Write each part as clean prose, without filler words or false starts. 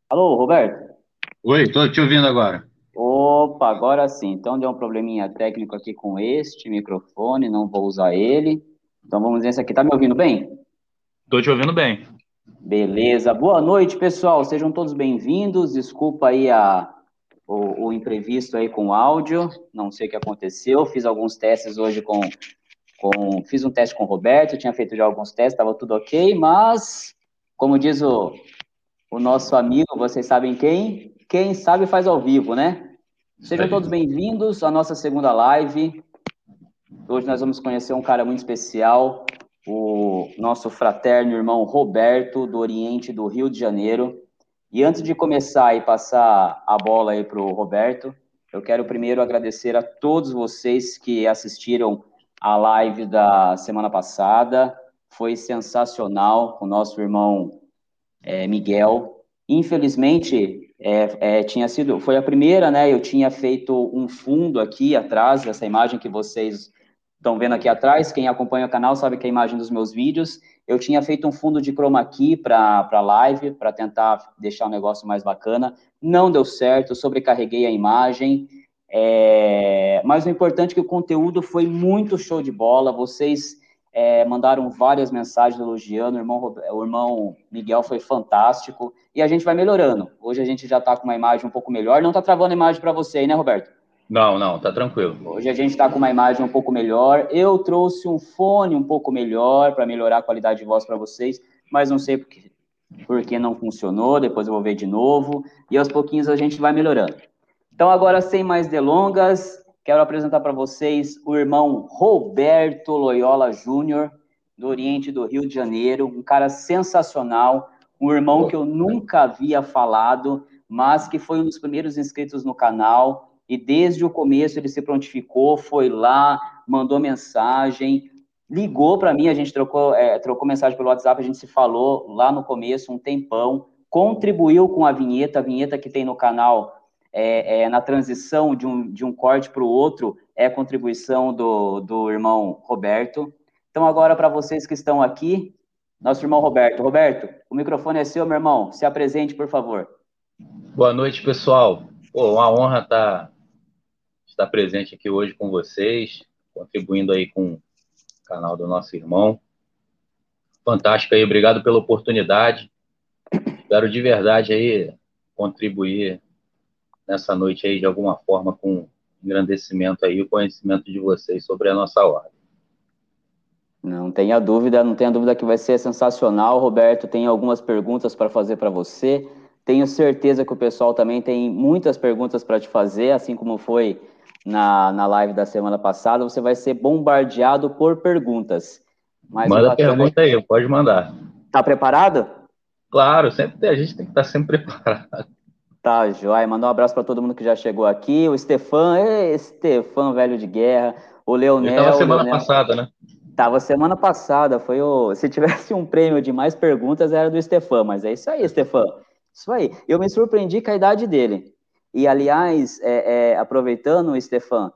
Alô, Roberto? Oi, tô te ouvindo agora. Opa, agora sim. Então deu um probleminha técnico aqui com este microfone, não vou usar ele. Então vamos ver esse aqui. Tá me ouvindo bem? Tô te ouvindo bem. Beleza. Boa noite, pessoal. Sejam todos bem-vindos. Desculpa aí o imprevisto aí com o áudio. Não sei o que aconteceu. Fiz alguns testes hoje fiz um teste com o Roberto. Tinha feito já alguns testes, estava tudo ok, mas como diz o nosso amigo, vocês sabem quem? Quem sabe faz ao vivo, né? Isso Sejam aí. todos bem-vindos à nossa segunda live. Hoje nós vamos conhecer um cara muito especial, o nosso fraterno irmão Roberto, do Oriente do Rio de Janeiro. E antes de começar e passar a bola aí para o Roberto, eu quero primeiro agradecer a todos vocês que assistiram a live da semana passada. Foi sensacional com o nosso irmão Miguel. Infelizmente, foi a primeira, né? Eu tinha feito um fundo aqui atrás, essa imagem que vocês estão vendo aqui atrás. Quem acompanha o canal sabe que é a imagem dos meus vídeos. Eu tinha feito um fundo de chroma key para a live, para tentar deixar o negócio mais bacana. Não deu certo, sobrecarreguei a imagem. Mas o importante é que o conteúdo foi muito show de bola. Vocês mandaram várias mensagens elogiando, o irmão Miguel foi fantástico, e a gente vai melhorando. Hoje a gente já está com uma imagem um pouco melhor, não está travando a imagem para você aí, né, Roberto? Não, não, tá tranquilo. Hoje a gente está com uma imagem um pouco melhor, eu trouxe um fone um pouco melhor para melhorar a qualidade de voz para vocês, mas não sei porque não funcionou, depois eu vou ver de novo, e aos pouquinhos a gente vai melhorando. Então, agora, sem mais delongas, quero apresentar para vocês o irmão Roberto Loyola Júnior, do Oriente do Rio de Janeiro, um cara sensacional, um irmão que Pô, eu nunca havia falado, mas que foi um dos primeiros inscritos no canal, e desde o começo ele se prontificou, foi lá, mandou mensagem, ligou para mim, a gente trocou mensagem pelo WhatsApp, a gente se falou lá no começo, um tempão, contribuiu com a vinheta que tem no canal na transição de um corte para o outro, é a contribuição do irmão Roberto. Então, agora, para vocês que estão aqui, nosso irmão Roberto. Roberto, o microfone é seu, meu irmão. Se apresente, por favor. boa noite, pessoal. Pô, uma honra estar presente aqui hoje com vocês, contribuindo aí com o canal do nosso irmão. Fantástico aí, obrigado pela oportunidade. Espero de verdade aí contribuir nessa noite aí de alguma forma com o engrandecimento aí, o conhecimento de vocês sobre a nossa ordem. Não tenha dúvida que vai ser sensacional. Roberto, tem algumas perguntas para fazer para você. Tenho certeza que o pessoal também tem muitas perguntas para te fazer, assim como foi na live da semana passada. Você vai ser bombardeado por perguntas. Mas o Manda bacana é. pergunta aí, pode mandar. Tá preparado? Claro, a gente tem que estar sempre preparado. Tá, joia. Mandar um abraço para todo mundo que já chegou aqui. O Stefan, Stefan, velho de guerra. Ele estava O semana Leonel. passada, né? Tava semana passada, se tivesse um prêmio de mais perguntas era do Stefan, mas é isso aí, Stefan. Isso aí. Eu me surpreendi com a idade dele. E, aliás, aproveitando, Stefan,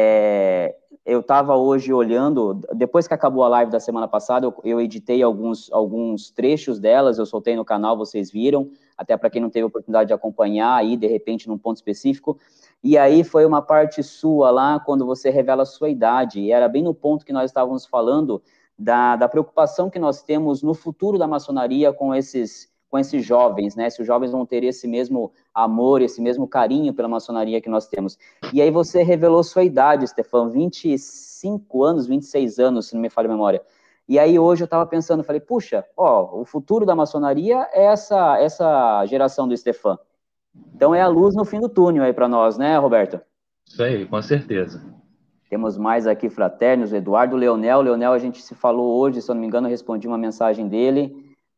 eu estava hoje olhando, depois que acabou a live da semana passada, eu editei alguns trechos delas, eu soltei no canal, vocês viram, até para quem não teve oportunidade de acompanhar aí, de repente, num ponto específico. E aí foi uma parte sua lá, quando você revela a sua idade, e era bem no ponto que nós estávamos falando da preocupação que nós temos no futuro da maçonaria com esses jovens, né? Se os jovens vão ter esse mesmo amor, esse mesmo carinho pela maçonaria que nós temos. E aí você revelou sua idade, Stefan, 25 anos, 26 anos, se não me falha a memória. E aí hoje eu estava pensando, falei, puxa, ó, o futuro da maçonaria é essa geração do Stefan. Então é a luz no fim do túnel aí para nós, né, Roberto? Isso aí, com certeza. Temos mais aqui fraternos, Eduardo Leonel. Leonel, a gente se falou hoje, se eu não me engano, eu respondi uma mensagem dele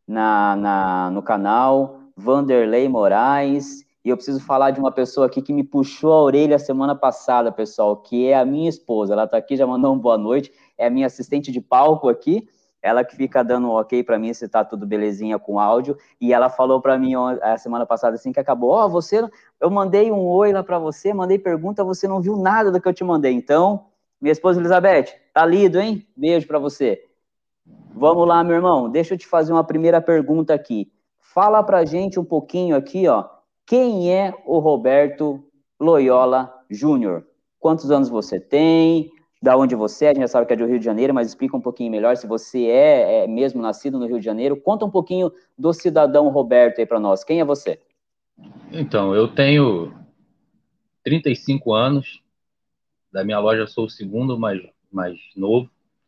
no canal. Vanderlei Moraes. E eu preciso falar de uma pessoa aqui que me puxou a orelha semana passada, pessoal, que é a minha esposa. Ela está aqui, já mandou uma boa noite. É a minha assistente de palco aqui. Ela que fica dando um ok para mim se tá tudo belezinha com áudio. E ela falou para mim a semana passada assim que acabou: Ó, eu mandei um oi lá para você, mandei pergunta, você não viu nada do que eu te mandei. Então, minha esposa Elizabeth, tá lido, hein? Beijo para você. Vamos lá, meu irmão. Deixa eu te fazer uma primeira pergunta aqui. Fala pra gente um pouquinho aqui, ó, quem é o Roberto Loyola Júnior? Quantos anos você tem? Da onde você é? A gente já sabe que é do Rio de Janeiro, mas explica um pouquinho melhor se você é mesmo nascido no Rio de Janeiro. Conta um pouquinho do cidadão Roberto aí para nós. Quem é você? Então, eu tenho 35 anos, da minha loja sou o segundo mais novo.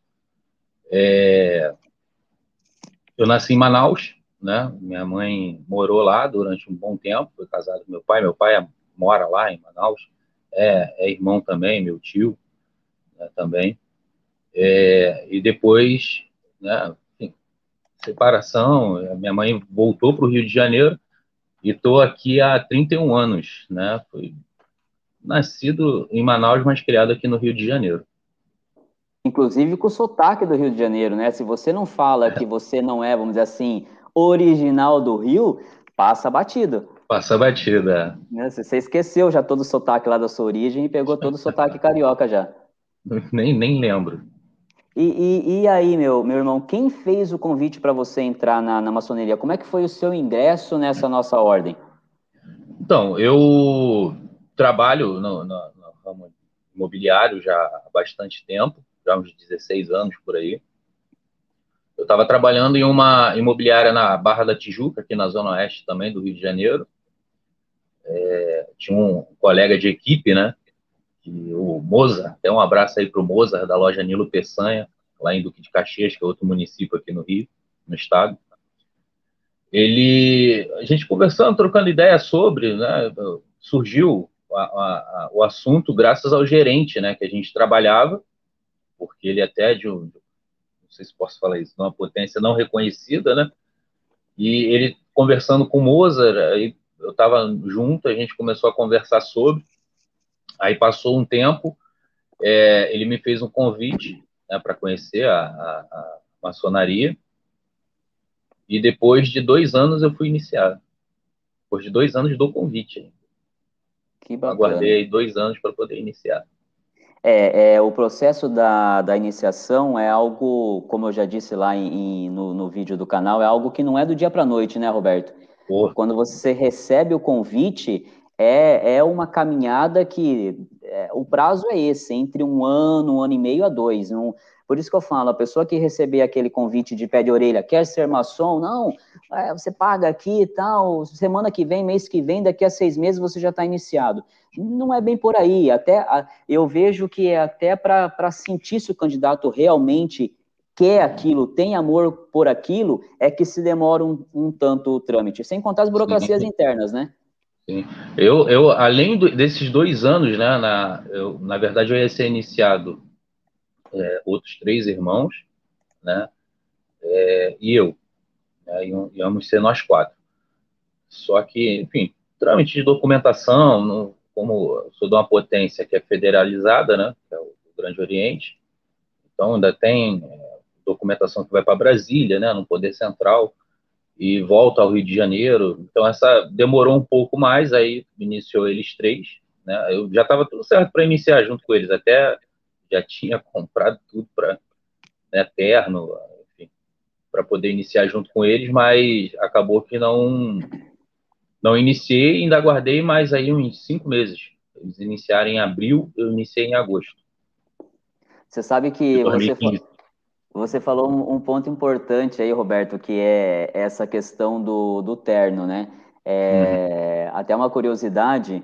Eu nasci em Manaus, né? Minha mãe morou lá durante um bom tempo, foi casada com meu pai mora lá em Manaus, é irmão também, meu tio, né, também. E depois, né, enfim, separação, minha mãe voltou para o Rio de Janeiro e estou aqui há 31 anos, né? Fui nascido em Manaus, mas criado aqui no Rio de Janeiro. Inclusive com o sotaque do Rio de Janeiro, né? Se você não fala que você não é, vamos dizer assim, original do Rio, passa batido. Passa batida. Né? Você esqueceu já todo o sotaque lá da sua origem e pegou todo o sotaque carioca já. Nem lembro. E aí, meu irmão, quem fez o convite para você entrar na maçoneria? Como é que foi o seu ingresso nessa nossa ordem? Então, eu trabalho no ramo imobiliário já há bastante tempo, já há uns 16 anos por aí. Eu estava trabalhando em uma imobiliária na Barra da Tijuca, aqui na Zona Oeste também do Rio de Janeiro. Tinha um colega de equipe, né? O Mozart, até um abraço aí para o Mozart, da loja Nilo Peçanha, lá em Duque de Caxias, que é outro município aqui no Rio, no estado. A gente conversando, trocando ideia sobre, né? Surgiu o assunto graças ao gerente, né? Que a gente trabalhava, porque ele até não sei se posso falar isso, de uma potência não reconhecida, né? E ele conversando com o Mozart, aí eu estava junto, a gente começou a conversar sobre. Aí passou um tempo, ele me fez um convite, né, para conhecer a maçonaria. E depois de 2 anos eu fui iniciado. Depois de 2 anos do convite. Que Aguardei bacana. aí 2 anos para poder iniciar. O processo da iniciação é algo, como eu já disse lá no vídeo do canal, é algo que não é do dia para a noite, né, Roberto? Pô, Quando você recebe o convite, é uma caminhada que o prazo é esse, entre um ano e meio a dois. Por isso que eu falo, a pessoa que receber aquele convite de pé de orelha, quer ser maçom? Não, você paga aqui e tal, semana que vem, mês que vem, daqui a 6 meses você já está iniciado. Não é bem por aí, eu vejo que é até para sentir se o candidato realmente quer aquilo, tem amor por aquilo, é que se demora um tanto o trâmite, sem contar as burocracias sim, internas, né? sim. Além desses 2 anos, né, na verdade eu ia ser iniciado outros 3 irmãos, né, e eu, né, íamos ser nós 4. Só que, enfim, trâmite de documentação, como eu sou de uma potência que é federalizada, né, que é o Grande Oriente, então ainda tem documentação que vai para Brasília, né, no Poder Central, e volta ao Rio de Janeiro. Então essa demorou um pouco mais, aí iniciou eles 3, né? Eu já estava tudo certo para iniciar junto com eles, até já tinha comprado tudo para, né, terno, enfim, para poder iniciar junto com eles, mas acabou que não iniciei, ainda aguardei mais aí uns 5 meses. Eles iniciaram em abril, eu iniciei em agosto Você sabe de que 2015. você falou um ponto importante aí, Roberto, que é essa questão do terno, né? Uhum. Até uma curiosidade,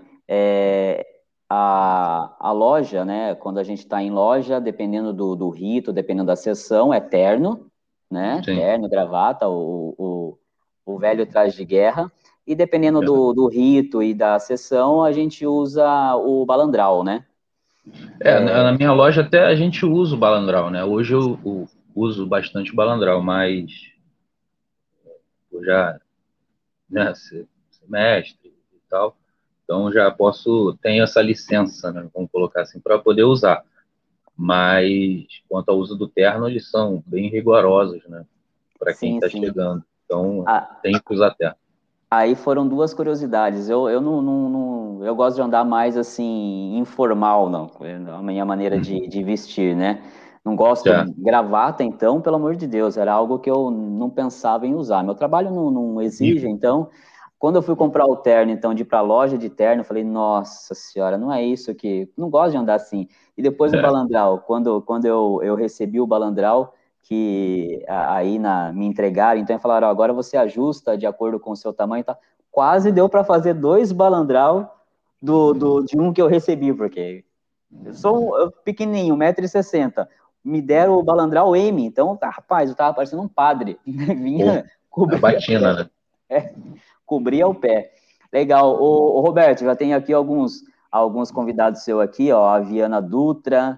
a loja, né? Quando a gente está em loja, dependendo do rito, dependendo da sessão, é terno, né? Sim, Terno, gravata, o velho traje de guerra. E dependendo verdade. do rito e da sessão, a gente usa o balandral, né? Na minha loja até a gente usa o balandral, né? Hoje eu uso bastante o balandral, mas eu já, né, ser mestre e tal, então já tenho essa licença, né, vamos colocar assim, para poder usar. Mas quanto ao uso do terno, eles são bem rigorosos, né, para quem Sim, está sim. chegando. Então Ah, tem que usar terno. Aí foram duas curiosidades. Eu eu gosto de andar mais assim, informal, não, a minha maneira de vestir, né? Não gosto Já. de gravata, então, pelo amor de Deus, era algo que eu não pensava em usar. Meu trabalho não exige, E, então, quando eu fui comprar o terno, então, de ir para a loja de terno, eu falei, nossa senhora, não é isso que... Não gosto de andar assim. E depois o balandral, quando eu recebi o balandral, que aí me entregaram, então falaram, ó, agora você ajusta de acordo com o seu tamanho e tal. Quase deu para fazer 2 balandral de um que eu recebi, porque eu sou pequenininho, 1,60 m. Me deram o balandral M, então, rapaz, eu tava parecendo um padre. pô, Vinha a cobrir o batina, pé. né? Cobria o pé. Legal. Ô, Roberto, já tem aqui alguns convidados seus aqui, ó, a Viana Dutra,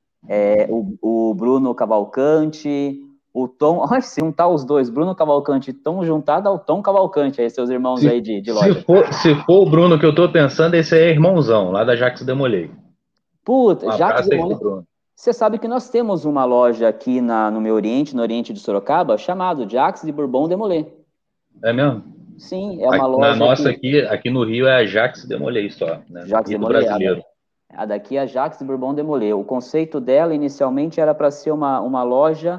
o Bruno Cavalcante, o Tom. Olha, se juntar os dois, Bruno Cavalcante e Tom, juntado ao Tom Cavalcante, aí, seus irmãos aí de loja. Se for o Bruno que eu tô pensando, esse aí é irmãozão, lá da Jax Demolei. Puta, Um Jacques abraço aí pro Demolay. Bruno. Você sabe que nós temos uma loja aqui no meu Oriente, no Oriente de Sorocaba, chamado Jacques de Bourbon Demolay. É mesmo? Sim, é uma Na loja nossa que aqui no Rio é a Jax Demolei só, né? Jacques Rito Demolay, brasileiro. a daqui é a Jacques de Bourbon Demolay. O conceito dela inicialmente era para ser uma loja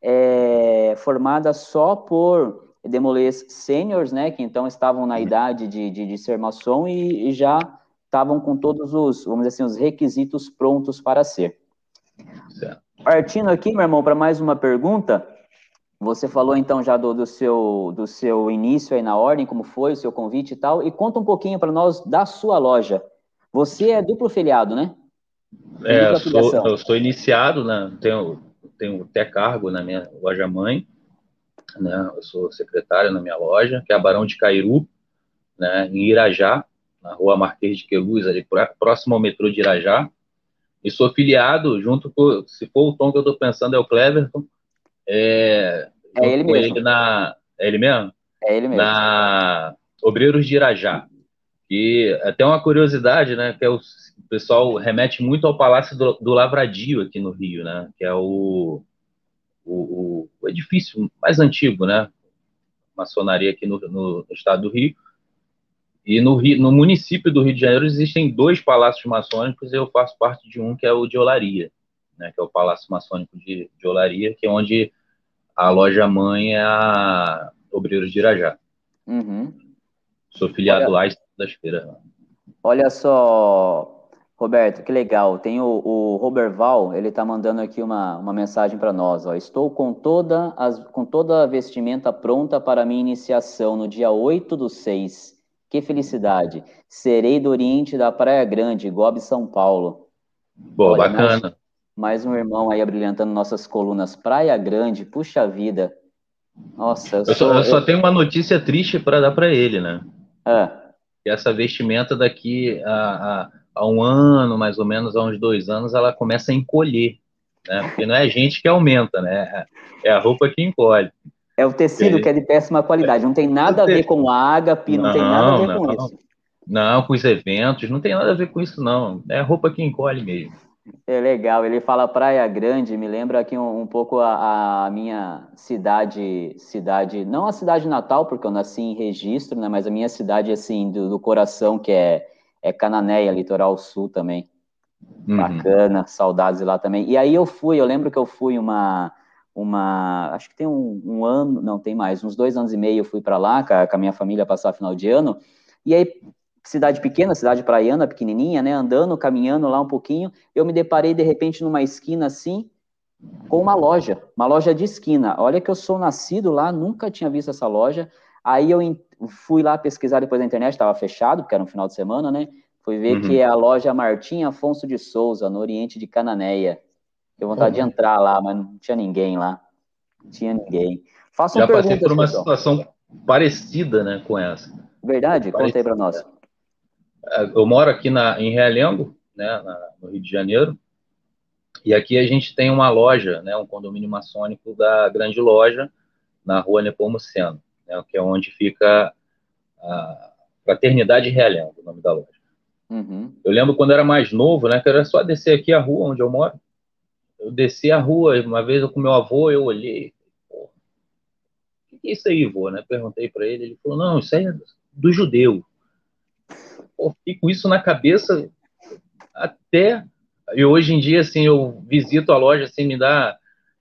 formada só por demolês sêniors, né, que então estavam na idade de ser maçom e já estavam com todos os, vamos dizer assim, os requisitos prontos para ser. Certo. Partindo aqui, meu irmão, para mais uma pergunta. Você falou então já do seu início aí na ordem, como foi o seu convite e tal, e conta um pouquinho para nós da sua loja. Você é duplo filiado, né? Tem dupla filiação. Eu sou iniciado, né? Tenho até cargo na minha loja mãe, né? Eu sou secretário na minha loja, que é a Barão de Cairu, né? Em Irajá, na rua Marquês de Queluz, ali próximo ao metrô de Irajá. E sou filiado junto com, se for o Tom que eu estou pensando, é o Cleverton, É junto ele com mesmo. ele é ele mesmo? É ele mesmo. Na Obreiros de Irajá. E até uma curiosidade, né, que o pessoal remete muito ao Palácio do Lavradio aqui no Rio, né, que é o edifício mais antigo, né, maçonaria aqui no estado do Rio. E no município do Rio de Janeiro existem 2 palácios maçônicos e eu faço parte de um que é o de Olaria, né, que é o Palácio Maçônico de Olaria, que é onde a loja mãe é a Obreiros de Irajá. Uhum. Sou filiado Olha, lá às segundas-feiras. olha só, Roberto, que legal. Tem o Roberval, ele tá mandando aqui uma mensagem para nós. Ó. Estou com toda a vestimenta pronta para minha iniciação no dia 8/6. Que felicidade. Serei do Oriente da Praia Grande, Gobe, São Paulo. Pô, Olha, bacana. mais um irmão aí abrilhantando nossas colunas. Praia Grande, puxa vida. Nossa, eu Eu sou. só tenho uma notícia triste para dar para ele, né? Ah, Que essa vestimenta daqui a um ano, mais ou menos, a uns 2 anos, ela começa a encolher, né? Porque não é a gente que aumenta, né? É a roupa que encolhe. é o tecido que é de péssima qualidade. Não tem nada a ver com a ágape, não tem nada a Não, ver com não. isso. Não, com os eventos, não tem nada a ver com isso, não. É a roupa que encolhe mesmo. É legal. Ele fala Praia Grande, me lembra aqui um pouco a minha cidade, não a cidade natal, porque eu nasci em Registro, né? Mas a minha cidade, assim, do coração, que é Cananéia, litoral sul também. Uhum. Bacana, saudades de lá também. E aí eu lembro que eu fui acho que tem um ano, não, tem mais, uns 2 anos e meio eu fui para lá com a minha família passar final de ano, e aí, cidade pequena, cidade praiana, pequenininha, né, andando, caminhando lá um pouquinho, eu me deparei de repente numa esquina assim, com uma loja de esquina. Olha que eu sou nascido lá, nunca tinha visto essa loja. Aí eu fui lá pesquisar depois na internet, estava fechado, porque era um final de semana, né? Fui ver que é Uhum. a loja Martim Afonso de Souza, no Oriente de Cananéia. Tenho vontade de Bom, entrar lá, mas não tinha ninguém lá. Não tinha ninguém. Façam já passei por perguntas, uma pessoal. situação parecida, né, com essa. Verdade? Conta aí para Parecida. nós. Eu moro aqui em Realengo, né, no Rio de Janeiro, e aqui a gente tem uma loja, né, um condomínio maçônico da Grande Loja, na rua Nepomuceno, né, que é onde fica a Fraternidade Realengo, o nome da loja. Uhum. Eu lembro quando eu era mais novo, né, que era só descer aqui a rua onde eu moro. Eu desci a rua, uma vez eu com meu avô, eu olhei, pô, o que é isso aí, vô? Né? Perguntei para ele, ele falou, não, isso aí é do judeu. Pô, fiquei com isso na cabeça até E hoje em dia, assim, eu visito a loja, assim, me dá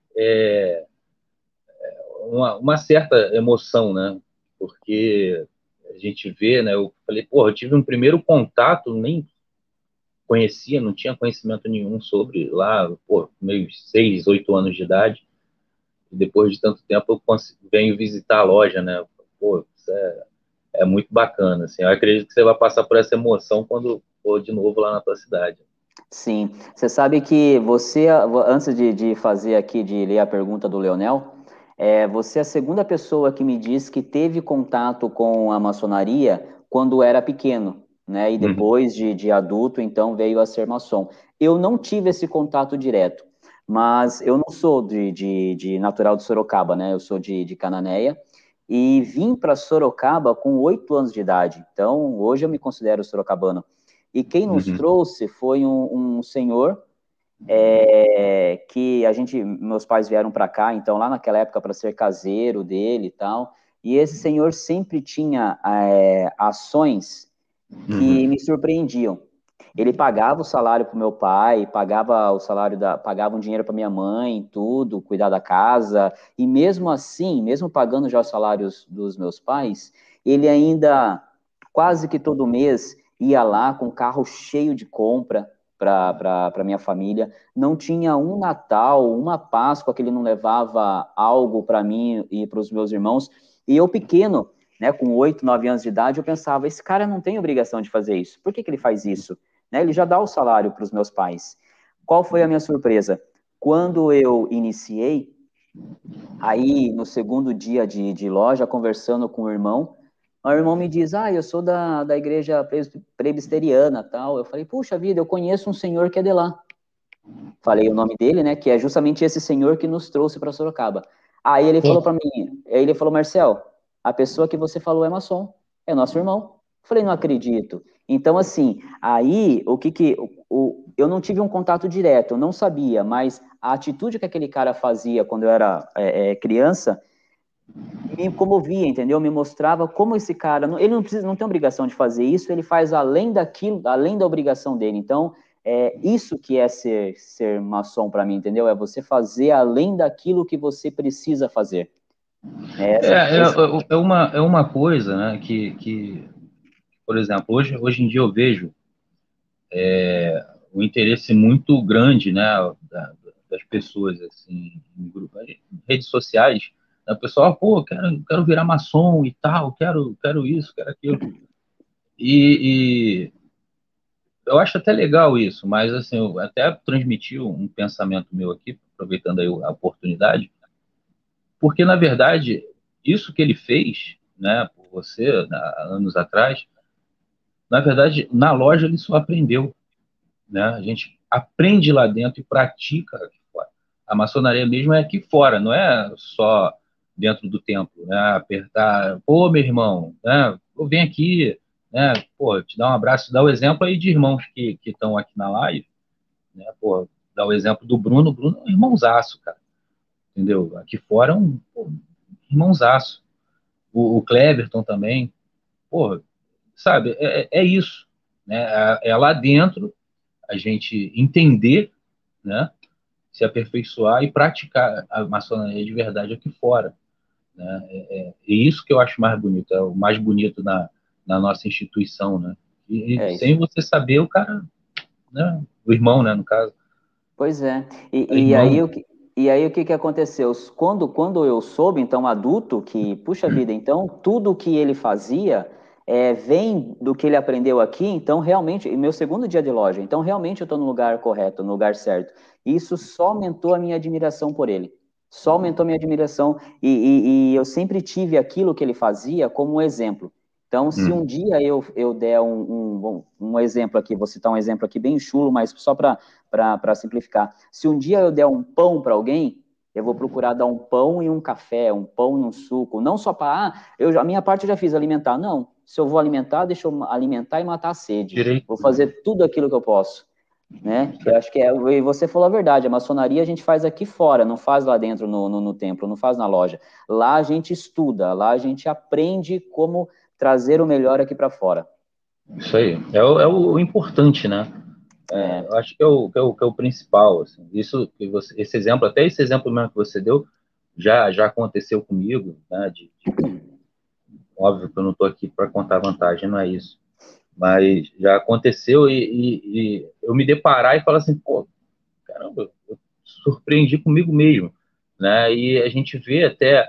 uma certa emoção, né? Porque a gente vê, né? Eu falei, porra, eu tive um primeiro contato, nem conhecia, não tinha conhecimento nenhum sobre lá, pô, meus 6, 8 anos de idade. E depois de tanto tempo eu venho visitar a loja, né? Pô, isso é muito bacana, assim. Eu acredito que você vai passar por essa emoção quando for de novo lá na tua cidade. Sim, você sabe que você, antes de fazer aqui, de ler a pergunta do Leonel, você é a segunda pessoa que me diz que teve contato com a maçonaria quando era pequeno, né? E Uhum, depois de adulto, então veio a ser maçom. Eu não tive esse contato direto, mas eu não sou de natural de Sorocaba, né? Eu sou de Cananéia e vim para Sorocaba com 8 anos de idade. Então, hoje eu me considero sorocabano. E quem nos uhum, trouxe foi um senhor que meus pais vieram para cá, então lá naquela época para ser caseiro dele e tal. E esse senhor sempre tinha ações que uhum. me surpreendiam. Ele pagava o salário para o meu pai, pagava um dinheiro para minha mãe, tudo, cuidar da casa. E mesmo assim, mesmo pagando já os salários dos meus pais, ele ainda quase que todo mês ia lá com o carro cheio de compra para minha família. Não tinha um Natal, uma Páscoa que ele não levava algo para mim e para os meus irmãos. E eu pequeno, né, com 8, 9 anos de idade, eu pensava, esse cara não tem obrigação de fazer isso. Por que ele faz isso? Né, ele já dá o salário para os meus pais. Qual foi a minha surpresa? Quando eu iniciei, aí no segundo dia de loja, conversando com o irmão me diz, eu sou da igreja presbiteriana, tal. Eu falei, puxa vida, eu conheço um senhor que é de lá. Falei o nome dele, né, que é justamente esse senhor que nos trouxe para Sorocaba. Aí ele falou para Pô, mim, aí ele falou, Marcel, a pessoa que você falou é maçom, é nosso irmão. Falei, não acredito. Então, assim, aí eu não tive um contato direto, eu não sabia, mas a atitude que aquele cara fazia quando eu era criança me comovia, entendeu? Me mostrava como esse cara, ele não tem obrigação de fazer isso, ele faz além daquilo, além da obrigação dele. Então, é isso que é ser maçom para mim, entendeu? É você fazer além daquilo que você precisa fazer. É é, essa, é, esse, é uma coisa, né, que, por exemplo, hoje em dia eu vejo o interesse muito grande, né, das pessoas, assim, em redes sociais, né, o pessoal, pô, quero virar maçom e tal, quero isso, quero aquilo. E eu acho até legal isso, mas assim, eu até transmiti um pensamento meu aqui, aproveitando aí a oportunidade, porque na verdade, isso que ele fez, né, por você, anos atrás, na verdade, na loja ele só aprendeu, né? A gente aprende lá dentro e pratica aqui fora. A maçonaria mesmo é aqui fora, não é só dentro do templo, né? Apertar, pô, meu irmão, né? Pô, vem aqui, né? Pô, te dar um abraço, dá o exemplo aí de irmãos que estão aqui na live, né? Pô, dá o exemplo do Bruno, o Bruno é um irmãozaço, cara, entendeu? Aqui fora é um pô, irmãozaço. O Cleverton também, pô, sabe? É isso, né? É lá dentro a gente entender, né? Se aperfeiçoar e praticar a maçonaria de verdade aqui fora, né? E isso que eu acho mais bonito, é o mais bonito na nossa instituição, né? E é sem isso. você saber, o cara, né? O irmão, né? No caso, Pois é. é E aí, irmão. o que que aconteceu? Quando eu soube, então, adulto, que, puxa vida, então, tudo que ele fazia vem do que ele aprendeu aqui, então, realmente, e meu segundo dia de loja, então, realmente eu estou no lugar correto, no lugar certo. Isso só aumentou a minha admiração por ele. Só aumentou a minha admiração. E eu sempre tive aquilo que ele fazia como um exemplo. Então, se um Hum. dia eu der um exemplo aqui, vou citar um exemplo aqui bem chulo, mas só para simplificar. Se um dia eu der um pão para alguém, eu vou procurar dar um pão e um café, um pão e um suco, não só para, a minha parte eu já fiz alimentar, não. Se eu vou alimentar, deixa eu alimentar e matar a sede. Direito. Vou fazer tudo aquilo que eu posso, né? Eu acho que e você falou a verdade, a maçonaria a gente faz aqui fora, não faz lá dentro no templo, não faz na loja. Lá a gente estuda, lá a gente aprende como trazer o melhor aqui para fora. Isso aí. É o importante, né? Eu acho que é o principal, assim. Isso que esse exemplo, até esse exemplo mesmo que você deu, já aconteceu comigo, né? Óbvio que eu não estou aqui para contar vantagem, não é isso. Mas já aconteceu e eu me deparar e falar assim, pô, caramba, eu surpreendi comigo mesmo, né? E a gente vê até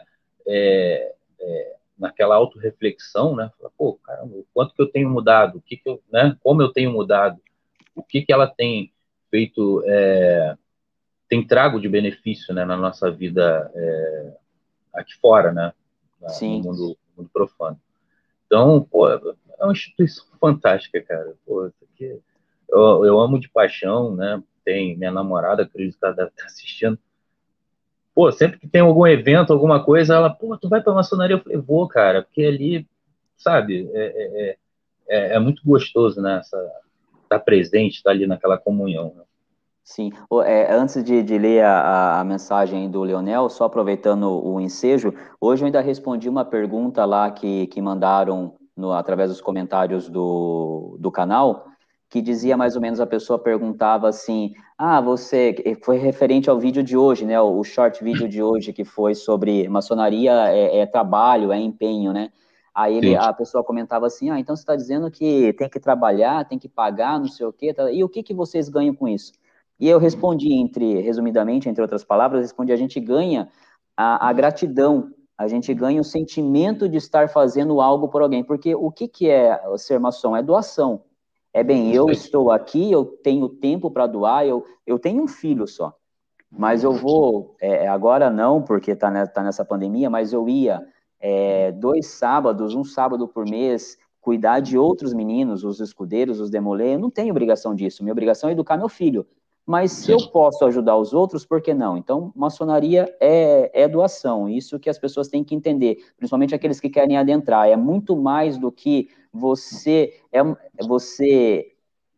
naquela autorreflexão, né? Fala, pô, caramba, o quanto que eu tenho mudado, o que que eu, né? Como eu tenho mudado, o que que ela tem feito, tem trago de benefício, né, na nossa vida aqui fora, né? No Sim. mundo profano. Então, pô, é uma instituição fantástica, cara. Pô, isso aqui, eu amo de paixão, né? Tem minha namorada, acredito que ela deve estar assistindo. Pô, sempre que tem algum evento, alguma coisa, ela, pô, tu vai pra maçonaria? Eu falei, vou, cara, porque ali, sabe, é muito gostoso, né? Estar presente, estar ali naquela comunhão, né? Sim. Antes de ler a mensagem do Leonel, só aproveitando o ensejo, hoje eu ainda respondi uma pergunta lá que mandaram através dos comentários do canal, que dizia mais ou menos, a pessoa perguntava assim, foi referente ao vídeo de hoje, né, o short vídeo de hoje, que foi sobre maçonaria é trabalho, é empenho, né? Sim. A pessoa comentava assim, então você está dizendo que tem que trabalhar, tem que pagar, não sei o quê, e o que que vocês ganham com isso? E eu respondi, resumidamente, entre outras palavras, respondi, a gente ganha a gratidão, a gente ganha o sentimento de estar fazendo algo por alguém, porque o que, que é ser maçom? É doação. É bem, eu estou aqui, eu tenho tempo para doar, eu tenho um filho só, mas eu vou, agora não, porque tá nessa pandemia, mas eu ia 2 sábados, um sábado por mês, cuidar de outros meninos, os escudeiros, os demolê, eu não tenho obrigação disso, minha obrigação é educar meu filho. Mas se eu posso ajudar os outros, por que não? Então, maçonaria é doação, isso que as pessoas têm que entender, principalmente aqueles que querem adentrar. É muito mais do que você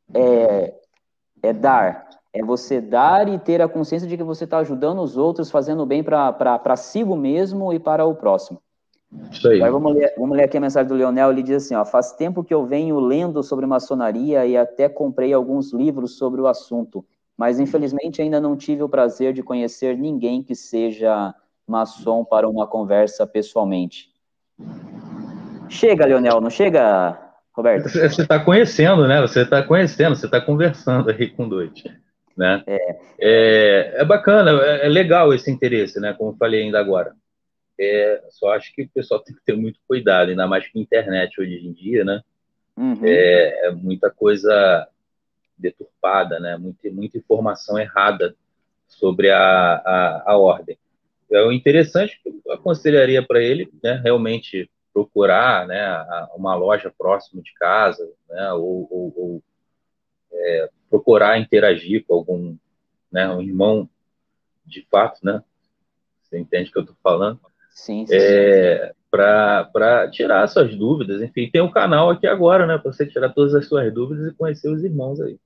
dar. É você dar e ter a consciência de que você está ajudando os outros, fazendo bem para si mesmo e para o próximo. Isso aí. Agora vamos ler aqui a mensagem do Leonel, ele diz assim, ó, faz tempo que eu venho lendo sobre maçonaria e até comprei alguns livros sobre o assunto, mas infelizmente ainda não tive o prazer de conhecer ninguém que seja maçom para uma conversa pessoalmente. Chega, Leonel, não chega, Roberto? Você está conhecendo, né? Você está conhecendo, você está conversando aí com dois, né? É bacana, é legal esse interesse, né? Como eu falei ainda agora. Só acho que o pessoal tem que ter muito cuidado, ainda mais que a internet hoje em dia, né? Uhum. É muita coisa deturpada, né? Muita informação errada sobre a ordem. O interessante que eu aconselharia para ele, né? Realmente procurar, né? Uma loja próximo de casa, né? Ou procurar interagir com algum, né? Um irmão de fato, né? Você entende o que eu estou falando? Sim, sim. Para tirar suas dúvidas. Enfim, tem um canal aqui agora, né? Para você tirar todas as suas dúvidas e conhecer os irmãos aí.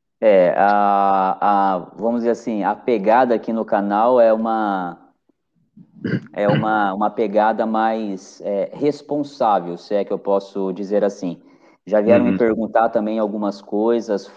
Vamos dizer assim, a pegada aqui no canal uma pegada mais responsável, se é que eu posso dizer assim. Já vieram me Uhum. perguntar também algumas coisas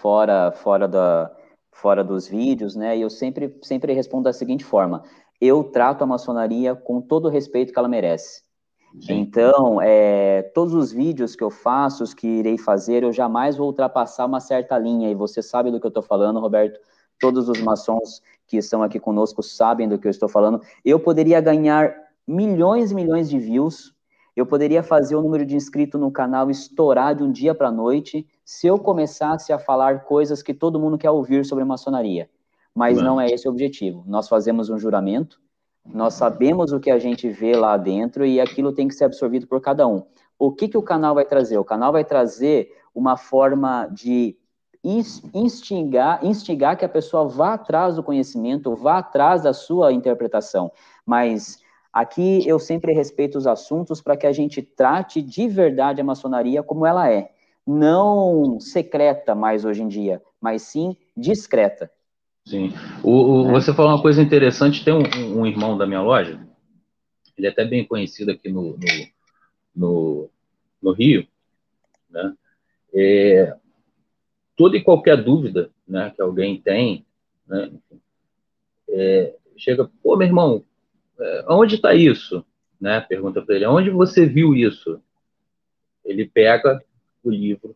fora dos vídeos, né? E eu sempre respondo da seguinte forma: eu trato a maçonaria com todo o respeito que ela merece. Sim. Então, todos os vídeos que eu faço, os que irei fazer, eu jamais vou ultrapassar uma certa linha, e você sabe do que eu estou falando, Roberto. Todos os maçons que estão aqui conosco sabem do que eu estou falando. Eu poderia ganhar milhões e milhões de views, eu poderia fazer o número de inscritos no canal estourar de um dia para a noite, se eu começasse a falar coisas que todo mundo quer ouvir sobre maçonaria. Mas não é esse o objetivo. Nós fazemos um juramento, nós sabemos o que a gente vê lá dentro e aquilo tem que ser absorvido por cada um. O que o canal vai trazer? O canal vai trazer uma forma de instigar que a pessoa vá atrás do conhecimento, vá atrás da sua interpretação. Mas aqui eu sempre respeito os assuntos para que a gente trate de verdade a maçonaria como ela é. Não secreta mais hoje em dia, mas sim discreta. Sim. Né? Você falou uma coisa interessante. Tem um irmão da minha loja, ele é até bem conhecido aqui no, no Rio, né? Toda e qualquer dúvida, né, que alguém tem, né, chega, pô, meu irmão, onde está isso? Né, pergunta para ele, onde você viu isso? Ele pega o livro,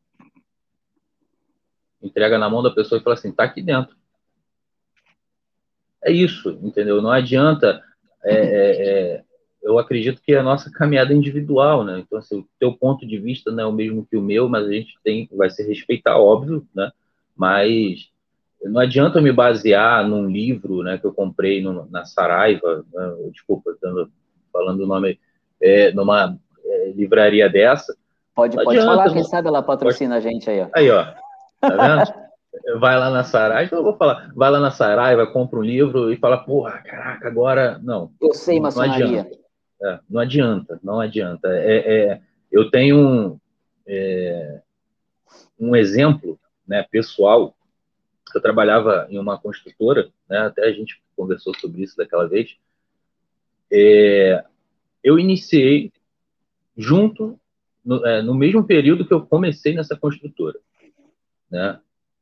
entrega na mão da pessoa e fala assim, tá aqui dentro. É isso, entendeu? Não adianta. é, eu acredito que a nossa caminhada é individual, né? Então, assim, o teu ponto de vista não é o mesmo que o meu, mas a gente vai se respeitar, óbvio, né? Mas não adianta eu me basear num livro, né, que eu comprei na Saraiva, né? Desculpa, falando o nome, numa livraria dessa. Não Pode falar, adianta, quem não. sabe ela Pode... patrocina a gente aí, ó. Aí, ó, tá vendo? Vai lá na Saraiva, então eu vou falar, vai lá na Saraiva, compra um livro e fala, porra, caraca, agora. Não, Eu sei não adianta. maçonaria. Não adianta, não adianta. Eu tenho um exemplo, né, pessoal. Eu trabalhava em uma construtora, né, até a gente conversou sobre isso daquela vez. Eu iniciei junto, no mesmo período que eu comecei nessa construtora, né?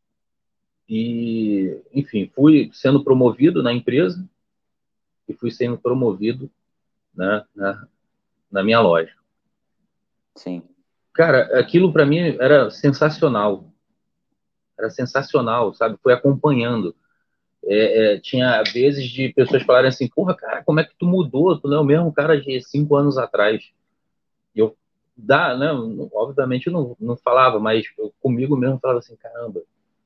E, enfim, fui sendo promovido na empresa e fui sendo promovido, né, na minha loja. Sim. Cara, aquilo para mim era sensacional. Era sensacional, sabe? Fui acompanhando. Tinha vezes de pessoas falarem assim, porra, cara, como é que tu mudou? Tu não é o mesmo cara de 5 anos atrás. E eu, né? Obviamente eu não falava, mas eu, comigo mesmo falava assim, caramba,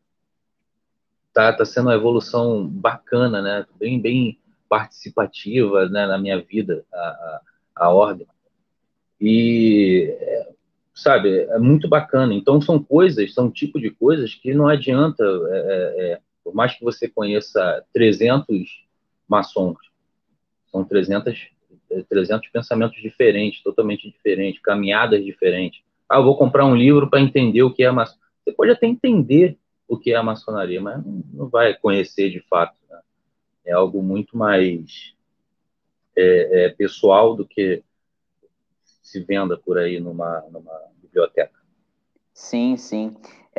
tá sendo uma evolução bacana, né? Bem participativa, né, na minha vida, a ordem. E, sabe, é muito bacana. Então, são tipo de coisas que não adianta, por mais que você conheça 300 maçons, são 300 pensamentos diferentes, totalmente diferentes, caminhadas diferentes. Ah, eu vou comprar um livro para entender o que é a maçonaria. Você pode até entender o que é a maçonaria, mas não vai conhecer de fato, né? É algo muito mais pessoal do que se venda por aí numa biblioteca. Sim, sim.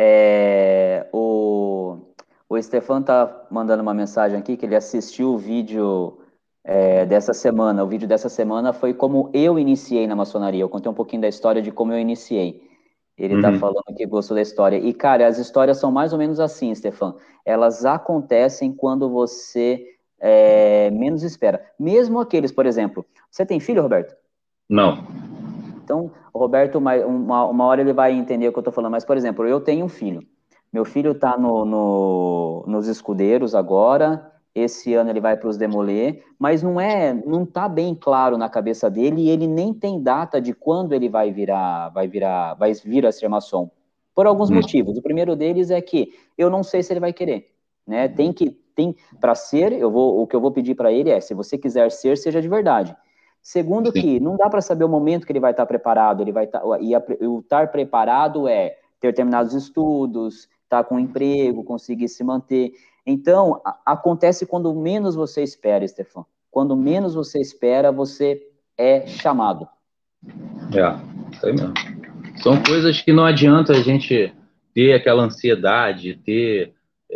O Stefan tá mandando uma mensagem aqui que ele assistiu o vídeo dessa semana. O vídeo dessa semana foi como eu iniciei na maçonaria. Eu contei um pouquinho da história de como eu iniciei. Ele tá Uhum. falando que gostou da história. E, cara, as histórias são mais ou menos assim, Stefan. Elas acontecem quando você menos espera. Mesmo aqueles, por exemplo. Você tem filho, Roberto? Não. Então, o Roberto, uma hora ele vai entender o que eu estou falando. Mas, por exemplo, eu tenho um filho. Meu filho está nos escudeiros agora. Esse ano ele vai para os Demolê, mas não está bem claro na cabeça dele e ele nem tem data de quando ele vai vir a ser maçom. Por alguns motivos. O primeiro deles é que eu não sei se ele vai querer, né? Tem para ser, o que eu vou pedir para ele é, se você quiser ser, seja de verdade. Segundo Sim. que não dá para saber o momento que ele vai estar preparado, o estar preparado é ter terminado os estudos, estar com um emprego, conseguir se manter. Então, acontece quando menos você espera, Stefan. Quando menos você espera, você é chamado. Isso aí mesmo. São coisas que não adianta a gente ter aquela ansiedade, ter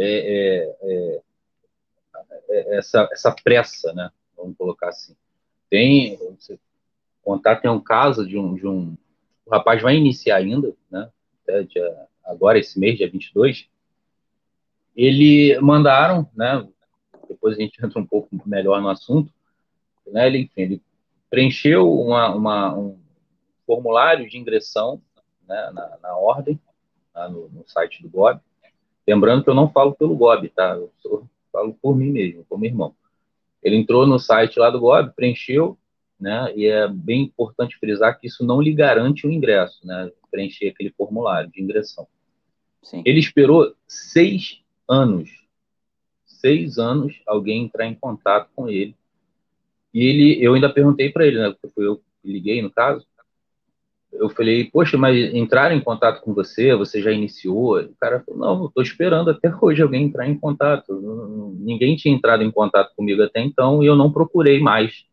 essa pressa, né? Vamos colocar assim. Você contar, tem um caso de um o rapaz vai iniciar ainda, né? Agora, esse mês, dia 22, ele mandaram, né? Depois a gente entra um pouco melhor no assunto, né? Ele preencheu um formulário de ingressão, né, na ordem, lá no site do GOB. Lembrando que eu não falo pelo GOB, tá? Falo por mim mesmo, por meu irmão. Ele entrou no site lá do GOB, preencheu, né? E é bem importante frisar que isso não lhe garante o ingresso, né? Preencher aquele formulário de ingressão. Sim. Ele esperou 6 anos. 6 anos alguém entrar em contato com ele. E eu ainda perguntei para ele, né? Porque foi eu que liguei no caso. Eu falei, poxa, mas entraram em contato com você? Você já iniciou? O cara falou, não, eu estou esperando até hoje alguém entrar em contato. Ninguém tinha entrado em contato comigo até então e eu não procurei mais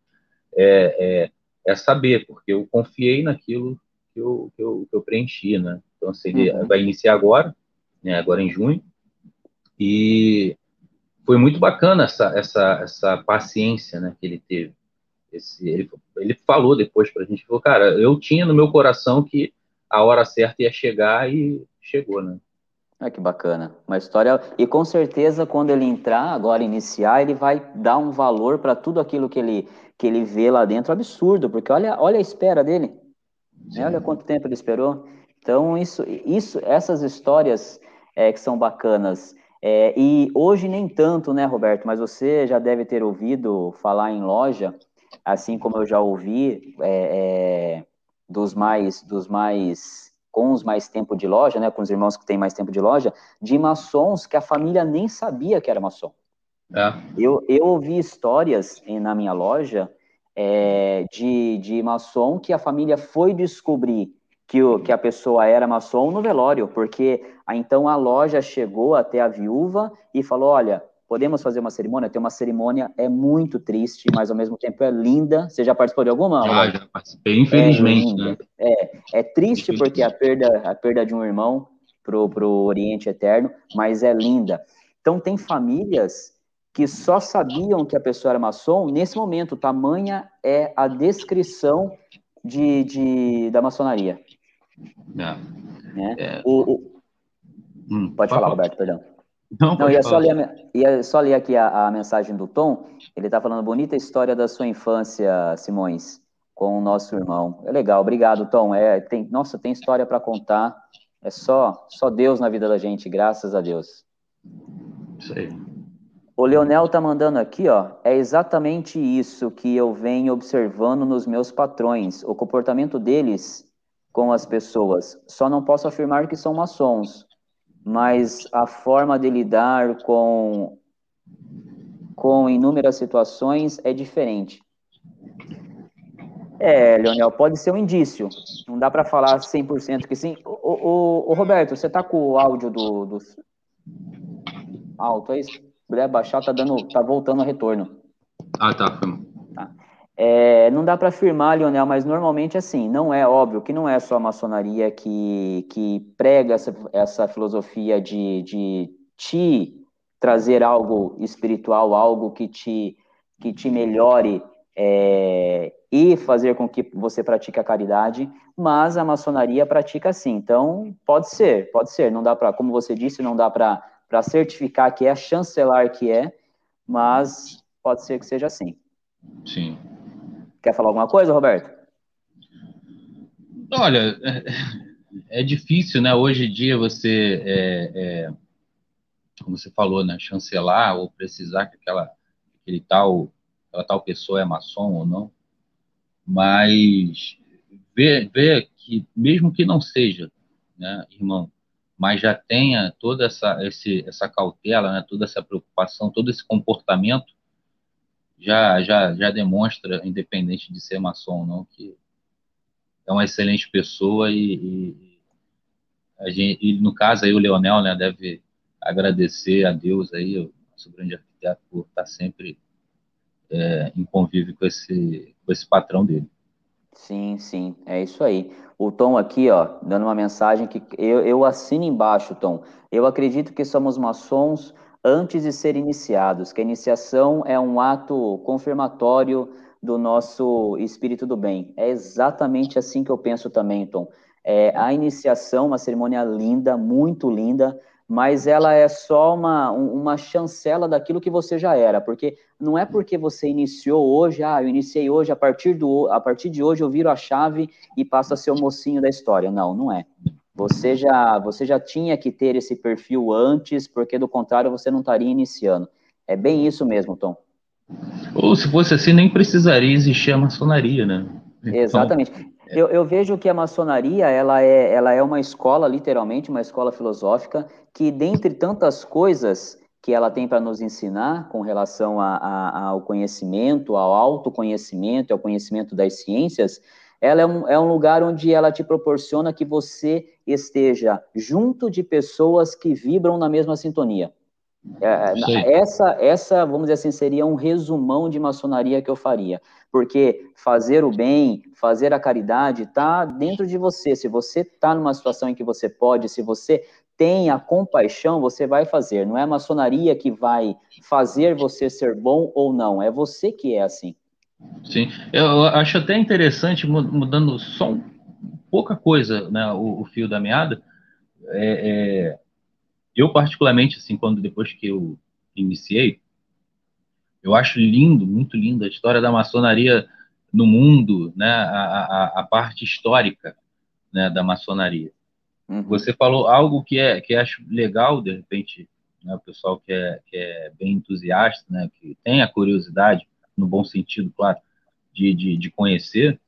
saber, porque eu confiei naquilo que eu preenchi, né? Então, se ele vai iniciar agora, né, agora em junho, E foi muito bacana essa paciência, né, que ele teve. Ele falou depois pra gente, falou, cara, eu tinha no meu coração que a hora certa ia chegar e chegou, né? Ah, que bacana. Uma história. E com certeza, quando ele entrar, agora iniciar, ele vai dar um valor para tudo aquilo que ele vê lá dentro absurdo, porque olha a espera dele, né? Olha Sim. quanto tempo ele esperou. Então, essas histórias que são bacanas. E hoje nem tanto, né, Roberto? Mas você já deve ter ouvido falar em loja, assim como eu já ouvi com os mais tempo de loja, né, com os irmãos que têm mais tempo de loja, de maçons que a família nem sabia que era maçom. É. Eu ouvi histórias na minha loja de maçom que a família foi descobrir que a pessoa era maçom no velório, porque então a loja chegou até a viúva e falou, olha, podemos fazer uma cerimônia? Tem uma cerimônia, é muito triste, mas ao mesmo tempo é linda. Você já participou de alguma, Roberto? Já participei, É infelizmente, linda. né? É triste porque Infelizmente. a perda de um irmão pro Oriente Eterno, mas é linda. Então tem famílias que só sabiam que a pessoa era maçom nesse momento. Tamanha é a descrição da maçonaria. Né? É, Pode pode falar, falar. Roberto, perdão. Não, Não, pode falar. ia só ler aqui a mensagem do Tom. Ele está falando bonita história da sua infância, Simões, com o nosso irmão. É legal, obrigado, Tom. Nossa, tem história para contar. É só Deus na vida da gente, graças a Deus. Isso aí. O Leonel tá mandando aqui, ó. É exatamente isso que eu venho observando nos meus patrões, o comportamento deles com as pessoas. Só não posso afirmar que são maçons, mas a forma de lidar com inúmeras situações é diferente. Leonel, pode ser um indício. Não dá para falar 100% que sim. Ô, Roberto, você tá com o áudio do alto aí? Se puder baixar, tá voltando a retorno. Ah, tá. Foi... Tá? Não dá para afirmar, Leonel, mas normalmente assim, não é óbvio que não é só a maçonaria que prega essa filosofia de te trazer algo espiritual, algo que te melhore e fazer com que você pratique a caridade, mas a maçonaria pratica sim. Então, pode ser. Não dá para, como você disse, não dá para certificar que é, chancelar que é, mas pode ser que seja assim. Sim. Quer falar alguma coisa, Roberto? Olha, é difícil, né? Hoje em dia você, como você falou, né? Chancelar ou precisar que aquela tal pessoa é maçom ou não. Mas ver que, mesmo que não seja, né, irmão, mas já tenha toda essa cautela, né? Toda essa preocupação, todo esse comportamento, já demonstra, independente de ser maçom ou não, que é uma excelente pessoa e no caso aí o Leonel, né, deve agradecer a Deus aí, o nosso grande arquiteto, por estar sempre em convívio com esse patrão dele. Sim, sim, é isso aí. O Tom aqui, ó, dando uma mensagem que eu assino embaixo, Tom. Eu acredito que somos maçons antes de ser iniciados, que a iniciação é um ato confirmatório do nosso espírito do bem. É exatamente assim que eu penso também, Tom. A iniciação, uma cerimônia linda, muito linda, mas ela é só uma chancela daquilo que você já era, porque não é porque você iniciou hoje, eu iniciei hoje, a partir de hoje eu viro a chave e passo a ser o mocinho da história. Não, não é. Você já tinha que ter esse perfil antes, porque do contrário você não estaria iniciando. É bem isso mesmo, Tom. Ou se fosse assim, nem precisaria existir a maçonaria, né? Então, Exatamente. Eu vejo que a maçonaria, ela é uma escola, literalmente, uma escola filosófica, que dentre tantas coisas que ela tem para nos ensinar com relação ao conhecimento, ao autoconhecimento, ao conhecimento das ciências, ela é um lugar onde ela te proporciona que você esteja junto de pessoas que vibram na mesma sintonia. Isso aí. Essa, vamos dizer assim, seria um resumão de maçonaria que eu faria. Porque fazer o bem, fazer a caridade, está dentro de você. Se você está numa situação em que você pode, se você tem a compaixão, você vai fazer. Não é a maçonaria que vai fazer você ser bom ou não. É você que é assim. Sim, eu acho até interessante, mudando só pouca coisa, né, o fio da meada. Eu particularmente, assim, quando depois que eu iniciei, eu acho lindo, muito lindo a história da maçonaria no mundo, né, a parte histórica, né, da maçonaria. Uhum. Você falou algo que acho legal, de repente, né, o pessoal que é bem entusiasta, né, que tem a curiosidade, no bom sentido, claro, de conhecer.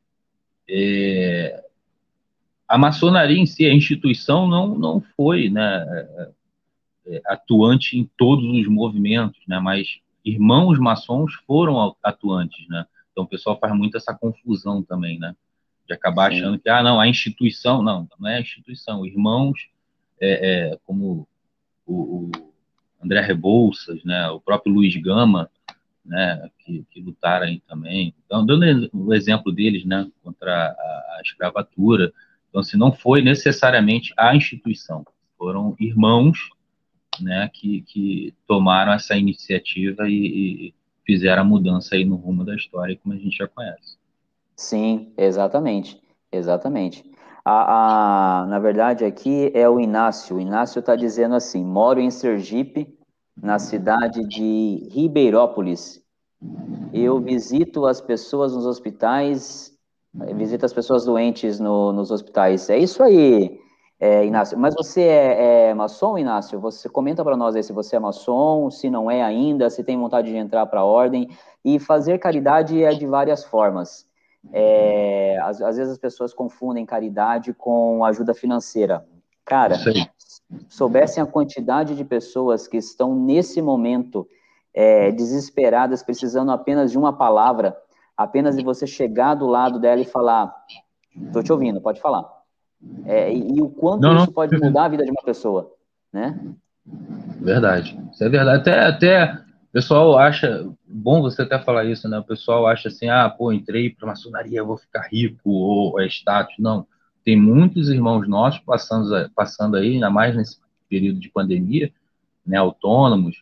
A maçonaria em si, a instituição, não foi, né, atuante em todos os movimentos, né, mas irmãos maçons foram atuantes, né? Então o pessoal faz muito essa confusão também, né? De acabar achando Sim, que, não, a instituição, não é a instituição. Irmãos, como o André Rebouças, né, o próprio Luiz Gama, né, que lutaram aí também. Então, dando o exemplo deles, né, contra a escravatura. Então, se não foi necessariamente a instituição, foram irmãos, né, que tomaram essa iniciativa e fizeram a mudança aí no rumo da história, como a gente já conhece. sim, exatamente, exatamente. Na verdade, aqui é o Inácio. O Inácio está dizendo assim: moro em Sergipe, na cidade de Ribeirópolis. Eu visito as pessoas nos hospitais, visito as pessoas doentes nos hospitais. É isso aí, Inácio. Mas você é maçom, Inácio? Você comenta para nós aí se você é maçom, se não é ainda, se tem vontade de entrar para a ordem. E fazer caridade é de várias formas. Às vezes as pessoas confundem caridade com ajuda financeira. Cara, Isso aí. soubessem a quantidade de pessoas que estão nesse momento desesperadas, precisando apenas de uma palavra, apenas de você chegar do lado dela e falar: estou te ouvindo, pode falar. E o quanto Não, não, isso pode mudar a vida de uma pessoa, né? verdade. Isso é verdade. Até o pessoal acha, bom você até falar isso, né? O pessoal acha assim, pô, entrei para maçonaria, eu vou ficar rico, ou é status. Não. Tem muitos irmãos nossos passando aí, ainda mais nesse período de pandemia, né? Autônomos,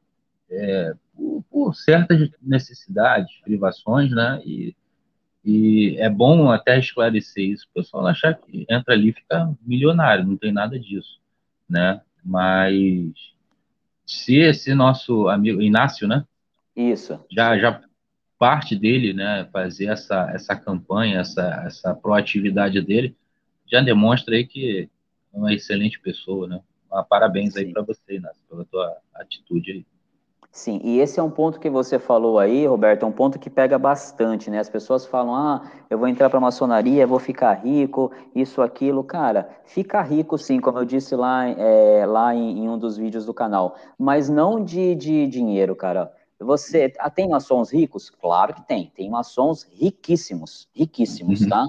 por certas necessidades, privações, né? E é bom até esclarecer isso. O pessoal não achar que entra ali e fica milionário, não tem nada disso, né? Mas se esse nosso amigo Inácio, né, Isso. já parte dele, né, fazer essa campanha, essa proatividade dele, já demonstra aí que é uma excelente pessoa, né? Parabéns aí Sim. para você, Inácio, pela tua atitude aí. Sim, e esse é um ponto que você falou aí, Roberto, é um ponto que pega bastante, né? As pessoas falam: eu vou entrar para a maçonaria, vou ficar rico, isso, aquilo. Cara, fica rico sim, como eu disse lá em um dos vídeos do canal, mas não de dinheiro, cara. Você tem maçons ricos? Claro que tem. Tem maçons riquíssimos, riquíssimos, Uhum. tá?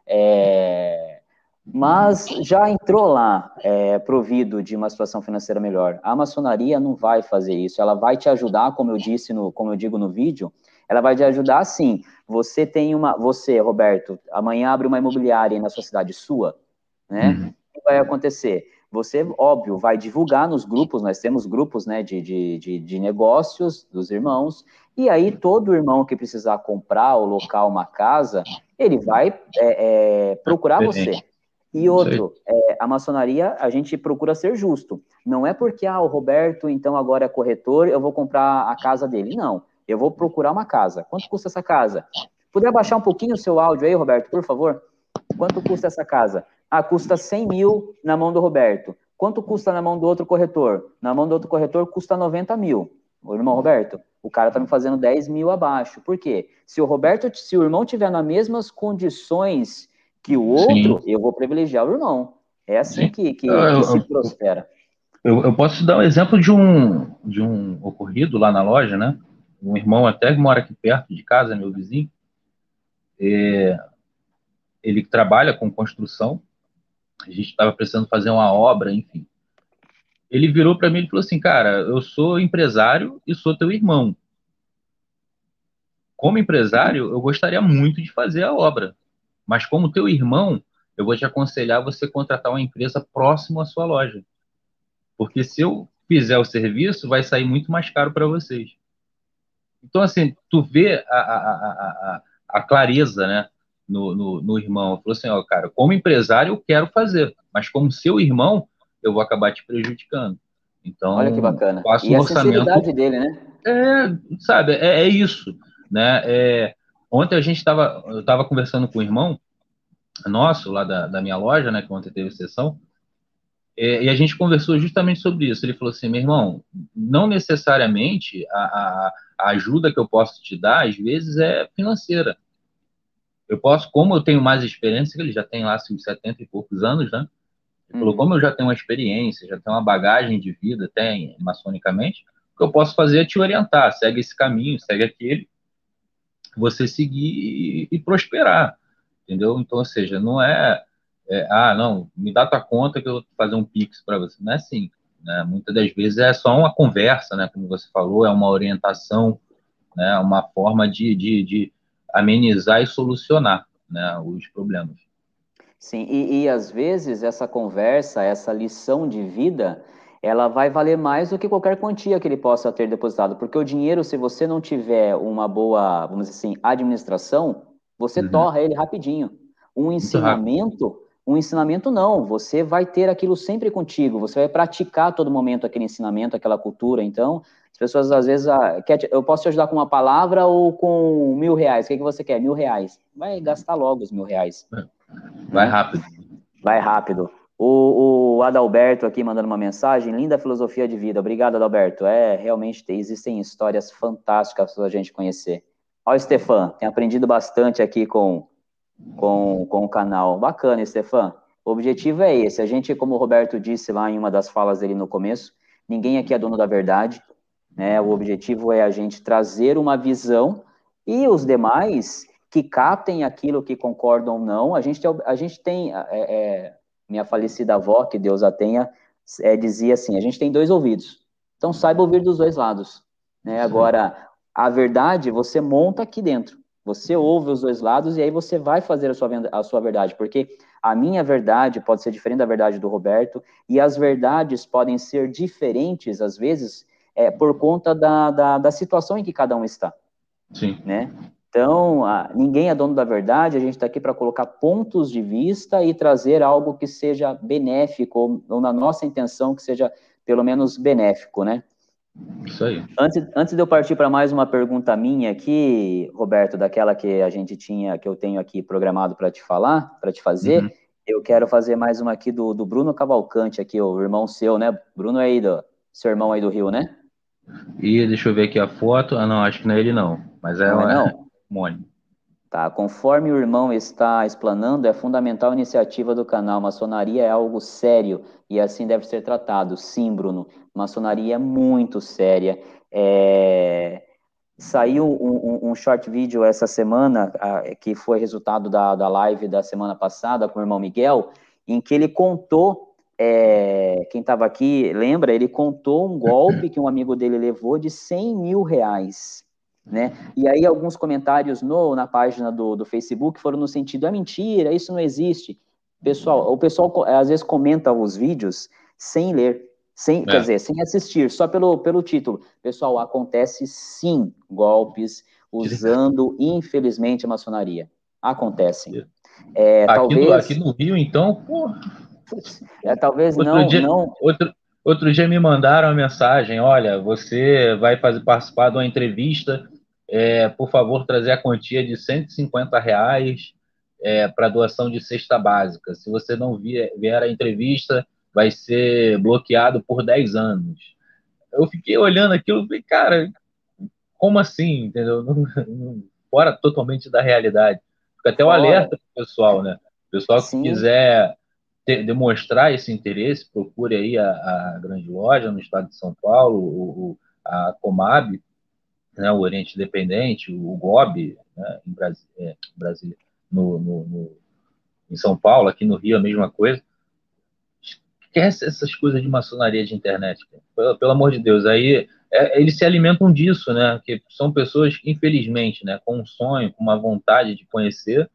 É, mas já entrou lá provido de uma situação financeira melhor. A maçonaria não vai fazer isso. Ela vai te ajudar, como eu digo no vídeo, ela vai te ajudar sim. Você, Roberto, amanhã abre uma imobiliária aí na sua cidade sua, né? Uhum. O que vai acontecer? Você, óbvio, vai divulgar nos grupos, nós temos grupos, né, de negócios dos irmãos, e aí todo irmão que precisar comprar ou locar uma casa, ele vai procurar você. Diferente. E Isso aí. outro, a maçonaria, a gente procura ser justo. Não é porque, o Roberto, então, agora é corretor, eu vou comprar a casa dele. Não, eu vou procurar uma casa. Quanto custa essa casa? Puder baixar um pouquinho o seu áudio aí, Roberto, por favor? Quanto custa essa casa? Custa 100 mil na mão do Roberto. Quanto custa na mão do outro corretor? Na mão do outro corretor custa 90 mil. O irmão Roberto, o cara tá me fazendo 10 mil abaixo. Por quê? Se o irmão tiver nas mesmas condições que o Sim, outro, eu vou privilegiar o irmão. É assim sim. que se prospera. Eu posso te dar um exemplo de um ocorrido lá na loja, né? Um irmão até que mora aqui perto de casa, meu vizinho, ele trabalha com construção, a gente estava precisando fazer uma obra, enfim. ele virou para mim e falou assim, cara, eu sou empresário e sou teu irmão. Como empresário, eu gostaria muito de fazer a obra, mas como teu irmão, eu vou te aconselhar você contratar uma empresa próxima à sua loja, porque se eu fizer o serviço, vai sair muito mais caro para vocês. Então, assim, tu vê a clareza, né, no irmão. Falou assim, ó, cara, como empresário eu quero fazer, mas como seu irmão, eu vou acabar te prejudicando. Olha que Então, bacana. faço E um a orçamento, sinceridade dele, né? sabe, é isso, né? Ontem eu estava conversando com o irmão nosso, lá da minha loja, né, que ontem teve sessão, e a gente conversou justamente sobre isso. Ele falou assim, meu irmão, não necessariamente a ajuda que eu posso te dar, às vezes, é financeira. Eu posso, como eu tenho mais experiência, que ele já tem lá seus 70 e poucos anos, né? Ele falou, como eu Uhum. já tenho uma experiência, já tenho uma bagagem de vida, até maçonicamente, o que eu posso fazer é te orientar, segue esse caminho, segue aquele, você seguir e prosperar, entendeu? Então, ou seja, não não, me dá tua conta que eu vou fazer um Pix para você. Não é assim, né? Muitas das vezes é só uma conversa, né? Como você falou, é uma orientação, né? Uma forma de amenizar e solucionar, né? Os problemas. Sim, e às vezes essa conversa, essa lição de vida, ela vai valer mais do que qualquer quantia que ele possa ter depositado, porque o dinheiro, se você não tiver uma boa, vamos dizer assim, administração, você Uhum. torra ele rapidinho. Muito rápido. Um ensinamento não, você vai ter aquilo sempre contigo, você vai praticar a todo momento aquele ensinamento, aquela cultura. Então, as pessoas às vezes, eu posso te ajudar com uma palavra ou com R$ 1.000, o que que você quer? R$ 1.000. Vai gastar logo os R$ 1.000, Vai né? rápido. Vai rápido. O Adalberto aqui mandando uma mensagem, linda filosofia de vida. Obrigado, Adalberto. Realmente existem histórias fantásticas para a gente conhecer. Olha o Stefan, tem aprendido bastante aqui com o canal. Bacana, Stefan. O objetivo é esse. A gente, como o Roberto disse lá em uma das falas dele no começo, ninguém aqui é dono da verdade, né? O objetivo é a gente trazer uma visão e os demais que captem aquilo que concordam ou não. A gente tem minha falecida avó, que Deus a tenha, dizia assim: a gente tem dois ouvidos, então saiba ouvir dos dois lados, né? Isso aí. Agora, a verdade você monta aqui dentro. Você ouve os dois lados e aí você vai fazer a sua verdade, porque a minha verdade pode ser diferente da verdade do Roberto, e as verdades podem ser diferentes, às vezes, por conta da situação em que cada um está, Sim. né? Então, ninguém é dono da verdade, a gente está aqui para colocar pontos de vista e trazer algo que seja benéfico, ou na nossa intenção que seja pelo menos benéfico, né? Isso aí. Antes de eu partir para mais uma pergunta minha aqui, Roberto, daquela que a gente tinha, que eu tenho aqui programado para te falar, para te Uhum. fazer, eu quero fazer mais uma aqui do Bruno Cavalcante, aqui, o irmão seu, né? Bruno é aí seu irmão aí do Rio, né? E deixa eu ver aqui a foto. Ah, não, acho que não é ele não. Mas é Não é o não? Mônio. Tá, conforme o irmão está explanando, é fundamental a iniciativa do canal. Maçonaria é algo sério e assim deve ser tratado. Sim, Bruno, maçonaria é muito séria. Saiu um short video essa semana, que foi resultado da live da semana passada com o irmão Miguel, em que ele contou, quem estava aqui lembra, ele contou um golpe que um amigo dele levou de R$ 100.000, né? E aí alguns comentários na página do Facebook foram no sentido, é mentira, isso não existe. O pessoal às vezes comenta os vídeos sem ler, quer É. dizer, sem assistir, só pelo título. Pessoal, acontece sim golpes usando, infelizmente, a maçonaria. Acontecem. Aqui Talvez, no Rio, então, pô, talvez outro não, dia, não. outro dia me mandaram uma mensagem, olha, você vai participar de uma entrevista, por favor, trazer a quantia de R$ 150 para doação de cesta básica. Se você não vier à entrevista, vai ser bloqueado por 10 anos. Eu fiquei olhando aquilo e falei, cara, como assim, entendeu? Fora totalmente da realidade. Fica até o Fora, alerta pro pessoal, né? O pessoal que sim, quiser demonstrar esse interesse, procure aí a grande loja no estado de São Paulo, a Comab, né, o Oriente Independente, o GOB, né, em Brasília, em São Paulo, aqui no Rio a mesma coisa. esquece essas coisas de maçonaria de internet, pelo amor de Deus. Aí eles se alimentam disso, né? Que são pessoas, infelizmente, né, com um sonho, com uma vontade de conhecer,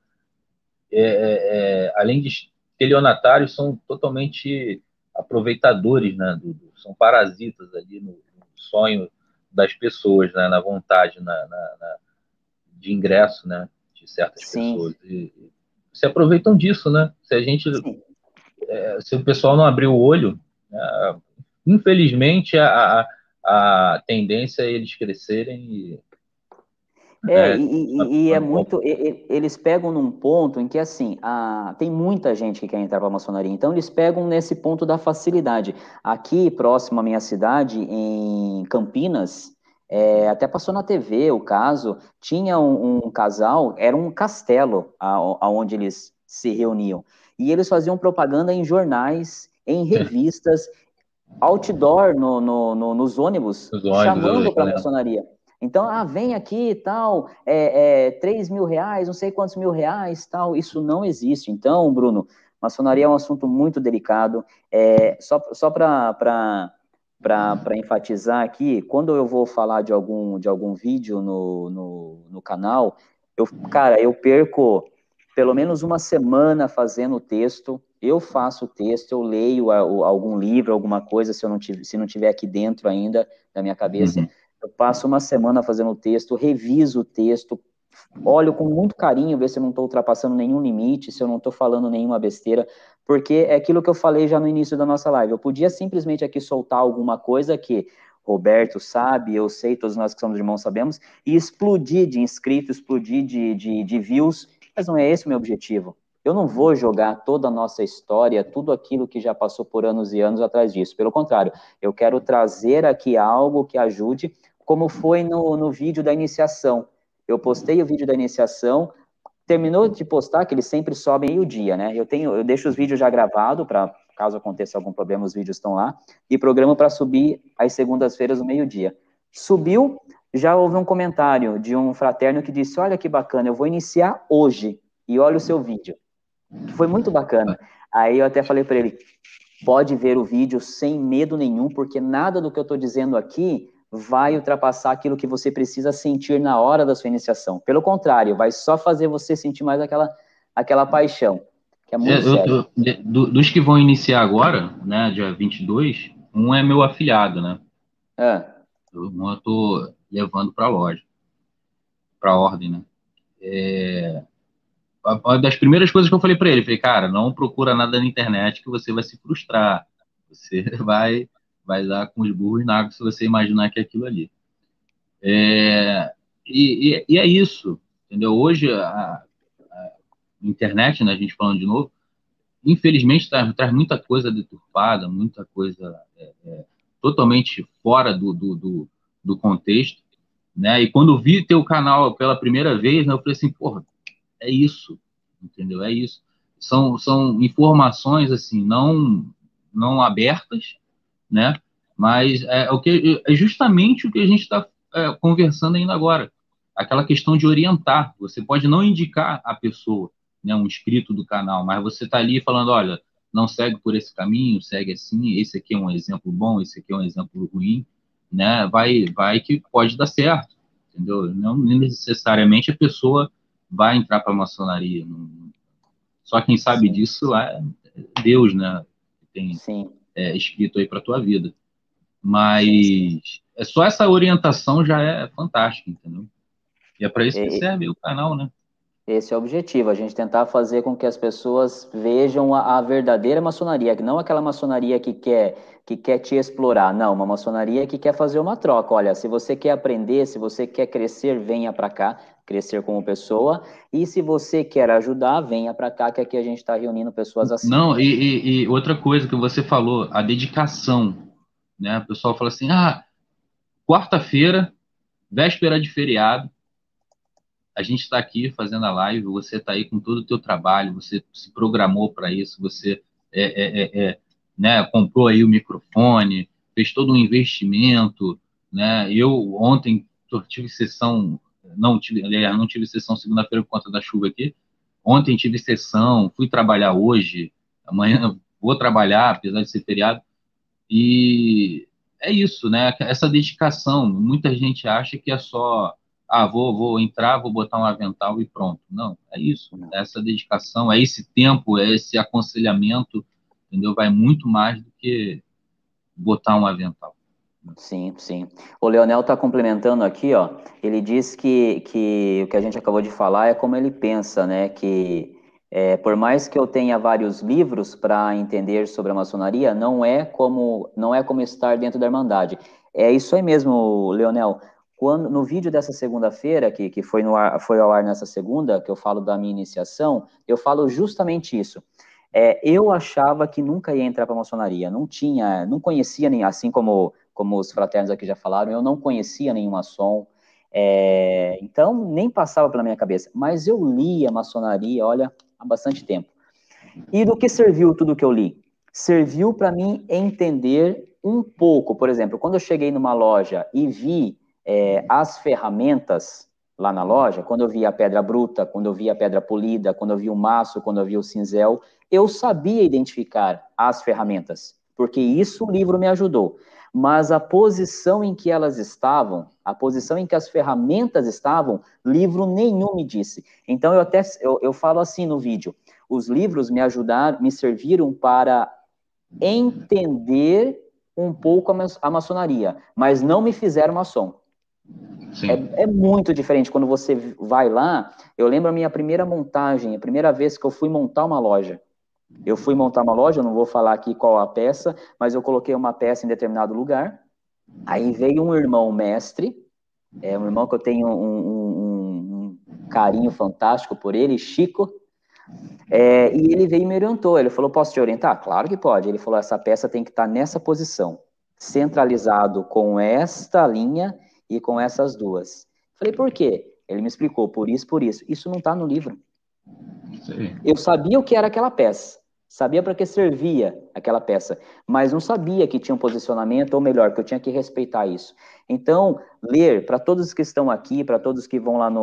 além de estelionatários, são totalmente aproveitadores, né? São parasitas ali no sonho das pessoas, né? Na vontade, de ingresso, né? De certas Sim, pessoas. E se aproveitam disso, né? sim. Se o pessoal não abrir o olho, infelizmente a tendência é eles crescerem e, É, né, e é tomando conta. muito. Eles pegam num ponto em que, assim, tem muita gente que quer entrar para a maçonaria, então eles pegam nesse ponto da facilidade. Aqui, próximo à minha cidade, em Campinas, até passou na TV o caso, tinha um casal, era um castelo aonde eles se reuniam, e eles faziam propaganda em jornais, em revistas, outdoor nos ônibus, Os ônibus, chamando eu para a lembro. maçonaria. Então, vem aqui e tal, 3 mil reais, não sei quantos mil reais, tal, isso não existe. Então, Bruno, maçonaria é um assunto muito delicado. Só para enfatizar aqui, quando eu vou falar de algum vídeo no canal, cara, eu perco pelo menos uma semana fazendo o texto. Eu faço o texto, eu leio algum livro, alguma coisa, se não tiver aqui dentro ainda da minha cabeça. Uhum. Eu passo uma semana fazendo o texto, reviso o texto, olho com muito carinho, ver se eu não estou ultrapassando nenhum limite, se eu não estou falando nenhuma besteira, porque é aquilo que eu falei já no início da nossa live. Eu podia simplesmente aqui soltar alguma coisa que Roberto sabe, eu sei, todos nós que somos irmãos sabemos, e explodir de inscritos, explodir de views, mas não é esse o meu objetivo. Eu não vou jogar toda a nossa história, tudo aquilo que já passou por anos e anos atrás disso. Pelo contrário, eu quero trazer aqui algo que ajude, como foi no vídeo da iniciação. Eu postei o vídeo da iniciação, terminou de postar, que eles sempre sobem meio-dia, né? Eu deixo os vídeos já gravados, para caso aconteça algum problema, os vídeos estão lá, e programo para subir às segundas-feiras, no meio-dia. Subiu, já houve um comentário de um fraterno que disse: olha que bacana, eu vou iniciar hoje, e olha o seu vídeo. Foi muito bacana. Aí eu até falei para ele: pode ver o vídeo sem medo nenhum, porque nada do que eu estou dizendo aqui vai ultrapassar aquilo que você precisa sentir na hora da sua iniciação. Pelo contrário, vai só fazer você sentir mais aquela paixão, que é muito sério. Dos que vão iniciar agora, né, dia 22, um é meu afilhado, né? Ah, Um eu tô levando para a loja, para a ordem, né? Uma das primeiras coisas que eu falei, cara, não procura nada na internet que você vai se frustrar. Você vai dar com os burros na água se você imaginar que é aquilo ali. E é isso, entendeu? Hoje a internet, né, a gente falando de novo, infelizmente traz muita coisa deturpada, muita coisa totalmente fora do contexto, né? E quando eu vi teu canal pela primeira vez, né, eu falei assim, porra, é isso, entendeu? É isso. São informações assim não abertas, né? Mas é justamente o que a gente está conversando ainda agora. Aquela questão de orientar. Você pode não indicar a pessoa, né, um inscrito do canal, mas você está ali falando, olha, não segue por esse caminho, segue assim, esse aqui é um exemplo bom, esse aqui é um exemplo ruim, né? Vai que pode dar certo, entendeu? Não necessariamente a pessoa vai entrar para a maçonaria. Só quem sabe sim, disso é Deus, né? Que tem sim, escrito aí para tua vida. sim, sim. Mas só essa orientação já é fantástica, entendeu? E é para isso que E- serve o canal, né? Esse é o objetivo, a gente tentar fazer com que as pessoas vejam a verdadeira maçonaria, que não aquela maçonaria que quer te explorar, não, uma maçonaria que quer fazer uma troca. Olha, se você quer aprender, se você quer crescer, venha para cá, crescer como pessoa, e se você quer ajudar, venha para cá, que aqui a gente está reunindo pessoas assim. Não, e outra coisa que você falou, a dedicação, né? O pessoal fala assim, quarta-feira, véspera de feriado, a gente está aqui fazendo a live, você está aí com todo o teu trabalho, você se programou para isso, você né, comprou aí o microfone, fez todo um investimento, né? Eu ontem tive sessão, aliás, não tive sessão segunda-feira por conta da chuva aqui. Ontem tive sessão, fui trabalhar hoje, amanhã vou trabalhar, apesar de ser feriado, e é isso, né? Essa dedicação. Muita gente acha que é só, vou entrar, vou botar um avental e pronto. Não, é isso. É essa dedicação, é esse tempo, é esse aconselhamento, entendeu? Vai muito mais do que botar um avental. Sim, sim. O Leonel está complementando aqui, ó. Ele diz que o que a gente acabou de falar é como ele pensa, né? Que por mais que eu tenha vários livros para entender sobre a maçonaria, não é como estar dentro da Irmandade. É isso aí mesmo, Leonel. Quando, no vídeo dessa segunda-feira, que foi, foi ao ar nessa segunda, que eu falo da minha iniciação, eu falo justamente isso. Eu achava que nunca ia entrar para a maçonaria, não conhecia nem assim como os fraternos aqui já falaram, eu não conhecia nenhum maçom, então nem passava pela minha cabeça, mas eu li a maçonaria, olha, há bastante tempo. E do que serviu tudo que eu li? Serviu para mim entender um pouco, por exemplo, quando eu cheguei numa loja e vi as ferramentas lá na loja, quando eu vi a pedra bruta, quando eu vi a pedra polida, quando eu vi o maço, quando eu vi o cinzel, eu sabia identificar as ferramentas, porque isso o livro me ajudou. Mas a posição em que elas estavam, a posição em que as ferramentas estavam, livro nenhum me disse. Então eu falo assim no vídeo, os livros me ajudaram, me serviram para entender um pouco a maçonaria, mas não me fizeram maçom. É muito diferente quando você vai lá. Eu lembro a minha primeira montagem, a primeira vez que eu fui montar uma loja. Eu fui montar uma loja, eu não vou falar aqui qual a peça, mas eu coloquei uma peça em determinado lugar. Aí veio um irmão mestre, um irmão que eu tenho um carinho fantástico por ele, Chico, e ele veio e me orientou. Ele falou: posso te orientar? Claro que pode. Ele falou: essa peça tem que estar nessa posição, centralizado com esta linha e com essas duas. Falei: por quê? Ele me explicou: por isso, por isso. Isso não está no livro. Sim. Eu sabia o que era aquela peça, sabia para que servia aquela peça, mas não sabia que tinha um posicionamento, ou melhor, que eu tinha que respeitar isso. Então, ler, para todos que estão aqui, para todos que vão lá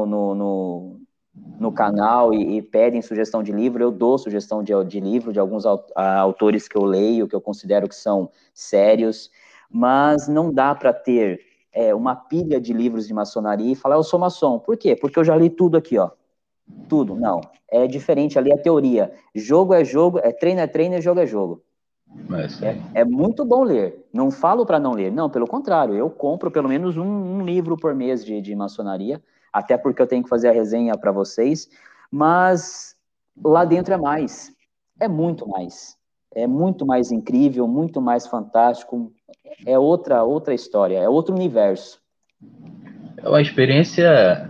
no canal e pedem sugestão de livro, eu dou sugestão de livro, de alguns autores que eu leio, que eu considero que são sérios, mas não dá para ter uma pilha de livros de maçonaria e falar: eu sou maçom. Por quê? Porque eu já li tudo aqui, ó. Tudo, não. É diferente, ali é teoria. Jogo é jogo, é treino, jogo é jogo. É muito bom ler. Não falo para não ler. Não, pelo contrário, eu compro pelo menos um livro por mês de maçonaria, até porque eu tenho que fazer a resenha para vocês, mas lá dentro é mais. É muito mais. É muito mais incrível, muito mais fantástico. É outra história, é outro universo. É uma experiência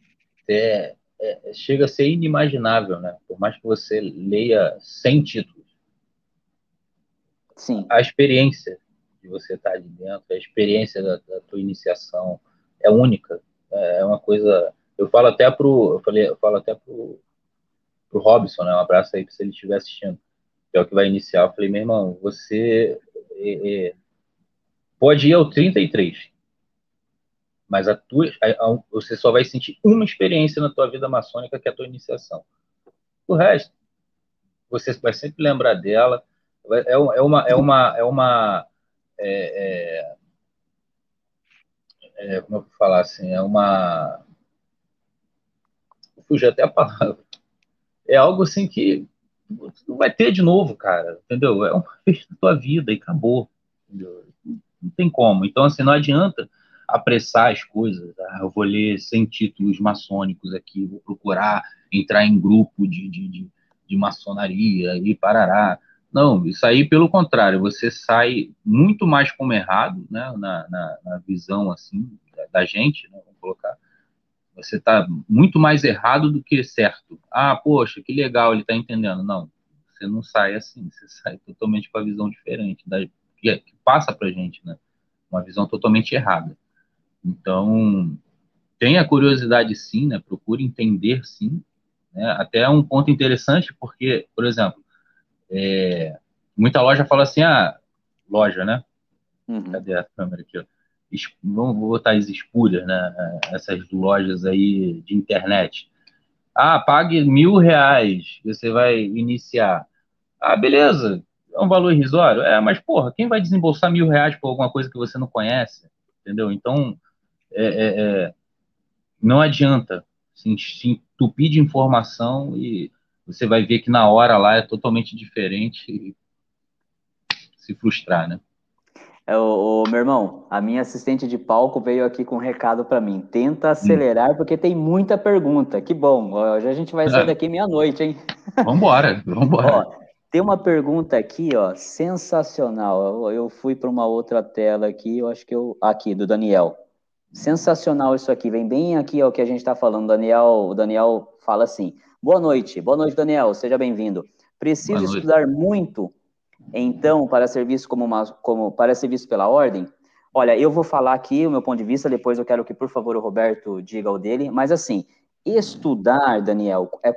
chega a ser inimaginável, né? Por mais que você leia 100 títulos. Sim. A experiência de você estar ali dentro, a experiência da tua iniciação é única. É uma coisa. Eu falo até pro Robson, né? Um abraço aí se ele estiver assistindo, que é o que vai iniciar. Eu falei: meu irmão, você pode ir ao 33, mas você só vai sentir uma experiência na tua vida maçônica, que é a tua iniciação. O resto, você vai sempre lembrar dela. Como eu vou falar assim, fugiu até a palavra. É algo assim que não vai ter de novo, cara, entendeu? É uma vez na tua vida e acabou, entendeu? Não tem como. Então, assim, não adianta apressar as coisas. Eu vou ler 100 títulos maçônicos aqui, vou procurar entrar em grupo de maçonaria e parará. Não, isso aí, pelo contrário, você sai muito mais como errado, né, na visão, assim, da gente, né, vamos colocar. Você está muito mais errado do que certo. Poxa, que legal, ele está entendendo. Não, você não sai assim, você sai totalmente com a visão diferente, que passa para a gente, né? Uma visão totalmente errada. Então, tenha curiosidade sim, né? Procure entender sim. Né? Até um ponto interessante, porque, por exemplo, muita loja fala assim, loja, né? Uhum. Cadê a câmera aqui? Ó? Vamos botar as espúrias, né? Essas lojas aí de internet. Pague R$ 1.000, você vai iniciar. Beleza. É um valor irrisório? Mas, porra, quem vai desembolsar R$ 1.000 por alguma coisa que você não conhece? Entendeu? Então, não adianta se entupir de informação e você vai ver que na hora lá é totalmente diferente e se frustrar, né? Meu irmão, a minha assistente de palco veio aqui com um recado para mim. Tenta acelerar porque tem muita pergunta. Que bom. Hoje a gente vai sair daqui meia-noite, hein? Vambora, vambora. Ó, tem uma pergunta aqui, ó, sensacional. Eu fui para uma outra tela aqui, eu acho que aqui do Daniel. Sensacional isso aqui. Vem bem aqui ó, o que a gente está falando. O Daniel fala assim: Boa noite, Daniel. Seja bem-vindo. Boa Preciso noite. estudar muito então, para ser visto para ser visto pela ordem, olha, eu vou falar aqui o meu ponto de vista, depois eu quero que, por favor, o Roberto diga o dele, mas assim, estudar, Daniel, é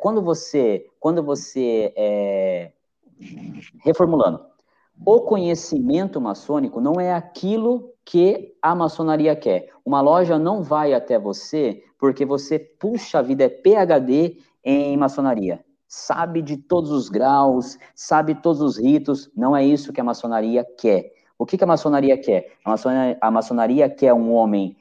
reformulando, o conhecimento maçônico não é aquilo que a maçonaria quer. Uma loja não vai até você porque você, puxa a vida, é PhD em maçonaria. Sabe de todos os graus, sabe todos os ritos. Não é isso que a maçonaria quer. O que a maçonaria quer? A maçonaria quer um homem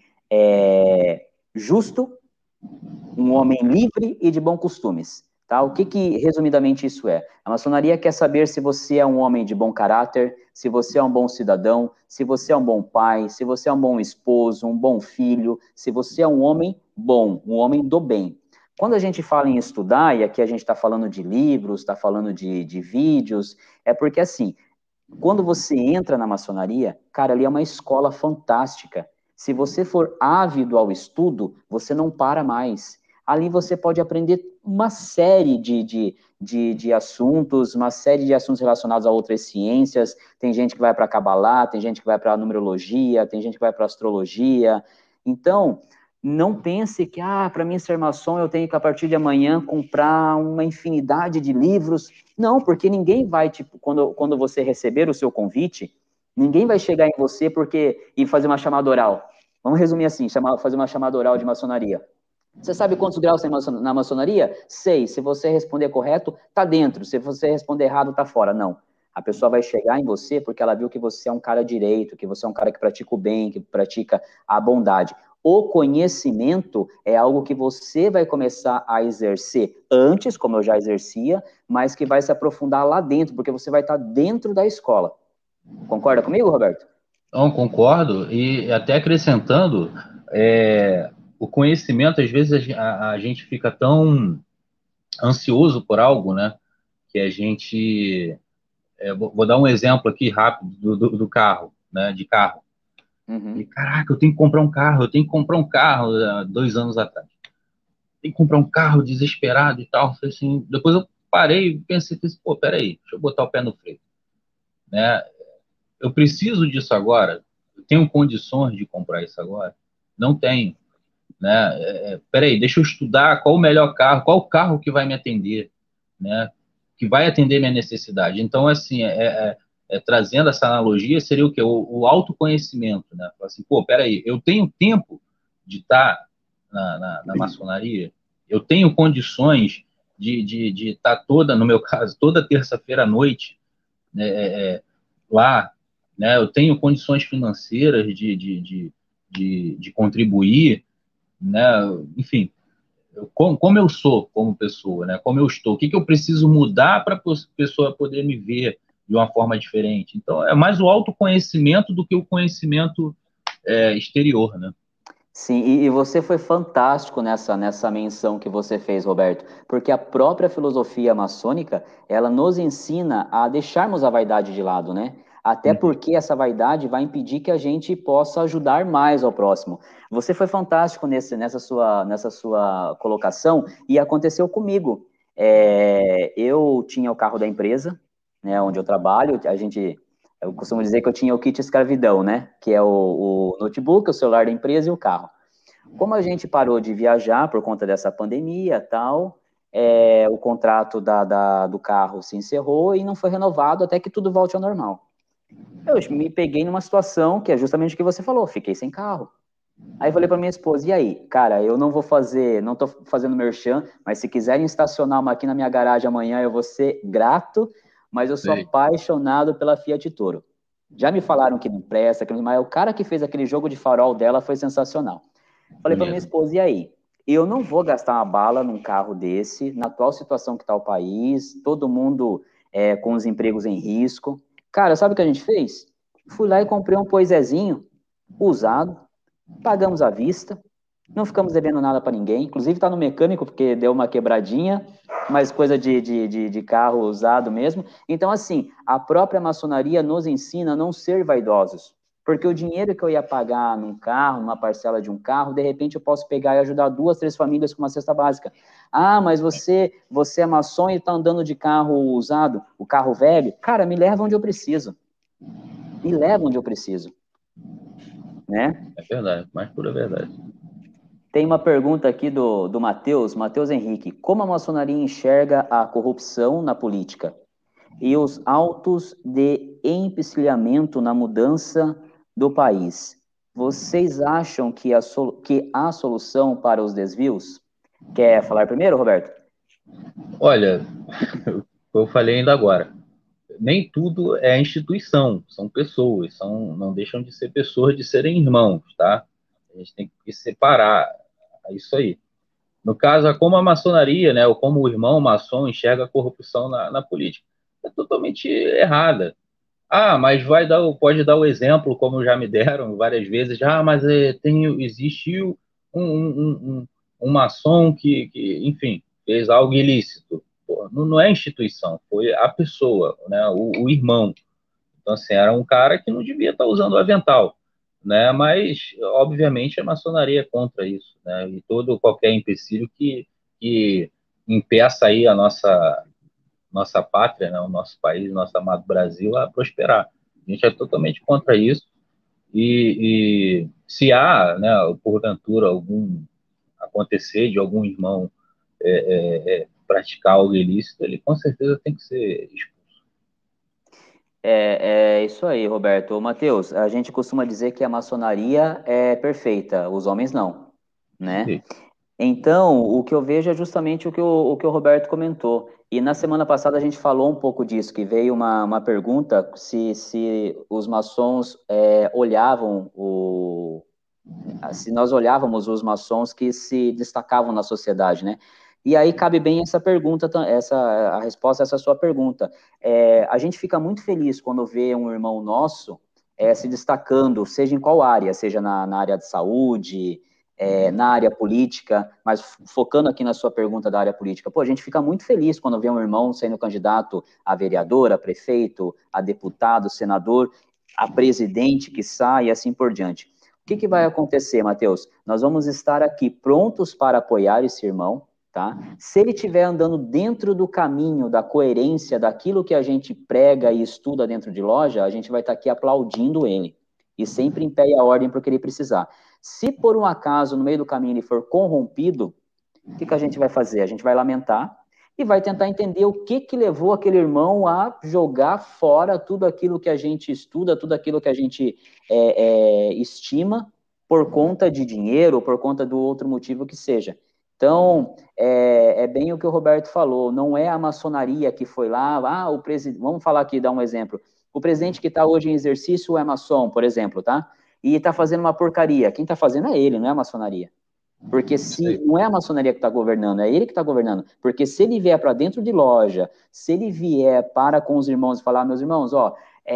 justo, um homem livre e de bons costumes. Tá? O que resumidamente isso é? A maçonaria quer saber se você é um homem de bom caráter, se você é um bom cidadão, se você é um bom pai, se você é um bom esposo, um bom filho, se você é um homem bom, um homem do bem. Quando a gente fala em estudar, e aqui a gente está falando de livros, está falando de vídeos, é porque assim, quando você entra na maçonaria, cara, ali é uma escola fantástica. Se você for ávido ao estudo, você não para mais. Ali você pode aprender uma série de assuntos, uma série de assuntos relacionados a outras ciências. Tem gente que vai para a Cabalá, tem gente que vai para a numerologia, tem gente que vai para a astrologia. Então, não pense que, para mim ser maçom eu tenho que, a partir de amanhã, comprar uma infinidade de livros. Não, porque ninguém vai, tipo, quando você receber o seu convite, ninguém vai chegar em você e fazer uma chamada oral. Vamos resumir assim, fazer uma chamada oral de maçonaria. Você sabe quantos graus tem na maçonaria? 6. Se você responder correto, tá dentro. Se você responder errado, tá fora. Não. A pessoa vai chegar em você porque ela viu que você é um cara direito, que você é um cara que pratica o bem, que pratica a bondade. O conhecimento é algo que você vai começar a exercer antes, como eu já exercia, mas que vai se aprofundar lá dentro, porque você vai estar dentro da escola. Concorda comigo, Roberto? Não, concordo. E até acrescentando, o conhecimento, às vezes a gente fica tão ansioso por algo, né? Que a gente. Vou dar um exemplo aqui rápido do carro, né? De carro. E, caraca, eu tenho que comprar um carro, eu tenho que comprar um carro 2 anos atrás. Tem que comprar um carro desesperado e tal. Assim, depois eu parei e pensei, pô, peraí, deixa eu botar o pé no freio. Né? Eu preciso disso agora? Eu tenho condições de comprar isso agora? Não tenho. Né? Peraí, deixa eu estudar qual o melhor carro, qual o carro que vai me atender, né? Que vai atender minha necessidade. Então, assim, trazendo essa analogia, seria o quê? O autoconhecimento, né? Assim, pô, peraí, eu tenho tempo de estar na maçonaria? Eu tenho condições de estar no meu caso, toda terça-feira à noite, né, lá, né? Eu tenho condições financeiras de contribuir, né? Enfim, como eu sou como pessoa, né? Como eu estou, o que eu preciso mudar para a pessoa poder me ver de uma forma diferente. Então, é mais o autoconhecimento do que o conhecimento exterior, né? Sim, e você foi fantástico nessa menção que você fez, Roberto, porque a própria filosofia maçônica, ela nos ensina a deixarmos a vaidade de lado, né? Até porque essa vaidade vai impedir que a gente possa ajudar mais ao próximo. Você foi fantástico nessa sua colocação e aconteceu comigo. Eu tinha o carro da empresa, né, onde eu trabalho, eu costumo dizer que eu tinha o kit escravidão, né? Que é o notebook, o celular da empresa e o carro. Como a gente parou de viajar por conta dessa pandemia tal, o contrato do carro se encerrou e não foi renovado até que tudo volte ao normal. Eu me peguei numa situação que é justamente o que você falou, fiquei sem carro. Aí eu falei para minha esposa, e aí? Cara, eu não tô fazendo merchan, mas se quiserem estacionar uma aqui na minha garagem amanhã, eu vou ser grato, mas eu sou Sei. apaixonado pela Fiat Toro. Já me falaram que não presta, mas o cara que fez aquele jogo de farol dela foi sensacional. Falei para minha Bonito. esposa, e aí? Eu não vou gastar uma bala num carro desse, na atual situação que está o país, todo mundo com os empregos em risco. Cara, sabe o que a gente fez? Fui lá e comprei um Poisézinho usado, pagamos à vista, não ficamos devendo nada para ninguém, inclusive está no mecânico, porque deu uma quebradinha, mas coisa de carro usado mesmo. Então, assim, a própria maçonaria nos ensina a não ser vaidosos, porque o dinheiro que eu ia pagar num carro, numa parcela de um carro, de repente eu posso pegar e ajudar 2, 3 famílias com uma cesta básica. Ah, mas você é maçom e está andando de carro usado, o carro velho? Cara, me leva onde eu preciso. Me leva onde eu preciso, né? É verdade, mais pura verdade. Tem uma pergunta aqui do Matheus Henrique. Como a maçonaria enxerga a corrupção na política e os autos de empecilhamento na mudança do país? Vocês acham que há solução para os desvios? Quer falar primeiro, Roberto? Olha, eu falei ainda agora, nem tudo é instituição, são pessoas, não deixam de ser pessoas, de serem irmãos, tá? A gente tem que separar isso aí. No caso, é como a maçonaria, né, ou como o irmão maçom enxerga a corrupção na política. É totalmente errada. Ah, mas pode dar o exemplo, como já me deram várias vezes. Ah, mas existiu um maçom que, enfim, fez algo ilícito. Pô, não é instituição, foi a pessoa, né, o irmão. Então, assim, era um cara que não devia estar usando o avental, né? Mas, obviamente, a maçonaria é contra isso, né? E qualquer empecilho que impeça aí a nossa pátria, né? O nosso país, nosso amado Brasil, a prosperar. A gente é totalmente contra isso. E se há, né, porventura, algum acontecer de algum irmão praticar algo ilícito, ele com certeza tem que ser expulso. É isso aí, Roberto. Ô, Matheus, a gente costuma dizer que a maçonaria é perfeita, os homens não, né? Então, o que eu vejo é justamente o que o Roberto comentou. E na semana passada a gente falou um pouco disso, que veio uma pergunta se os maçons olhavam se nós olhávamos os maçons que se destacavam na sociedade, né? E aí cabe bem essa pergunta, a resposta a essa sua pergunta. A gente fica muito feliz quando vê um irmão nosso se destacando, seja em qual área, seja na área de saúde, na área política, mas focando aqui na sua pergunta da área política, pô, a gente fica muito feliz quando vê um irmão sendo candidato a vereador, a prefeito, a deputado, senador, a presidente que sai e assim por diante. O que vai acontecer, Matheus? Nós vamos estar aqui prontos para apoiar esse irmão, tá? Se ele estiver andando dentro do caminho da coerência daquilo que a gente prega e estuda dentro de loja, a gente vai estar aqui aplaudindo ele e sempre em pé e a ordem para o que ele precisar. Se por um acaso no meio do caminho ele for corrompido, o que a gente vai fazer? A gente vai lamentar e vai tentar entender o que levou aquele irmão a jogar fora tudo aquilo que a gente estuda, tudo aquilo que a gente estima por conta de dinheiro ou por conta do outro motivo que seja. Então, é bem o que o Roberto falou, não é a maçonaria que foi lá, o presidente, vamos falar aqui, dar um exemplo, o presidente que está hoje em exercício é maçom, por exemplo, tá? E está fazendo uma porcaria, quem está fazendo é ele, não é a maçonaria. Porque se não é a maçonaria que está governando, é ele que está governando. Porque se ele vier para dentro de loja, se ele vier para com os irmãos e falar, meus irmãos, ó,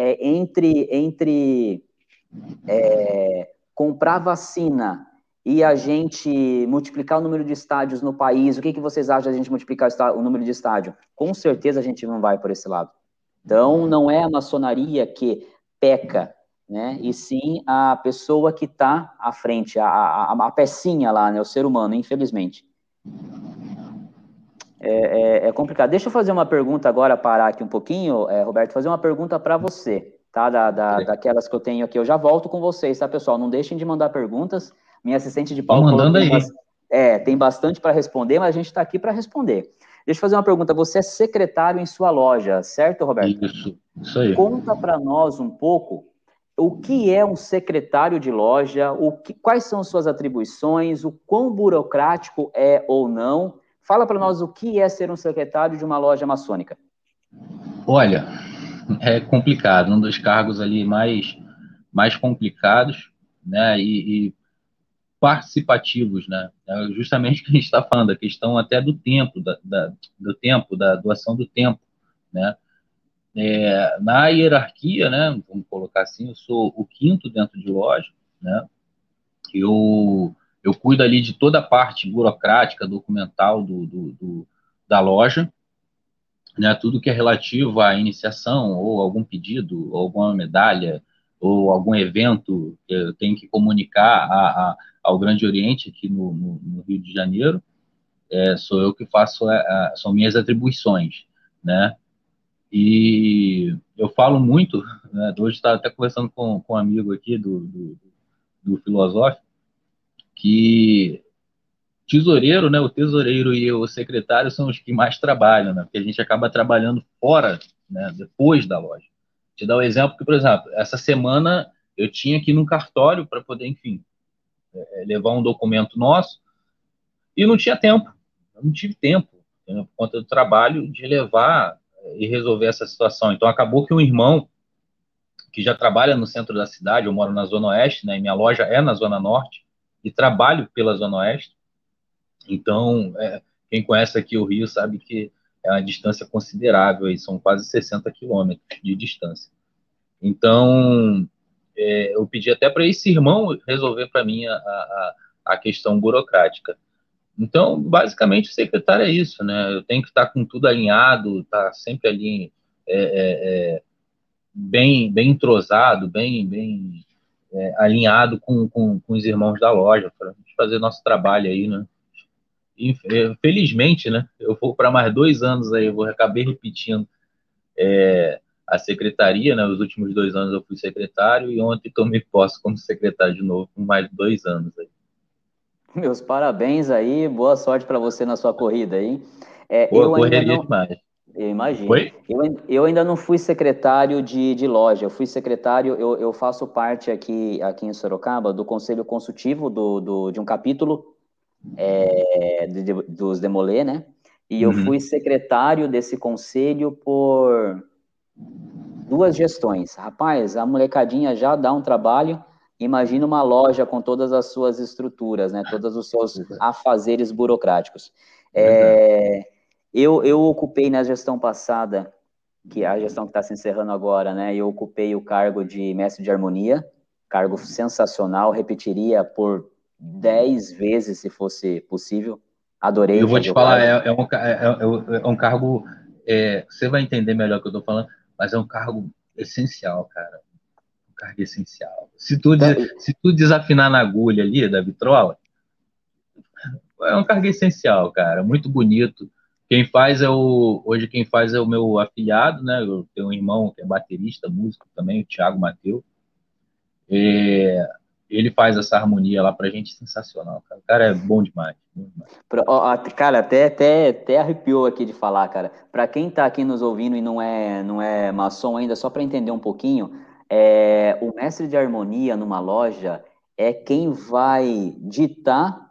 entre comprar vacina e a gente multiplicar o número de estádios no país, o que vocês acham de a gente multiplicar o número de estádio? Com certeza a gente não vai por esse lado. Então, não é a maçonaria que peca, né? E sim a pessoa que está à frente, a pecinha lá, né? O ser humano, infelizmente. É complicado. Deixa eu fazer uma pergunta agora, parar aqui um pouquinho, Roberto, fazer uma pergunta para você, tá? Daquelas que eu tenho aqui. Eu já volto com vocês, tá, pessoal? Não deixem de mandar perguntas. Minha assistente de Estão palco falou mandando que aí. tem bastante para responder, mas a gente está aqui para responder. Deixa eu fazer uma pergunta. Você é secretário em sua loja, certo, Roberto? Isso aí. Conta para nós um pouco o que é um secretário de loja, quais são suas atribuições, o quão burocrático é ou não. Fala para nós o que é ser um secretário de uma loja maçônica. Olha, é complicado, um dos cargos ali mais complicados, né, e participativos, né, é justamente o que a gente está falando, a questão até do tempo, do tempo, da doação do tempo, né, na hierarquia, né, vamos colocar assim, eu sou o quinto dentro de loja, né, eu cuido ali de toda a parte burocrática, documental da loja, né, tudo que é relativo à iniciação, ou algum pedido, ou alguma medalha, ou algum evento que eu tenho que comunicar ao Grande Oriente, aqui no Rio de Janeiro, sou eu que faço, são minhas atribuições, né? E eu falo muito, né, hoje estava até conversando com um amigo aqui do Filosófico, que tesoureiro, né, o tesoureiro e o secretário são os que mais trabalham, né, porque a gente acaba trabalhando fora, né, depois da loja. Vou te dar um exemplo que, por exemplo, essa semana eu tinha que ir num cartório para poder, enfim, levar um documento nosso e não tinha tempo. Eu não tive tempo, entendeu? Por conta do trabalho de levar e resolver essa situação. Então acabou que um irmão que já trabalha no centro da cidade, eu moro na Zona Oeste, né, e minha loja é na Zona Norte, e trabalho pela Zona Oeste. Então, quem conhece aqui o Rio sabe que é uma distância considerável, aí, são quase 60 quilômetros de distância. Então, eu pedi até para esse irmão resolver para mim a questão burocrática. Então, basicamente, o secretário é isso, né? Eu tenho que estar com tudo alinhado, estar sempre ali bem entrosado, bem alinhado com os irmãos da loja, para fazer nosso trabalho aí, né? Felizmente, né? Eu vou para mais 2 anos aí, acabei repetindo a secretaria, né? Os últimos 2 anos eu fui secretário e ontem tomei posse como secretário de novo, por mais 2 anos aí. Meus parabéns aí, boa sorte para você na sua corrida aí. Pô, Eu ainda correria não, demais. eu imagino, Foi? eu ainda não fui secretário de loja, eu fui secretário, eu faço parte aqui em Sorocaba do conselho consultivo de um capítulo dos Demolê, né? E eu fui Uhum. secretário desse conselho por 2 gestões. Rapaz, a molecadinha já dá um trabalho. Imagina uma loja com todas as suas estruturas, né? Todos os seus afazeres burocráticos. Pois é. Eu ocupei na gestão passada, que é a gestão que está se encerrando agora, né? Eu ocupei o cargo de mestre de harmonia, cargo sensacional, repetiria por 10 vezes se fosse possível. E Adorei eu vou te fazer o falar, cargo. é um cargo, você vai entender melhor o que eu estou falando, mas é um cargo essencial, cara. Um cargo essencial. Então, Se tu desafinar na agulha ali da vitrola, é um cargo essencial, cara. Muito bonito. Hoje quem faz é o meu afilhado, né? Eu tenho um irmão que é baterista, músico também, o Thiago Mateus. Ele faz essa harmonia lá pra gente, sensacional, cara. O cara é bom demais. Bom demais. Cara, até arrepiou aqui de falar, cara. Para quem tá aqui nos ouvindo e não é maçom ainda, só para entender um pouquinho, o mestre de harmonia numa loja é quem vai ditar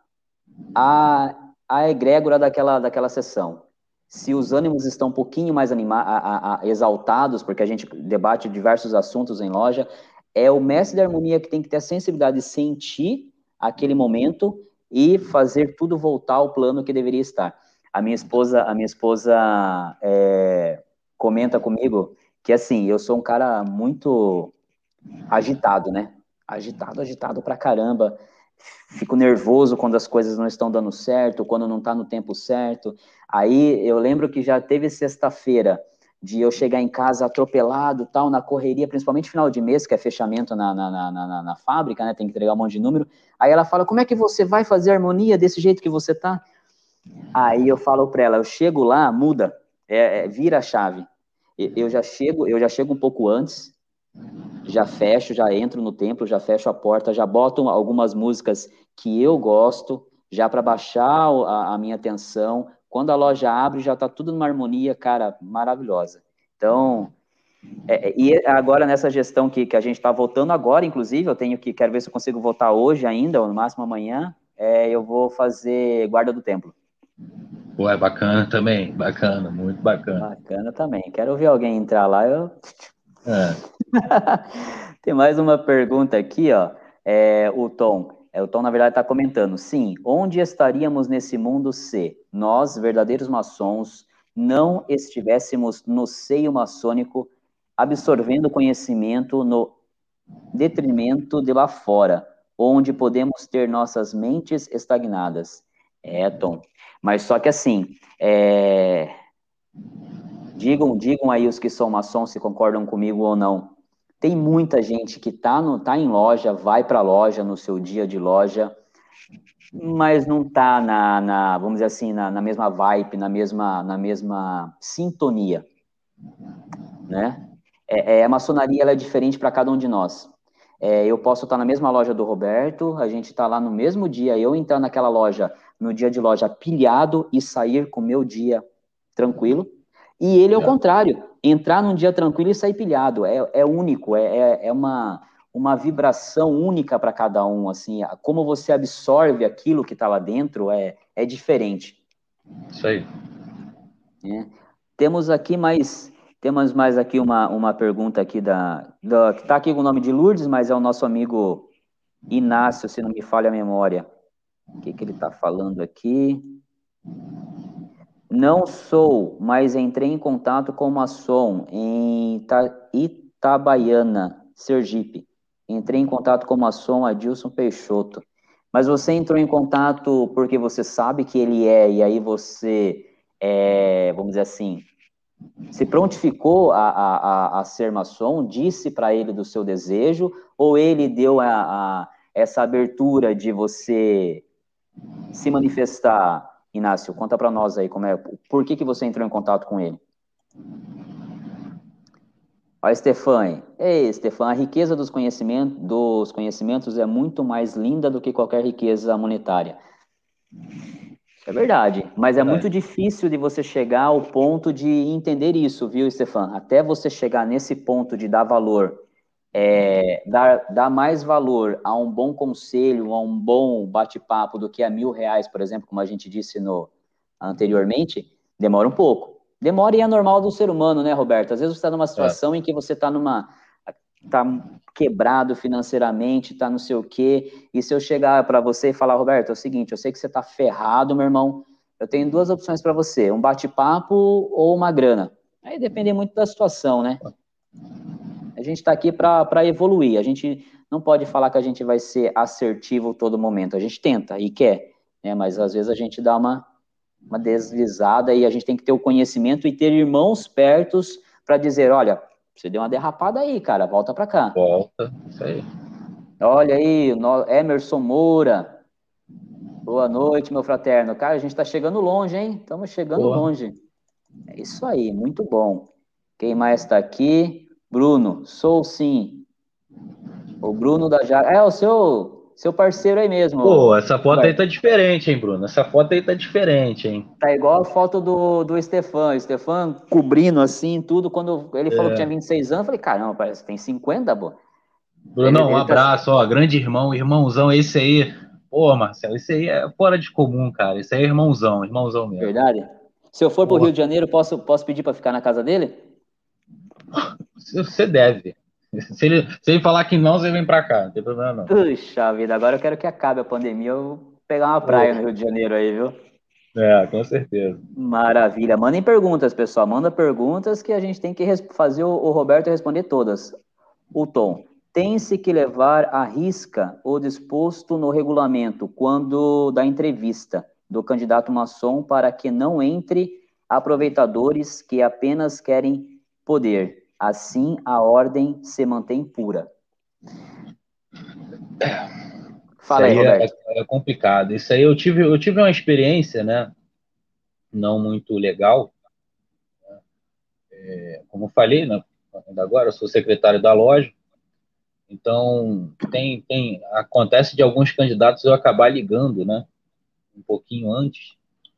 a egrégora daquela sessão. Se os ânimos estão um pouquinho mais exaltados, porque a gente debate diversos assuntos em loja, é o mestre de harmonia que tem que ter a sensibilidade de sentir aquele momento e fazer tudo voltar ao plano que deveria estar. A minha esposa comenta comigo que assim, eu sou um cara muito agitado, né? Agitado pra caramba. Fico nervoso quando as coisas não estão dando certo, quando não está no tempo certo. Aí eu lembro que já teve sexta-feira de eu chegar em casa atropelado, tal, na correria, principalmente final de mês, que é fechamento na fábrica, né? Tem que entregar um monte de número. Aí ela fala: como é que você vai fazer harmonia desse jeito que você tá? Aí eu falo para ela: eu chego lá, muda, vira a chave. Eu já chego um pouco antes, já fecho, já entro no templo, já fecho a porta, já boto algumas músicas que eu gosto, já para baixar a minha atenção. Quando a loja abre, já está tudo numa harmonia, cara, maravilhosa. Então, e agora nessa gestão que a gente está voltando agora, inclusive, quero ver se eu consigo voltar hoje ainda, ou no máximo amanhã, eu vou fazer guarda do templo. Pô, é bacana também, bacana, muito bacana. Bacana também. Quero ver alguém entrar lá. É, Tem mais uma pergunta aqui, ó. O Tom. O Tom, na verdade, está comentando. Sim, onde estaríamos nesse mundo se nós, verdadeiros maçons, não estivéssemos no seio maçônico, absorvendo conhecimento no detrimento de lá fora, onde podemos ter nossas mentes estagnadas? Tom. Mas só que assim, digam aí os que são maçons se concordam comigo ou não. Tem muita gente que tá em loja, vai para a loja no seu dia de loja, mas não tá vamos dizer assim, na mesma vibe, na mesma sintonia, né? A maçonaria ela é diferente para cada um de nós. Eu posso estar na mesma loja do Roberto, a gente está lá no mesmo dia, eu entrar naquela loja, no dia de loja, pilhado e sair com o meu dia tranquilo. E ele é o já. contrário, entrar num dia tranquilo e sair pilhado. É único, é uma vibração única para cada um. Assim, como você absorve aquilo que está lá dentro é diferente. Isso aí. Né? Temos aqui temos mais aqui uma pergunta aqui que está aqui com o nome de Lourdes, mas é o nosso amigo Inácio, se não me falha a memória. O que ele está falando aqui? Não sou, mas entrei em contato com uma maçom em Itabaiana, Sergipe. Entrei em contato com uma maçom Adilson Peixoto. Mas você entrou em contato porque você sabe que ele e aí você, vamos dizer assim, se prontificou a ser maçom, disse para ele do seu desejo, ou ele deu essa abertura de você se manifestar? Inácio, conta para nós aí por que você entrou em contato com ele? Olha, Stefan. Ei, Stefan, a riqueza dos conhecimentos é muito mais linda do que qualquer riqueza monetária. É verdade, mas é muito Verdade. difícil de você chegar ao ponto de entender isso, viu, Stefan? Até você chegar nesse ponto de dar valor, dar mais valor a um bom conselho, a um bom bate-papo do que a R$ 1.000, por exemplo, como a gente disse anteriormente, demora um pouco. Demora e é normal do ser humano, né, Roberto? Às vezes você está numa É. situação em que você está tá quebrado financeiramente, tá não sei o quê, e se eu chegar para você e falar, Roberto, é o seguinte, eu sei que você tá ferrado, meu irmão, eu tenho duas opções para você, um bate-papo ou uma grana. Aí depende muito da situação, né? A gente está aqui para evoluir, a gente não pode falar que a gente vai ser assertivo todo momento, a gente tenta e quer, né? Mas às vezes a gente dá uma deslizada e a gente tem que ter o conhecimento e ter irmãos pertos para dizer, olha, você deu uma derrapada aí, cara, volta para cá. Volta, isso aí. Olha aí, Emerson Moura. Boa noite, meu fraterno. Cara, a gente está chegando longe, hein? Estamos chegando Porra. longe. É isso aí, muito bom. Quem mais está aqui? Bruno, sou sim. O Bruno da Jaga. É o seu parceiro aí Pô, mesmo, essa foto aí Roberto. tá diferente, hein, Bruno? Essa foto aí tá diferente, hein? Tá igual a foto do Stefan. O Stefan cobrindo assim tudo. Quando ele falou que tinha É. 26 anos, eu falei, caramba, parece que tem 50, pô. Ele, Brunão, um ele tá. abraço, ó, grande irmão, irmãozão, esse aí. Pô, Marcelo, esse aí é fora de comum, cara. Esse aí é irmãozão, irmãozão mesmo. Verdade? Se eu for pro Pô, Rio de Janeiro, posso pedir para ficar na casa dele? você deve. Se ele falar que não, você vem pra cá, não tem problema não. Puxa vida, agora eu quero que acabe a pandemia, eu vou pegar uma praia no Pô, Rio de Janeiro aí, viu? com certeza. Maravilha. Mandem perguntas, pessoal. Manda perguntas que a gente tem que fazer o Roberto responder todas. O Tom, tem-se que levar à risca o disposto no regulamento quando da entrevista do candidato maçom para que não entre aproveitadores que apenas querem poder. Assim, a ordem se mantém pura. Isso Fala aí, aí Roberto. é complicado. Isso aí eu tive uma experiência, né? Não muito legal. Como eu falei, né? Ainda agora, eu sou secretário da loja. Então, acontece de alguns candidatos eu acabar ligando, né? Um pouquinho antes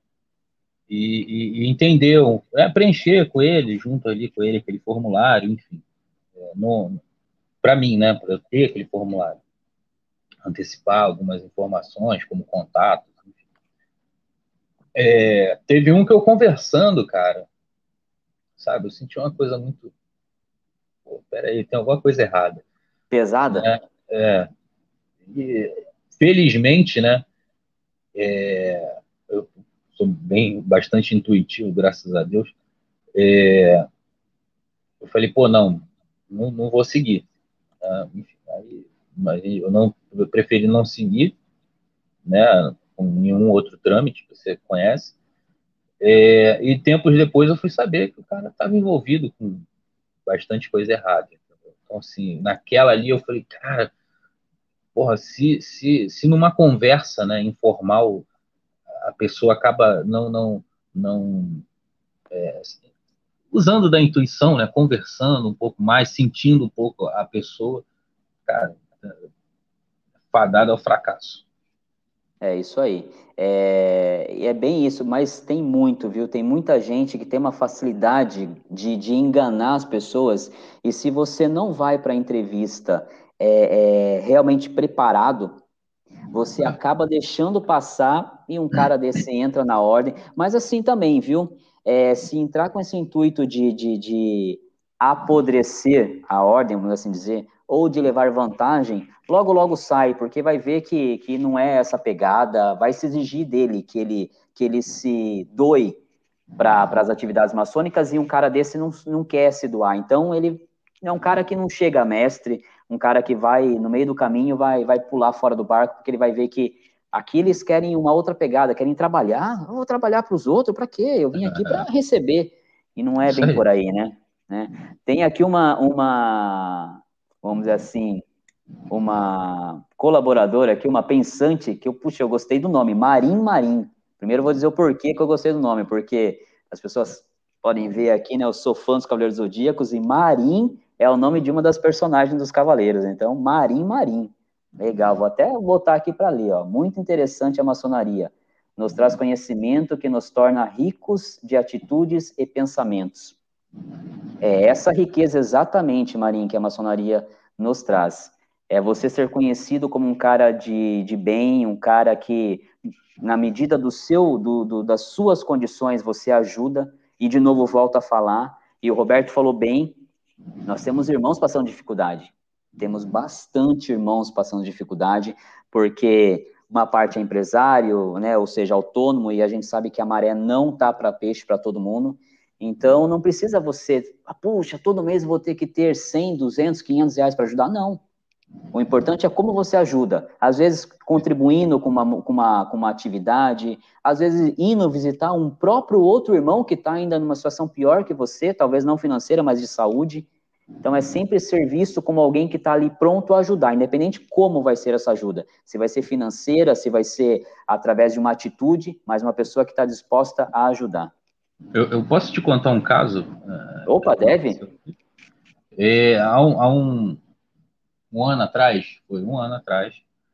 e entender, preencher com ele, junto ali com ele, aquele formulário, enfim. Para mim, né? Para eu ter aquele formulário, antecipar algumas informações, como contato. Teve um que eu conversando, cara, sabe? Eu senti uma coisa muito. Pô, peraí, tem alguma coisa errada, Pesada? né? E, felizmente, né? Eu sou bastante intuitivo, graças a Deus. Eu falei, pô, não vou seguir. Enfim, mas eu preferi não seguir, né? Com nenhum outro trâmite que você conhece. E tempos depois eu fui saber que o cara estava envolvido com bastante coisa errada. Então, assim, naquela ali eu falei, cara, porra, se numa conversa, né, informal, a pessoa acaba não usando da intuição, né, conversando um pouco mais, sentindo um pouco a pessoa, cara, fadada ao fracasso. É isso aí. E é bem isso, mas tem muito, viu? Tem muita gente que tem uma facilidade de enganar as pessoas, e se você não vai para a entrevista realmente preparado, você acaba deixando passar e um cara desse entra na ordem. Mas assim também, viu? Se entrar com esse intuito de apodrecer a ordem, vamos assim dizer, ou de levar vantagem, logo logo sai, porque vai ver que não é essa pegada, vai se exigir dele que ele se doe para as atividades maçônicas e um cara desse não quer se doar. Então ele é um cara que não chega a mestre, um cara que vai, no meio do caminho, vai pular fora do barco, porque ele vai ver que aqui eles querem uma outra pegada, querem trabalhar. Eu vou trabalhar para os outros, para quê? Eu vim aqui para receber. E não é Isso bem aí. por aí, né? Tem aqui vamos dizer assim, uma colaboradora aqui, uma pensante, que eu gostei do nome, Marim. Primeiro eu vou dizer o porquê que eu gostei do nome, porque as pessoas podem ver aqui, né? Eu sou fã dos Cavaleiros Zodíacos e Marim é o nome de uma das personagens dos Cavaleiros. Então, Marim. Legal, vou até botar aqui para ler, ó. Muito interessante a maçonaria. Nos traz conhecimento que nos torna ricos de atitudes e pensamentos. É essa riqueza exatamente, Marim, que a maçonaria nos traz. É você ser conhecido como um cara de bem, um cara que, na medida das suas condições, você ajuda, e de novo volta a falar, e o Roberto falou bem, nós temos irmãos passando dificuldade, temos bastante irmãos passando dificuldade, porque uma parte é empresário, né, ou seja, autônomo, e a gente sabe que a maré não tá para peixe para todo mundo, então não precisa você, puxa, todo mês eu vou ter que ter 100, 200, 500 reais para ajudar, não. O importante é como você ajuda. Às vezes contribuindo com uma atividade, às vezes indo visitar um próprio outro irmão que está ainda numa situação pior que você, talvez não financeira, mas de saúde. Então é sempre ser visto como alguém que está ali pronto a ajudar, independente como vai ser essa ajuda. Se vai ser financeira, se vai ser através de uma atitude, mas uma pessoa que está disposta a ajudar. Eu posso te contar um caso que Opa, deve? aconteceu? Há um ano atrás, foi um ano atrás,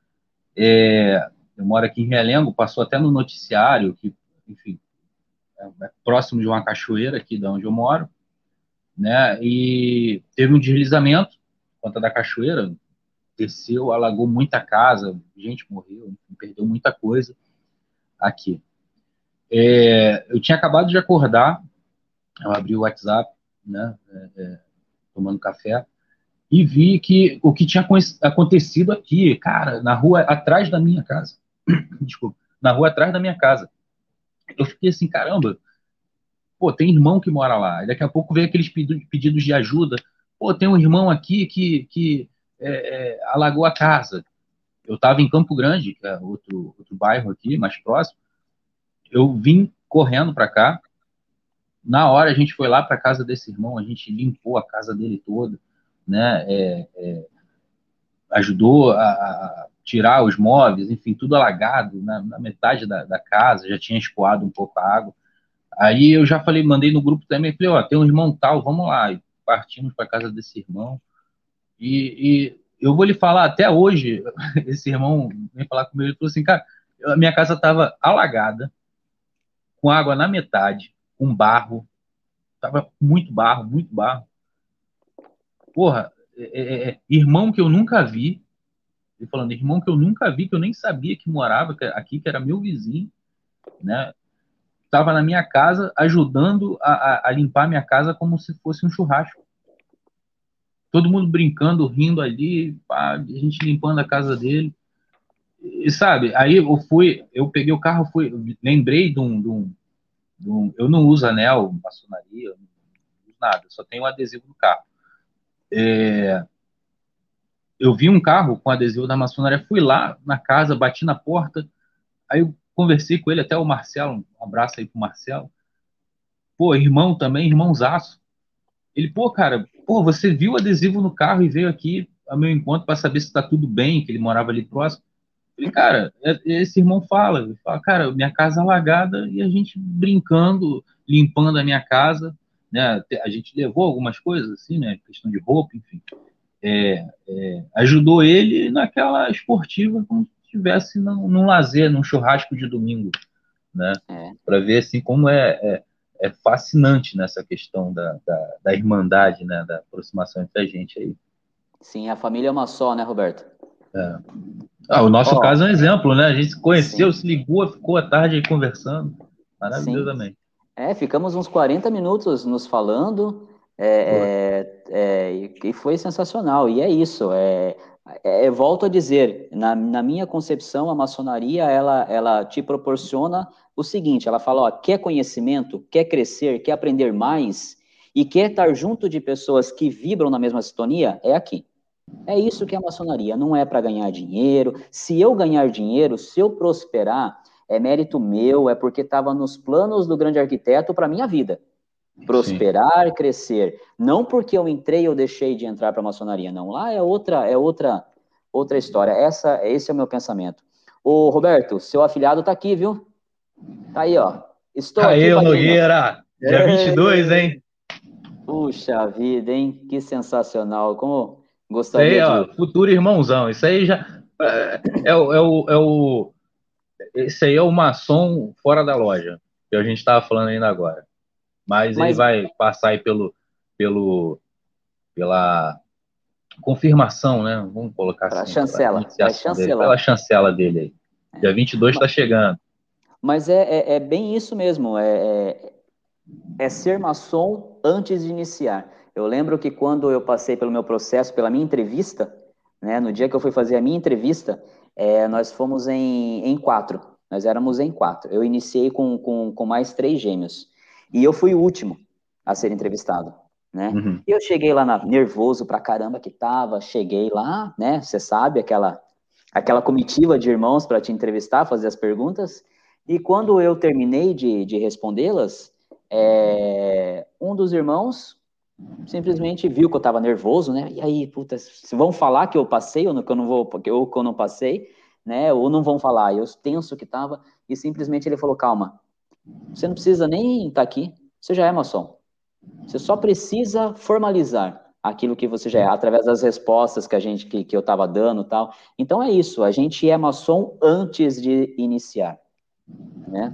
eu moro aqui em Realengo, passou até no noticiário que, enfim, é próximo de uma cachoeira aqui de onde eu moro, né? E teve um deslizamento por conta da cachoeira, desceu, alagou muita casa, gente morreu, enfim, perdeu muita coisa aqui. Eu tinha acabado de acordar, eu abri o WhatsApp, né? Tomando café, e vi que o que tinha acontecido aqui, cara, na rua atrás da minha casa. Desculpa, na rua atrás da minha casa. Eu fiquei assim, caramba, pô, tem irmão que mora lá. E daqui a pouco veio aqueles pedidos de ajuda. Pô, tem um irmão aqui que alagou a casa. Eu estava em Campo Grande, que é outro bairro aqui, mais próximo. Eu vim correndo para cá. Na hora a gente foi lá para casa desse irmão, a gente limpou a casa dele toda, né? Ajudou a tirar os móveis, enfim, tudo alagado na metade da casa, já tinha escoado um pouco a água. Aí eu já falei, mandei no grupo também, falei, ó, tem um irmão tal, vamos lá. E partimos para casa desse irmão. E eu vou lhe falar, até hoje, esse irmão vem falar comigo, ele falou assim, cara, a minha casa estava alagada, com água na metade, com barro, tava muito barro, muito barro. Porra, irmão que eu nunca vi, ele falando, irmão que eu nunca vi, que eu nem sabia que morava aqui, que era meu vizinho, né? estava na minha casa ajudando a limpar a minha casa como se fosse um churrasco. Todo mundo brincando, rindo ali, pá, a gente limpando a casa dele. E sabe, aí eu peguei o carro, lembrei eu não uso anel, maçonaria, eu não uso nada, só tenho um adesivo no carro. Eu vi um carro com adesivo da maçonaria, fui lá na casa, bati na porta, aí eu conversei com ele, até o Marcelo, um abraço aí pro Marcelo. Pô, irmão também, irmãozaço. Ele, pô, cara, pô, você viu o adesivo no carro e veio aqui ao meu encontro para saber se tá tudo bem, que ele morava ali próximo. Eu falei, cara, esse irmão ele fala, cara, minha casa alagada e a gente brincando, limpando a minha casa, né? A gente levou algumas coisas assim, né? Questão de roupa, enfim. Ajudou ele naquela esportiva como se estivesse num lazer, num churrasco de domingo, né? Para ver assim como é fascinante nessa questão da irmandade, né? Da aproximação entre a gente aí. Sim, a família é uma só, né, Roberto? O nosso Ó, caso é um exemplo, né? A gente se conheceu, sim, se ligou, ficou à tarde aí conversando. sim. Maravilhosamente. Ficamos uns 40 minutos nos falando, Foi. e foi sensacional. E é isso. Volto a dizer, na minha concepção, a maçonaria ela te proporciona o seguinte: ela fala, ó, quer conhecimento, quer crescer, quer aprender mais e quer estar junto de pessoas que vibram na mesma sintonia, é aqui. É isso que é a maçonaria, não é para ganhar dinheiro. Se eu ganhar dinheiro, se eu prosperar, é mérito meu, é porque estava nos planos do grande arquiteto para minha vida. Sim. Prosperar, crescer. Não porque eu entrei ou deixei de entrar para a maçonaria, não. Lá é outra história. Esse é o meu pensamento. Ô, Roberto, seu afilhado está aqui, viu? Tá aí, ó. Estou aqui, Aê, padrinho. Nogueira! Dia 22, hein? Puxa vida, hein? Que sensacional. Como Isso aí, gostaria ó, de. futuro irmãozão. Isso aí já esse aí é o maçom fora da loja, que a gente estava falando ainda agora. Mas ele Mas vai passar aí pelo, pela confirmação, né? Vamos colocar para assim, pela chancela, vai iniciação dele, pela chancelar. chancela dele aí. Dia 22 está chegando. Mas é bem isso mesmo, é ser maçom antes de iniciar. Eu lembro que quando eu passei pelo meu processo, pela minha entrevista, né, no dia que eu fui fazer a minha entrevista, nós fomos em quatro, nós éramos em quatro. Eu iniciei com mais três gêmeos, e eu fui o último a ser entrevistado, né? Uhum. E eu cheguei lá nervoso pra caramba que tava, cheguei lá, né, você sabe, aquela comitiva de irmãos para te entrevistar, fazer as perguntas. E quando eu terminei de respondê-las, um dos irmãos simplesmente viu que eu estava nervoso, né? E aí, puta, vão falar que eu passei ou que eu não vou, ou que eu não passei, né? Ou não vão falar. Eu tenso que estava e simplesmente ele falou: calma, você não precisa nem estar aqui, você já é maçom. Você só precisa formalizar aquilo que você já é, através das respostas que eu estava dando, tal. Então é isso, a gente é maçom antes de iniciar, né?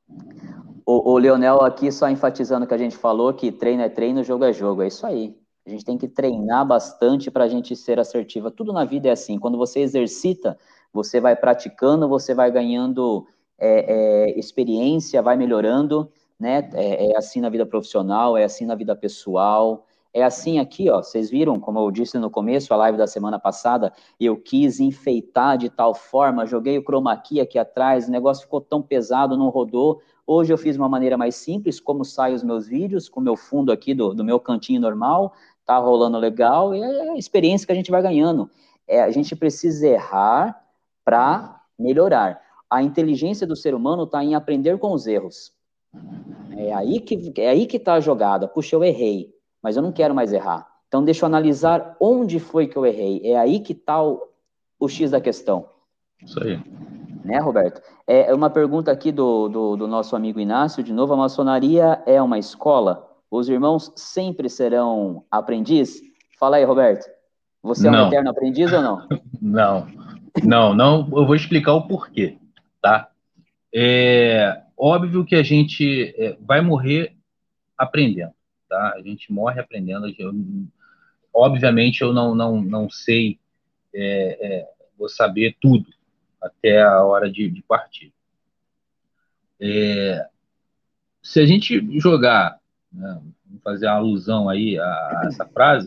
O Leonel aqui só enfatizando o que a gente falou, que treino é treino, jogo é jogo, é isso aí. A gente tem que treinar bastante para a gente ser assertiva. Tudo na vida é assim, quando você exercita, você vai praticando, você vai ganhando experiência, vai melhorando, né? É assim na vida profissional, é assim na vida pessoal, é assim aqui, ó. Vocês viram, como eu disse no começo, a live da semana passada, eu quis enfeitar de tal forma, joguei o chroma key aqui atrás, o negócio ficou tão pesado, não rodou. Hoje eu fiz de uma maneira mais simples, como saem os meus vídeos, com o meu fundo aqui do meu cantinho normal, tá rolando legal, e é a experiência que a gente vai ganhando. A gente precisa errar para melhorar. A inteligência do ser humano está em aprender com os erros. É aí que está a jogada. Puxa, eu errei, mas eu não quero mais errar. Então deixa eu analisar onde foi que eu errei. É aí que está o X da questão. Isso aí. Né, Roberto? Uma pergunta aqui do nosso amigo Inácio, de novo, a maçonaria é uma escola? Os irmãos sempre serão aprendiz? Fala aí, Roberto. Você é um Não, eterno aprendiz ou não? não, não. Eu vou explicar o porquê, tá? É óbvio que a gente vai morrer aprendendo, tá? A gente morre aprendendo. Obviamente eu não sei, vou saber tudo até a hora de partir. se a gente jogar, né, vamos fazer a alusão aí a essa frase,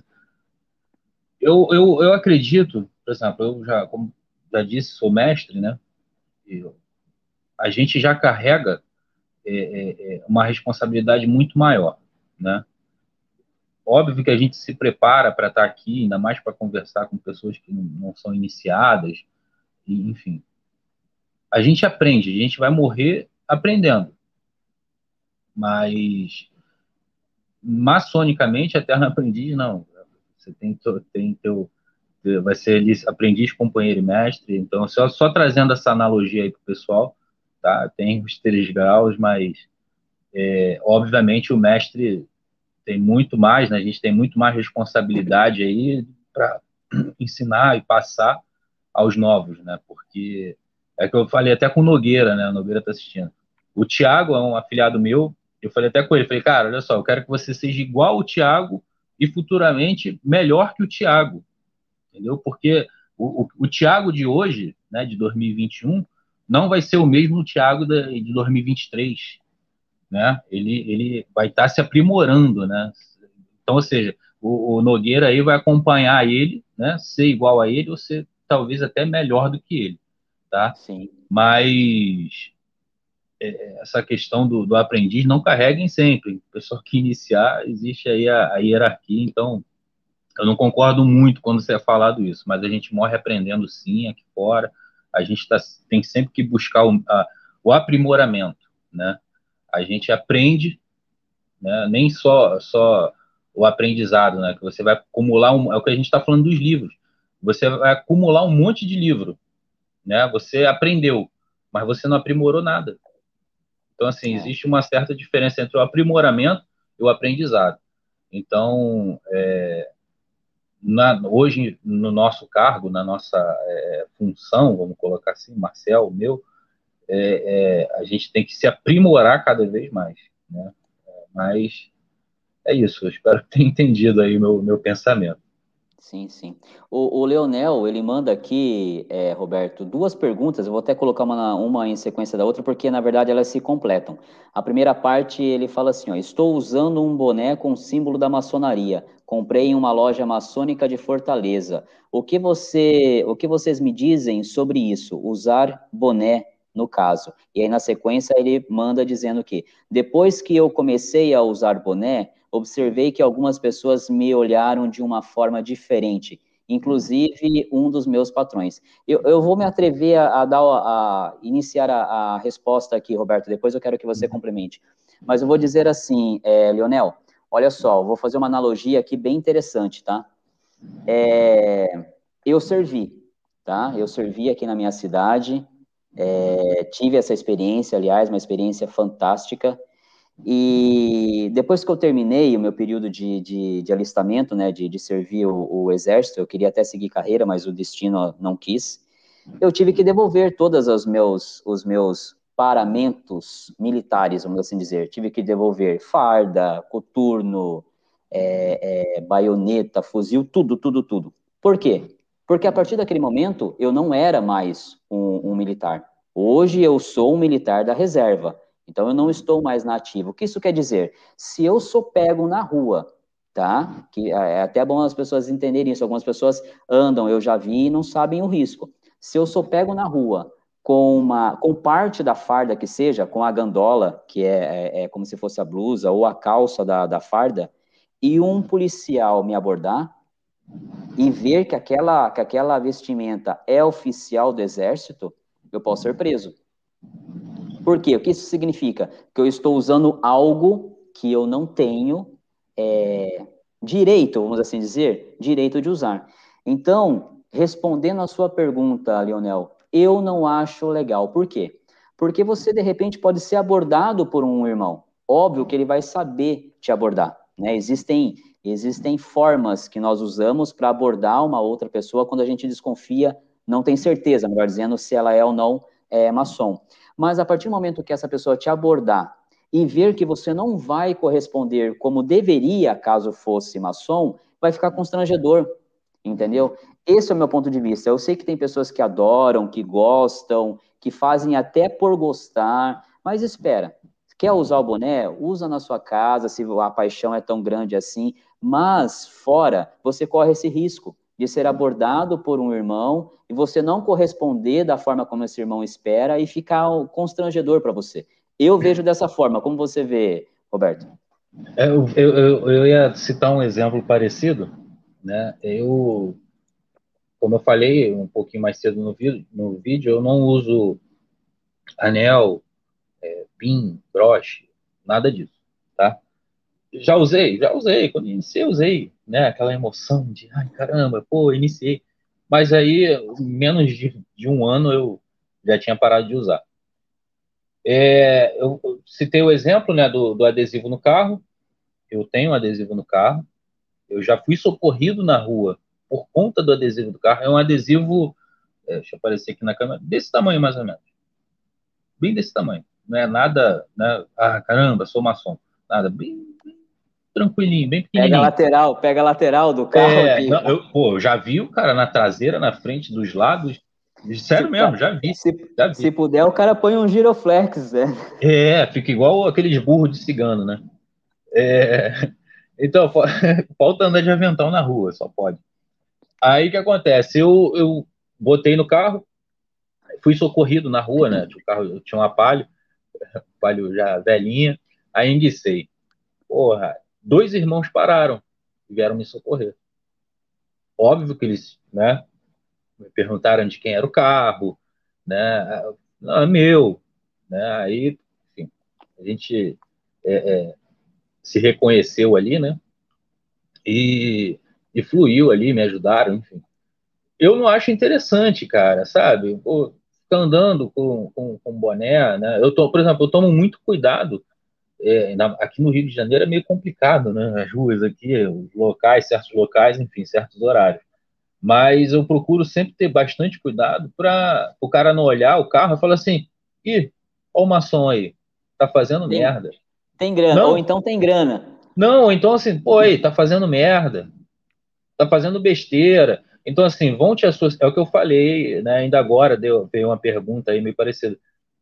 eu acredito, por exemplo, eu já, como já disse, sou mestre, né? E a gente já carrega uma responsabilidade muito maior, né? Óbvio que a gente se prepara para estar aqui, ainda mais para conversar com pessoas que não são iniciadas, e, enfim. A gente aprende, a gente vai morrer aprendendo, mas maçonicamente, eterno aprendiz, não. Você tem teu, vai ser ali aprendiz, companheiro e mestre. Então, só trazendo essa analogia aí para o pessoal, tá? Tem os 3 graus, mas obviamente o mestre tem muito mais, né? A gente tem muito mais responsabilidade aí para ensinar e passar aos novos, né? Porque é que eu falei até com o Nogueira, né? O Nogueira está assistindo. O Thiago é um afiliado meu. Eu falei até com ele, falei, cara, olha só, eu quero que você seja igual ao Thiago e futuramente melhor que o Thiago, entendeu? Porque o Thiago de hoje, né, de 2021, não vai ser o mesmo Thiago de 2023, né? Ele vai estar se aprimorando, né? Então, ou seja, o Nogueira aí vai acompanhar ele, né? Ser igual a ele ou ser talvez até melhor do que ele, tá? Sim. Mas essa questão do aprendiz não carreguem sempre. O pessoal que iniciar, existe aí a hierarquia, então eu não concordo muito quando você é falado isso, mas a gente morre aprendendo sim aqui fora, a gente tem sempre que buscar o aprimoramento, né? A gente aprende, né? Nem só o aprendizado, né? Que você vai acumular é o que a gente está falando dos livros. Você vai acumular um monte de livro, né? Você aprendeu, mas você não aprimorou nada. Então, assim, É. existe uma certa diferença entre o aprimoramento e o aprendizado. Então, hoje, no nosso cargo, na nossa função, vamos colocar assim, Marcel, o meu, a gente tem que se aprimorar cada vez mais, né? Mas é isso, eu espero que tenha entendido aí o meu pensamento. Sim, sim. O Leonel, ele manda aqui, Roberto, duas perguntas. Eu vou até colocar uma em sequência da outra, porque na verdade elas se completam. A primeira parte, ele fala assim: ó, estou usando um boné com símbolo da maçonaria. Comprei em uma loja maçônica de Fortaleza. O que vocês me dizem sobre isso? Usar boné, no caso. E aí, na sequência, ele manda dizendo que depois que eu comecei a usar boné, observei que algumas pessoas me olharam de uma forma diferente, inclusive um dos meus patrões. Eu vou me atrever a iniciar a resposta aqui, Roberto, depois eu quero que você complemente. Mas eu vou dizer assim, Leonel, olha só, eu vou fazer uma analogia aqui bem interessante, tá? Eu servi, tá? Eu servi aqui na minha cidade, tive essa experiência, aliás, uma experiência fantástica. E depois que eu terminei o meu período de alistamento, né, de servir o exército, eu queria até seguir carreira, mas o destino não quis. Eu tive que devolver todos os meus paramentos militares, vamos assim dizer. Tive que devolver farda, coturno, baioneta, fuzil, tudo, tudo, tudo. Por quê? Porque a partir daquele momento eu não era mais um militar. Hoje eu sou um militar da reserva. Então eu não estou mais na ativa. O que isso quer dizer? Se eu sou pego na rua, tá? Que é até bom as pessoas entenderem isso. Algumas pessoas andam, eu já vi, e não sabem o risco. Se eu sou pego na rua com parte da farda que seja, com a gandola, que é como se fosse a blusa, ou a calça da farda, e um policial me abordar e ver que aquela vestimenta é oficial do exército, eu posso ser preso. Por quê? O que isso significa? Que eu estou usando algo que eu não tenho direito, vamos assim dizer, direito de usar. Então, respondendo a sua pergunta, Leonel, eu não acho legal. Por quê? Porque você, de repente, pode ser abordado por um irmão. Óbvio que ele vai saber te abordar, né? Existem formas que nós usamos para abordar uma outra pessoa quando a gente desconfia, não tem certeza, melhor dizendo, se ela é ou não maçom. Mas a partir do momento que essa pessoa te abordar e ver que você não vai corresponder como deveria, caso fosse maçom, vai ficar constrangedor, entendeu? Esse é o meu ponto de vista. Eu sei que tem pessoas que adoram, que gostam, que fazem até por gostar, mas espera. Quer usar o boné? Usa na sua casa, se a paixão é tão grande assim, mas fora, você corre esse risco de ser abordado por um irmão e você não corresponder da forma como esse irmão espera e ficar constrangedor para você. Eu vejo dessa forma. Como você vê, Roberto? Eu ia citar um exemplo parecido, né? Como eu falei um pouquinho mais cedo no vídeo, eu não uso anel, pin, broche, nada disso, tá? Já usei, quando iniciei, usei, né? Aquela emoção de, ai, caramba, pô, iniciei. Mas aí, menos de um ano, eu já tinha parado de usar. Eu citei o exemplo, né, do adesivo no carro. Eu tenho um adesivo no carro. Eu já fui socorrido na rua por conta do adesivo do carro. É um adesivo, deixa eu aparecer aqui na câmera, desse tamanho mais ou menos. Bem desse tamanho. Não é nada, né? Ah, caramba, sou maçom. Nada, bem tranquilinho, bem pequenininho. Pega a lateral do carro aqui. Não, eu já vi o cara na traseira, na frente, dos lados. Sério mesmo, já vi. Já Se vi. puder, o cara põe um giroflex, né? Fica igual aqueles burros de cigano, né? Então, falta andar de avental na rua, só pode. Aí o que acontece? Eu botei no carro, fui socorrido na rua, né? O carro, eu tinha uma Palio já velhinha, aí enguicei. Porra, dois irmãos pararam e vieram me socorrer. Óbvio que eles, né, me perguntaram de quem era o carro, né? Não, é meu, né? Aí, enfim, a gente se reconheceu ali, né? E, e fluiu ali, me ajudaram, enfim. Eu não acho interessante, cara, sabe? Pô, ficar andando com boné, né? Por exemplo, eu tomo muito cuidado. Aqui no Rio de Janeiro é meio complicado, né? As ruas aqui, os locais, certos locais, enfim, certos horários. Mas eu procuro sempre ter bastante cuidado para o cara não olhar o carro e falar assim: ih, olha o maçom aí, tá fazendo Tem, merda. tem grana, ou Não, então tem grana. não, então assim, pô, aí, tá fazendo merda, tá fazendo besteira. Então, assim, vão te associar. É o que eu falei, né? Ainda agora veio uma pergunta aí meio parecida.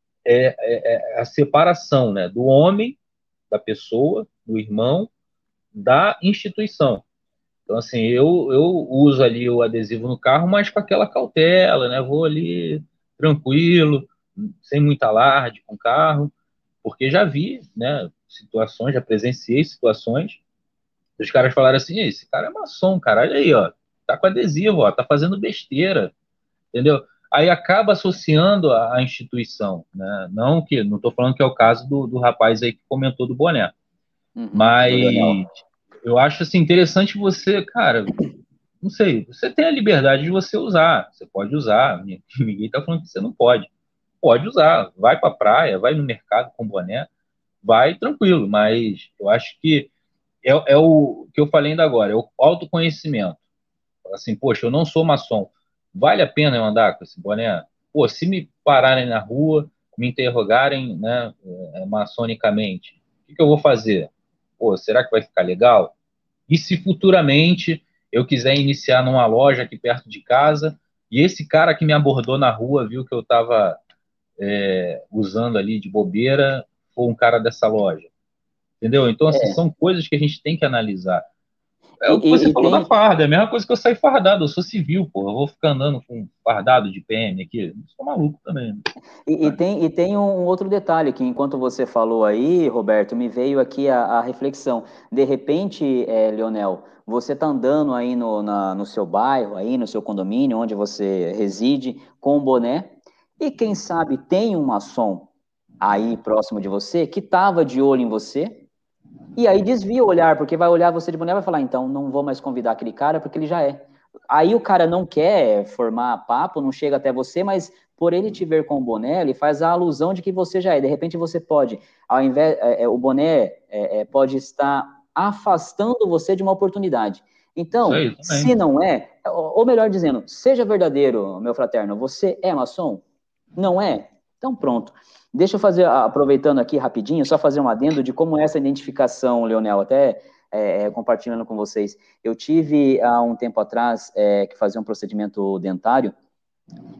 A separação, né? Do homem, da pessoa, do irmão, da instituição. Então, assim, eu uso ali o adesivo no carro, mas com aquela cautela, né? Vou ali tranquilo, sem muito alarde com o carro, porque já vi, né? Situações, já presenciei situações. Os caras falaram assim: esse cara é maçom, cara, olha aí, ó, tá com adesivo, ó, tá fazendo besteira, entendeu? Aí acaba associando a instituição, né? Não estou falando que é o caso do rapaz aí que comentou do boné, Uhum, mas do Leonel. eu acho assim interessante você, cara, não sei, você tem a liberdade de você usar, você pode usar, ninguém está falando que você não pode usar, vai para a praia, vai no mercado com boné, vai tranquilo, mas eu acho que é o que eu falei ainda agora, é o autoconhecimento. Assim, poxa, eu não sou maçom, vale a pena eu andar com esse boné? Pô, se me pararem na rua, me interrogarem, né, maçonicamente, o que eu vou fazer? Pô, será que vai ficar legal? E se futuramente eu quiser iniciar numa loja aqui perto de casa e esse cara que me abordou na rua viu que eu estava usando ali de bobeira, for um cara dessa loja, entendeu? Então, assim, É, são coisas que a gente tem que analisar. É e, o que você e falou da tem, farda, é a mesma coisa que eu sair fardado, eu sou civil, pô, eu vou ficar andando com fardado de PM aqui, eu sou maluco também. Né? e tem um outro detalhe que, enquanto você falou aí, Roberto, me veio aqui a reflexão. De repente, Leonel, você está andando aí no seu bairro, aí no seu condomínio, onde você reside, com um boné, e quem sabe tem um maçom aí próximo de você que estava de olho em você, e aí desvia o olhar, porque vai olhar você de boné e vai falar, então não vou mais convidar aquele cara porque ele já é. Aí o cara não quer formar papo, não chega até você, mas por ele te ver com o boné, ele faz a alusão de que você já é. De repente você pode, ao invés, o boné pode estar afastando você de uma oportunidade. Isso Então, aí também. se não é, ou melhor dizendo, seja verdadeiro, meu fraterno, você é maçom? Não é? Então pronto. Deixa eu fazer, aproveitando aqui rapidinho, só fazer um adendo de como é essa identificação, Leonel, até compartilhando com vocês. Eu tive, há um tempo atrás, que fazer um procedimento dentário,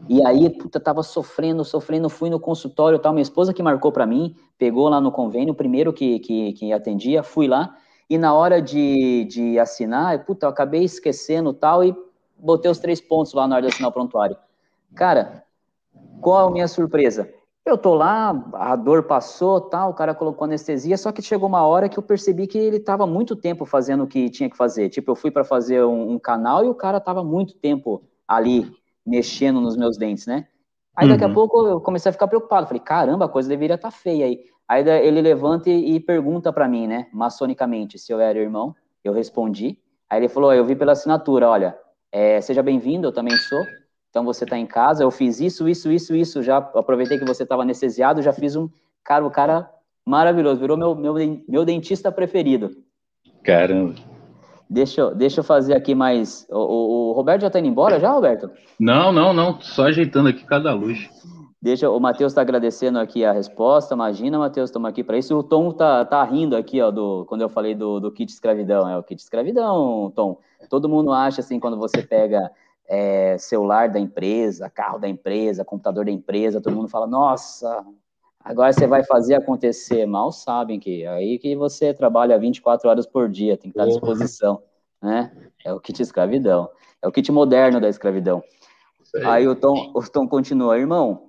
E aí, puta, tava sofrendo, fui no consultório, tal, minha esposa que marcou para mim, pegou lá no convênio, o primeiro que atendia, fui lá, e na hora de assinar, puta, eu acabei esquecendo, tal, e botei os 3 pontos lá na hora de assinar o prontuário. Cara, qual a minha surpresa? Eu tô lá, a dor passou, tal, o cara colocou anestesia, só que chegou uma hora que eu percebi que ele tava muito tempo fazendo o que tinha que fazer. Tipo, eu fui para fazer um canal e o cara tava muito tempo ali mexendo nos meus dentes, né? Aí daqui a Uhum. pouco eu comecei a ficar preocupado. Falei, caramba, a coisa deveria estar feia aí. Aí ele levanta e pergunta para mim, né, maçonicamente, se eu era irmão. Eu respondi. Aí ele falou, eu vi pela assinatura, olha, seja bem-vindo, eu também sou. Então você está em casa, eu fiz isso, já aproveitei que você estava anestesiado, já fiz cara, o cara maravilhoso, virou meu dentista preferido. Caramba. Deixa eu fazer aqui mais. O Roberto já está indo embora já, Roberto? Não, não, não. Só ajeitando aqui cada luz. O Matheus está agradecendo aqui a resposta. Imagina, Matheus, estamos aqui para isso. O Tom tá rindo aqui, ó, quando eu falei do kit escravidão. É o kit escravidão, Tom. Todo mundo acha assim, quando você pega celular da empresa, carro da empresa, computador da empresa, todo mundo fala, nossa, agora você vai fazer acontecer. Mal sabem que aí que você trabalha 24 horas por dia, tem que estar à Porra. disposição, né? É o kit escravidão. É o kit moderno da escravidão. Isso Aí aí. o Tom continua, irmão,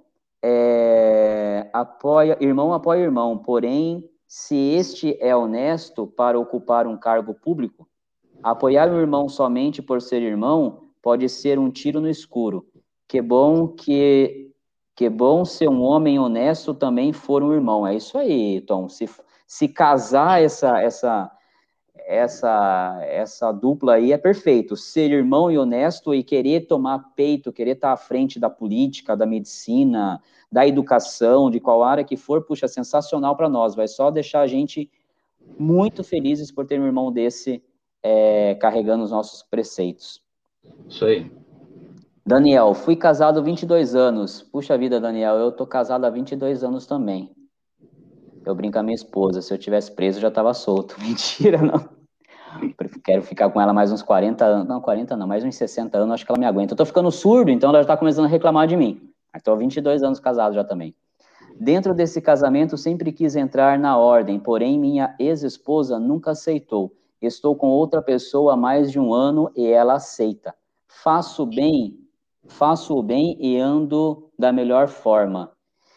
irmão apoia irmão, porém, se este é honesto para ocupar um cargo público, apoiar o irmão somente por ser irmão pode ser um tiro no escuro. Que bom ser um homem honesto também for um irmão. É isso aí, Tom. Se casar essa dupla aí é perfeito. Ser irmão e honesto e querer tomar peito, querer estar à frente da política, da medicina, da educação, de qual área que for, puxa, é sensacional para nós. Vai só deixar a gente muito felizes por ter um irmão desse carregando os nossos preceitos. Isso aí. Daniel, fui casado há 22 anos. Puxa vida, Daniel, eu tô casado há 22 anos também. Eu brinco com a minha esposa, se eu tivesse preso, eu já estava solto. Mentira, não. Quero ficar com ela mais uns 40 anos. Não, 40 não, mais uns 60 anos, acho que ela me aguenta. Eu tô ficando surdo, então ela já tá começando a reclamar de mim. Estou há 22 anos casado já também. Dentro desse casamento, sempre quis entrar na ordem, porém minha ex-esposa nunca aceitou. Estou com outra pessoa há mais de um ano e ela aceita. Faço o bem e ando da melhor forma.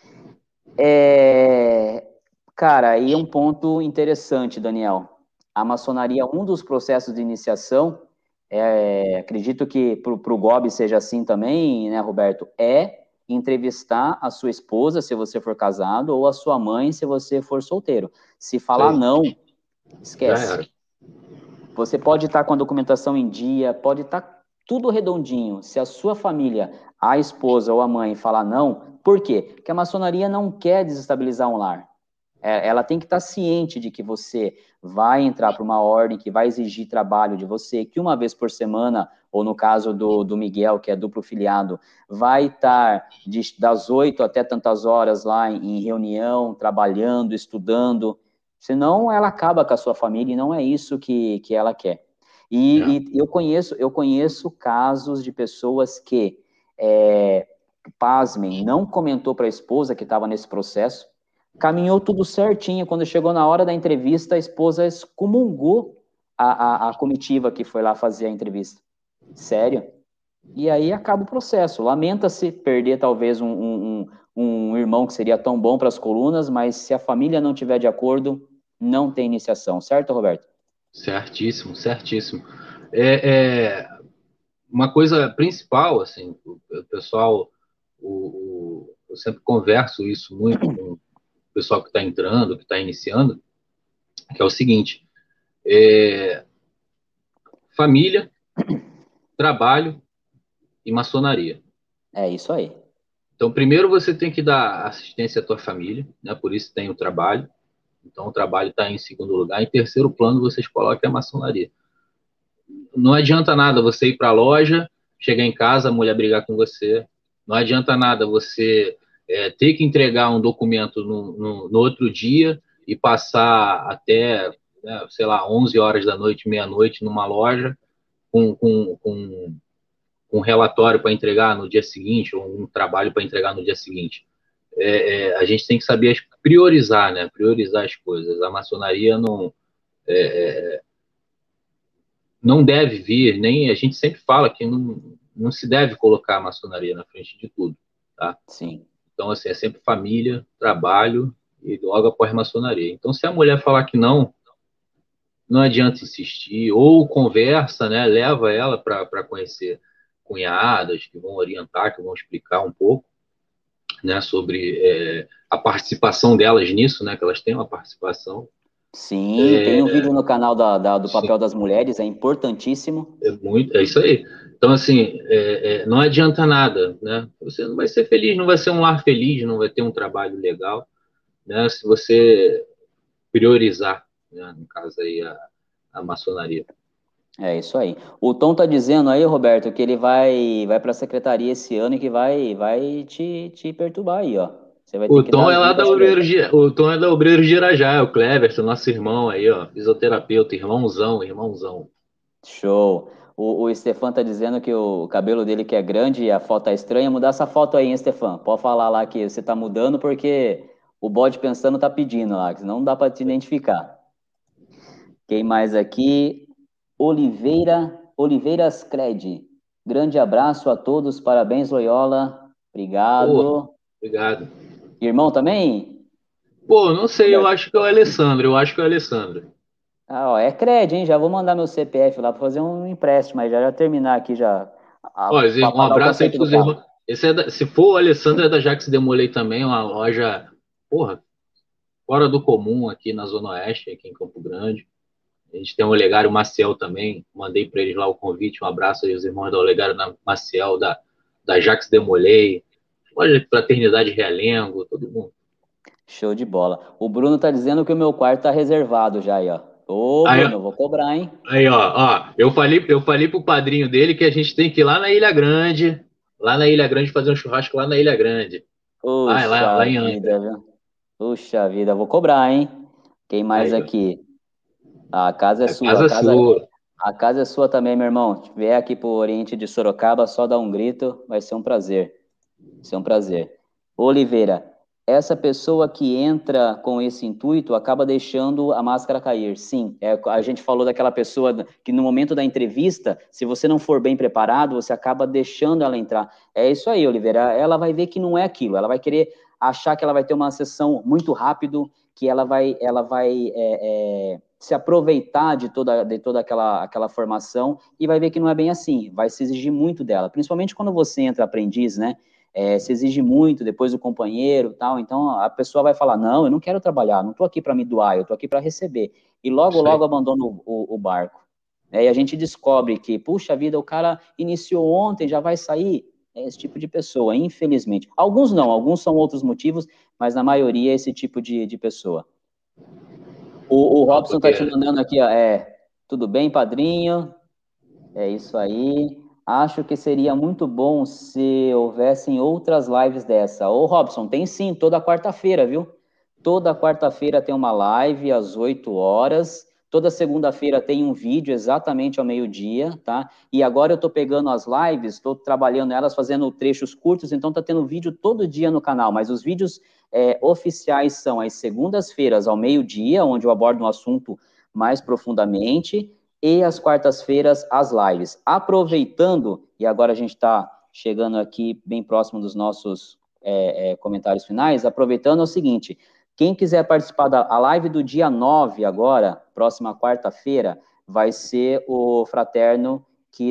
Cara, aí é um ponto interessante, Daniel. A maçonaria, um dos processos de iniciação, acredito que para o Gobi seja assim também, né, Roberto, é entrevistar a sua esposa, se você for casado, ou a sua mãe, se você for solteiro. Se Isso falar aí. não, Já esquece. era. Você pode estar com a documentação em dia, pode estar tudo redondinho. Se a sua família, a esposa ou a mãe falar não, por quê? Porque a maçonaria não quer desestabilizar um lar. Ela tem que estar ciente de que você vai entrar para uma ordem que vai exigir trabalho de você, que uma vez por semana, ou no caso do Miguel, que é duplo filiado, vai estar das 8 até tantas horas lá em reunião, trabalhando, estudando, senão ela acaba com a sua família e não é isso que ela quer. E eu conheço casos de pessoas que, pasmem, não comentou para a esposa que estava nesse processo, caminhou tudo certinho. Quando chegou na hora da entrevista, a esposa excomungou a comitiva que foi lá fazer a entrevista. Sério. E aí acaba o processo. Lamenta-se perder talvez um irmão que seria tão bom para as colunas, mas se a família não tiver de acordo, não tem iniciação. Certo, Roberto? Certíssimo, certíssimo. É, uma coisa principal, assim, o pessoal, eu sempre converso isso muito com o pessoal que está entrando, que está iniciando, que é o seguinte: família, trabalho e maçonaria. É isso aí. Então, primeiro você tem que dar assistência à tua família, né? Por isso tem o trabalho. Então, o trabalho está em segundo lugar. Em terceiro plano, vocês colocam a maçonaria. Não adianta nada você ir para a loja, chegar em casa, a mulher brigar com você. Não adianta nada você ter que entregar um documento no outro dia e passar até, né, sei lá, 11 horas da noite, meia-noite, numa loja com um relatório para entregar no dia seguinte, ou um trabalho para entregar no dia seguinte. A gente tem que saber priorizar, né? Priorizar as coisas. A maçonaria não deve vir, nem a gente sempre fala que não se deve colocar a maçonaria na frente de tudo, tá? Sim. Então, assim, é sempre família, trabalho e logo após maçonaria. Então, se a mulher falar que não adianta insistir, ou conversa, né? Leva ela para conhecer cunhadas que vão orientar, que vão explicar um pouco, né? Sobre a participação delas nisso, né? Que elas têm uma participação. Sim, tem um vídeo no canal do Sim, Papel das Mulheres, é importantíssimo. é isso aí. Então, assim, não adianta nada, né? Você não vai ser feliz, não vai ser um lar feliz, não vai ter um trabalho legal, né? Se você priorizar, né? No caso aí, a maçonaria. É isso aí. O Tom tá dizendo aí, Roberto, que ele vai para a secretaria esse ano e que vai te perturbar aí, ó. Você vai ter O que dar Tom é as lá da dicas para ele. O Tom é da Obreiro de Irajá, é o Cleverson, nosso irmão aí, ó, fisioterapeuta, irmãozão, irmãozão. Show. O Stefan tá dizendo que o cabelo dele que é grande e a foto tá estranha. Mudar essa foto aí, hein, Stefan? Pode falar lá que você tá mudando porque o bode pensando tá pedindo lá, que senão não dá para te identificar. Quem mais aqui? Oliveiras Cred. Grande abraço a todos, parabéns, Loyola. Porra, Obrigado. obrigado. Irmão também? Pô, não sei, eu Roberto? acho que é o Alessandro, eu acho que é o Alessandro. Ah, ó, é Cred, hein? Já vou mandar meu CPF lá para fazer um empréstimo, mas já terminar aqui já Ó, para um pagar o abraço aí conserto do pros carro. irmãos. Se for o Alessandro, é da Jax Demolei também, uma loja, porra, fora do comum aqui na Zona Oeste, aqui em Campo Grande. A gente tem o Olegário Maciel também, mandei para eles lá o convite, um abraço aí aos irmãos da Olegário Maciel, da Jax Demolei, loja de Fraternidade Realengo, todo mundo. Show de bola. O Bruno tá dizendo que o meu quarto tá reservado já aí, ó. Ô, Aí, Bruno, eu vou cobrar, hein? aí ó, eu falei pro padrinho dele que a gente tem que ir lá na Ilha Grande fazer um churrasco lá na Ilha Grande, lá Puxa em vida, Angra. viu? Puxa vida, vou cobrar, hein? Quem mais Aí, ó, aqui? A casa é a sua, casa sua. a casa é sua também, meu irmão. Se vier aqui pro Oriente de Sorocaba, só dá um grito, vai ser um prazer. Vai ser um prazer. Oliveira, essa pessoa que entra com esse intuito acaba deixando a máscara cair. Sim, a gente falou daquela pessoa que no momento da entrevista, se você não for bem preparado, você acaba deixando ela entrar. É isso aí, Oliveira. Ela vai ver que não é aquilo. Ela vai querer achar que ela vai ter uma sessão muito rápido, que ela vai se aproveitar de toda aquela formação e vai ver que não é bem assim. Vai se exigir muito dela, principalmente quando você entra aprendiz, né? Se exige muito depois do companheiro, tal. Então a pessoa vai falar: não, eu não quero trabalhar, não estou aqui para me doar, eu estou aqui para receber. E logo, Isso aí. logo abandona o barco. E a gente descobre que, puxa vida, o cara iniciou ontem, já vai sair. É esse tipo de pessoa, infelizmente. Alguns não, alguns são outros motivos, mas na maioria é esse tipo de pessoa. O Não, Robson tá te porque mandando aqui, ó, tudo bem, padrinho? É isso aí. Acho que seria muito bom se houvessem outras lives dessa. Ô, Robson, tem sim, toda quarta-feira, viu? Toda quarta-feira tem uma live às 8 horas. Toda segunda-feira tem um vídeo exatamente ao meio-dia, tá? E agora eu tô pegando as lives, tô trabalhando elas, fazendo trechos curtos, então tá tendo vídeo todo dia no canal, mas os vídeos oficiais são às segundas-feiras ao meio-dia, onde eu abordo um assunto mais profundamente, e às quartas-feiras as lives. Aproveitando, e agora a gente está chegando aqui bem próximo dos nossos comentários finais, aproveitando é o seguinte, quem quiser participar da live do dia 9 agora, próxima quarta-feira, vai ser o fraterno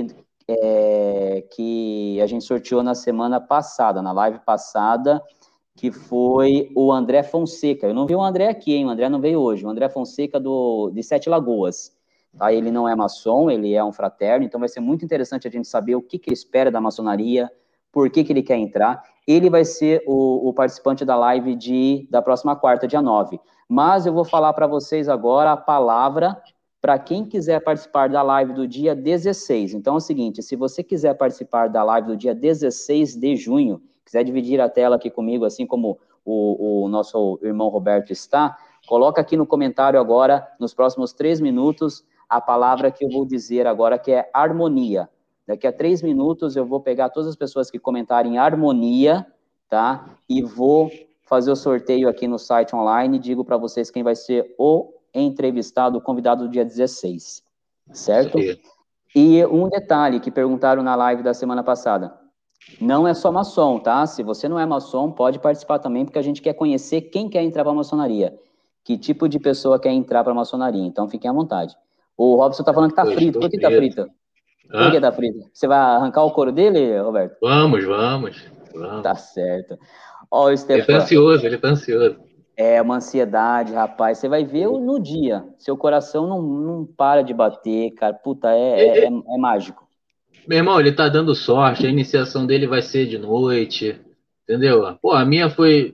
que a gente sorteou na semana passada, na live passada, que foi o André Fonseca. Eu não vi o André aqui, hein? O André não veio hoje. O André Fonseca de Sete Lagoas. Tá? Ele não é maçom, ele é um fraterno, então vai ser muito interessante a gente saber o que ele espera da maçonaria, por que ele quer entrar. Ele vai ser o participante da live da próxima quarta, dia 9. Mas eu vou falar para vocês agora a palavra para quem quiser participar da live do dia 16. Então é o seguinte, se você quiser participar da live do dia 16 de junho, quiser dividir a tela aqui comigo, assim como o nosso irmão Roberto está, coloca aqui no comentário agora, nos próximos 3 minutos, a palavra que eu vou dizer agora, que é harmonia. Daqui a 3 minutos eu vou pegar todas as pessoas que comentarem harmonia, tá? E vou fazer o sorteio aqui no site online e digo para vocês quem vai ser o entrevistado, o convidado do dia 16, certo? E um detalhe que perguntaram na live da semana passada, não é só maçom, tá? Se você não é maçom, pode participar também, porque a gente quer conhecer quem quer entrar para a maçonaria, que tipo de pessoa quer entrar para a maçonaria, então fiquem à vontade. O Robson tá falando que tá frito, por que tá frito? Por que tá frito? Você vai arrancar o couro dele, Roberto? Vamos. Tá certo. Ó, o Ele tá ansioso. É uma ansiedade, rapaz. Você vai ver no dia. Seu coração não para de bater, cara. Puta, é mágico. Meu irmão, ele tá dando sorte, a iniciação dele vai ser de noite, entendeu? Pô, a minha foi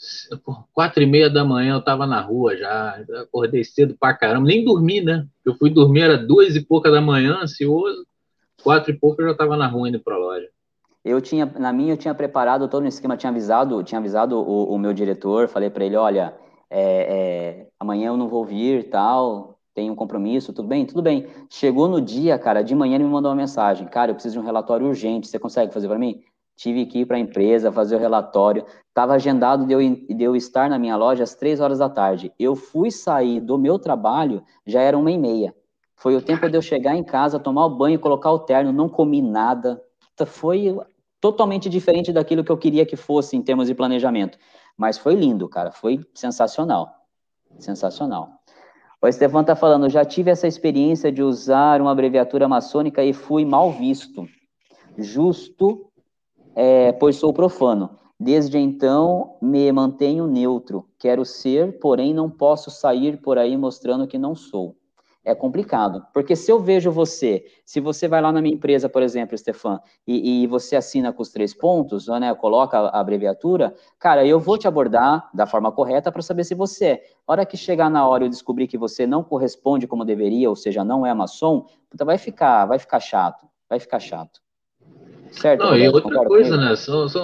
4:30 da manhã, eu tava na rua já, eu acordei cedo pra caramba, nem dormi, né? Eu fui dormir, era 2 e pouca da manhã, ansioso, 4 e pouco eu já tava na rua indo pra loja. Na minha eu tinha preparado todo o esquema, tinha avisado o meu diretor, falei para ele, olha, amanhã eu não vou vir, tal, tenho um compromisso, tudo bem? Tudo bem. Chegou no dia, cara, de manhã ele me mandou uma mensagem, cara, eu preciso de um relatório urgente, você consegue fazer para mim? Tive que ir para a empresa, fazer o relatório, estava agendado de eu estar na minha loja às 3 horas da tarde. Eu fui sair do meu trabalho, já era 1:30. Foi o tempo de eu chegar em casa, tomar o banho, colocar o terno, não comi nada. Foi totalmente diferente daquilo que eu queria que fosse em termos de planejamento. Mas foi lindo, cara. Foi sensacional. Sensacional. O Estevão tá falando, já tive essa experiência de usar uma abreviatura maçônica e fui mal visto. Justo, pois sou profano. Desde então, me mantenho neutro. Quero ser, porém não posso sair por aí mostrando que não sou. É complicado, porque se eu vejo você, se você vai lá na minha empresa, por exemplo, Stefan, e você assina com os 3 pontos, né, coloca a abreviatura, cara, eu vou te abordar da forma correta para saber se você é. A hora que chegar na hora eu descobrir que você não corresponde como deveria, ou seja, não é maçom, puta, vai ficar chato, Certo, Não, e Roberto, outra concorda coisa, comigo? né,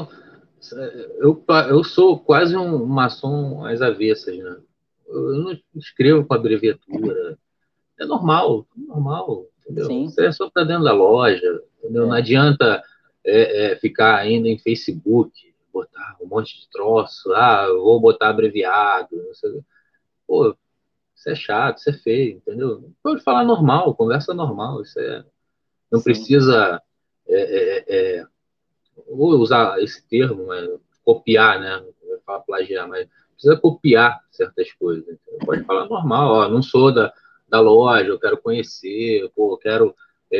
eu sou quase um maçom às avessas, né, eu não escrevo com abreviatura, é normal, entendeu? Sim, Isso é só para dentro da loja, entendeu? Não é, adianta ficar indo em Facebook, botar um monte de troço, eu vou botar abreviado, não sei. Pô, isso é chato, isso é feio, entendeu? Pode falar normal, conversa normal, não sim, precisa vou usar esse termo, copiar, né? Não vou falar plagiar, mas precisa copiar certas coisas. Entendeu? Pode falar normal, ó, não sou da loja, eu quero conhecer, pô, eu quero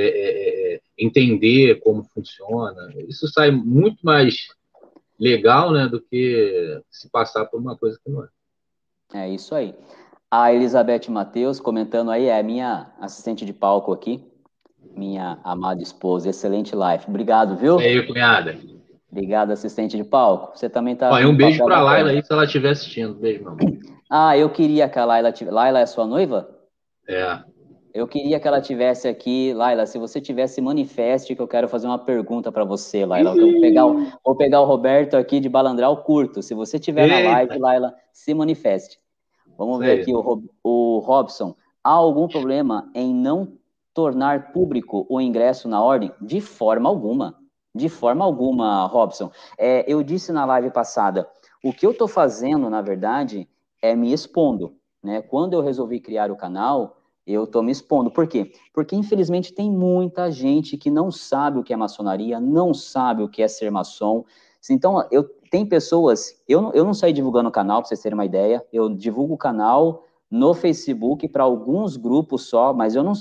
entender como funciona. Isso sai muito mais legal, né, do que se passar por uma coisa que não é. é isso aí. A Elizabeth Matheus comentando aí, é a minha assistente de palco aqui, minha amada esposa, excelente live. Obrigado, Isso viu? aí, cunhada. Obrigado, assistente de palco. Você também tá Ó, e com um um beijo papel pra Laila bacana. aí, se ela estiver assistindo. Beijo, meu amor. Ah, eu queria que a Laila tivesse... Laila é sua noiva? É. Eu queria que ela tivesse aqui. Laila, se você tivesse, manifeste que eu quero fazer uma pergunta para você, Laila. Eu vou pegar o Roberto aqui de Balandral curto. Se você estiver na live, Eita, Laila, se manifeste. Vamos isso ver aí. aqui o Robson. Há algum problema em não tornar público o ingresso na ordem? De forma alguma. De forma alguma, Robson. Eu disse na live passada, o que eu estou fazendo, na verdade, é me expondo. Né? Quando eu resolvi criar o canal, eu estou me expondo. Por quê? Porque, infelizmente, tem muita gente que não sabe o que é maçonaria, não sabe o que é ser maçom. Então, tem pessoas... Eu não saí divulgando o canal, para vocês terem uma ideia. Eu divulgo o canal no Facebook para alguns grupos só, mas eu não...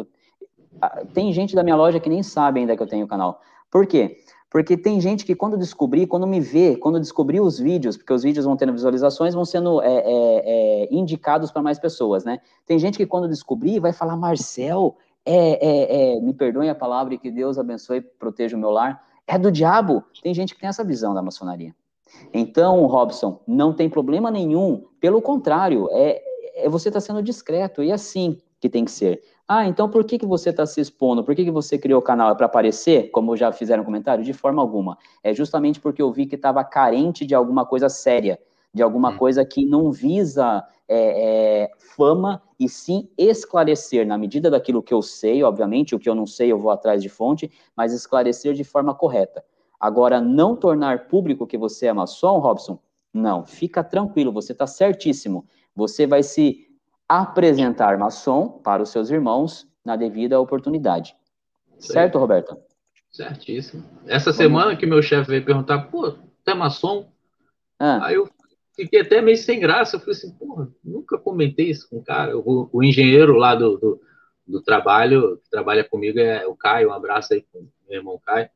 tem gente da minha loja que nem sabe ainda que eu tenho o canal. Por quê? Porque tem gente que quando me vê, quando descobrir os vídeos, porque os vídeos vão tendo visualizações, vão sendo indicados para mais pessoas, né? Tem gente que quando descobrir vai falar, Marcel, me perdoem a palavra e que Deus abençoe e proteja o meu lar, é do diabo. Tem gente que tem essa visão da maçonaria. Então, Robson, não tem problema nenhum, pelo contrário, você está sendo discreto, e assim que tem que ser. Então por que você está se expondo? Por que você criou o canal? É para aparecer, como já fizeram comentário? De forma alguma. É justamente porque eu vi que estava carente de alguma coisa séria, de alguma coisa que não visa fama, e sim esclarecer, na medida daquilo que eu sei, obviamente, o que eu não sei eu vou atrás de fonte, mas esclarecer de forma correta. Agora, não tornar público que você é maçom, Robson, não, fica tranquilo, você está certíssimo. Você vai se apresentar maçom para os seus irmãos na devida oportunidade. Certo, Roberto? Certíssimo. Essa semana que meu chefe veio perguntar, pô, tu é maçom? Aí eu fiquei até meio sem graça. Eu falei assim, porra, nunca comentei isso com o cara. O engenheiro lá do trabalho, que trabalha comigo, é o Caio. Um abraço aí pro meu irmão Caio.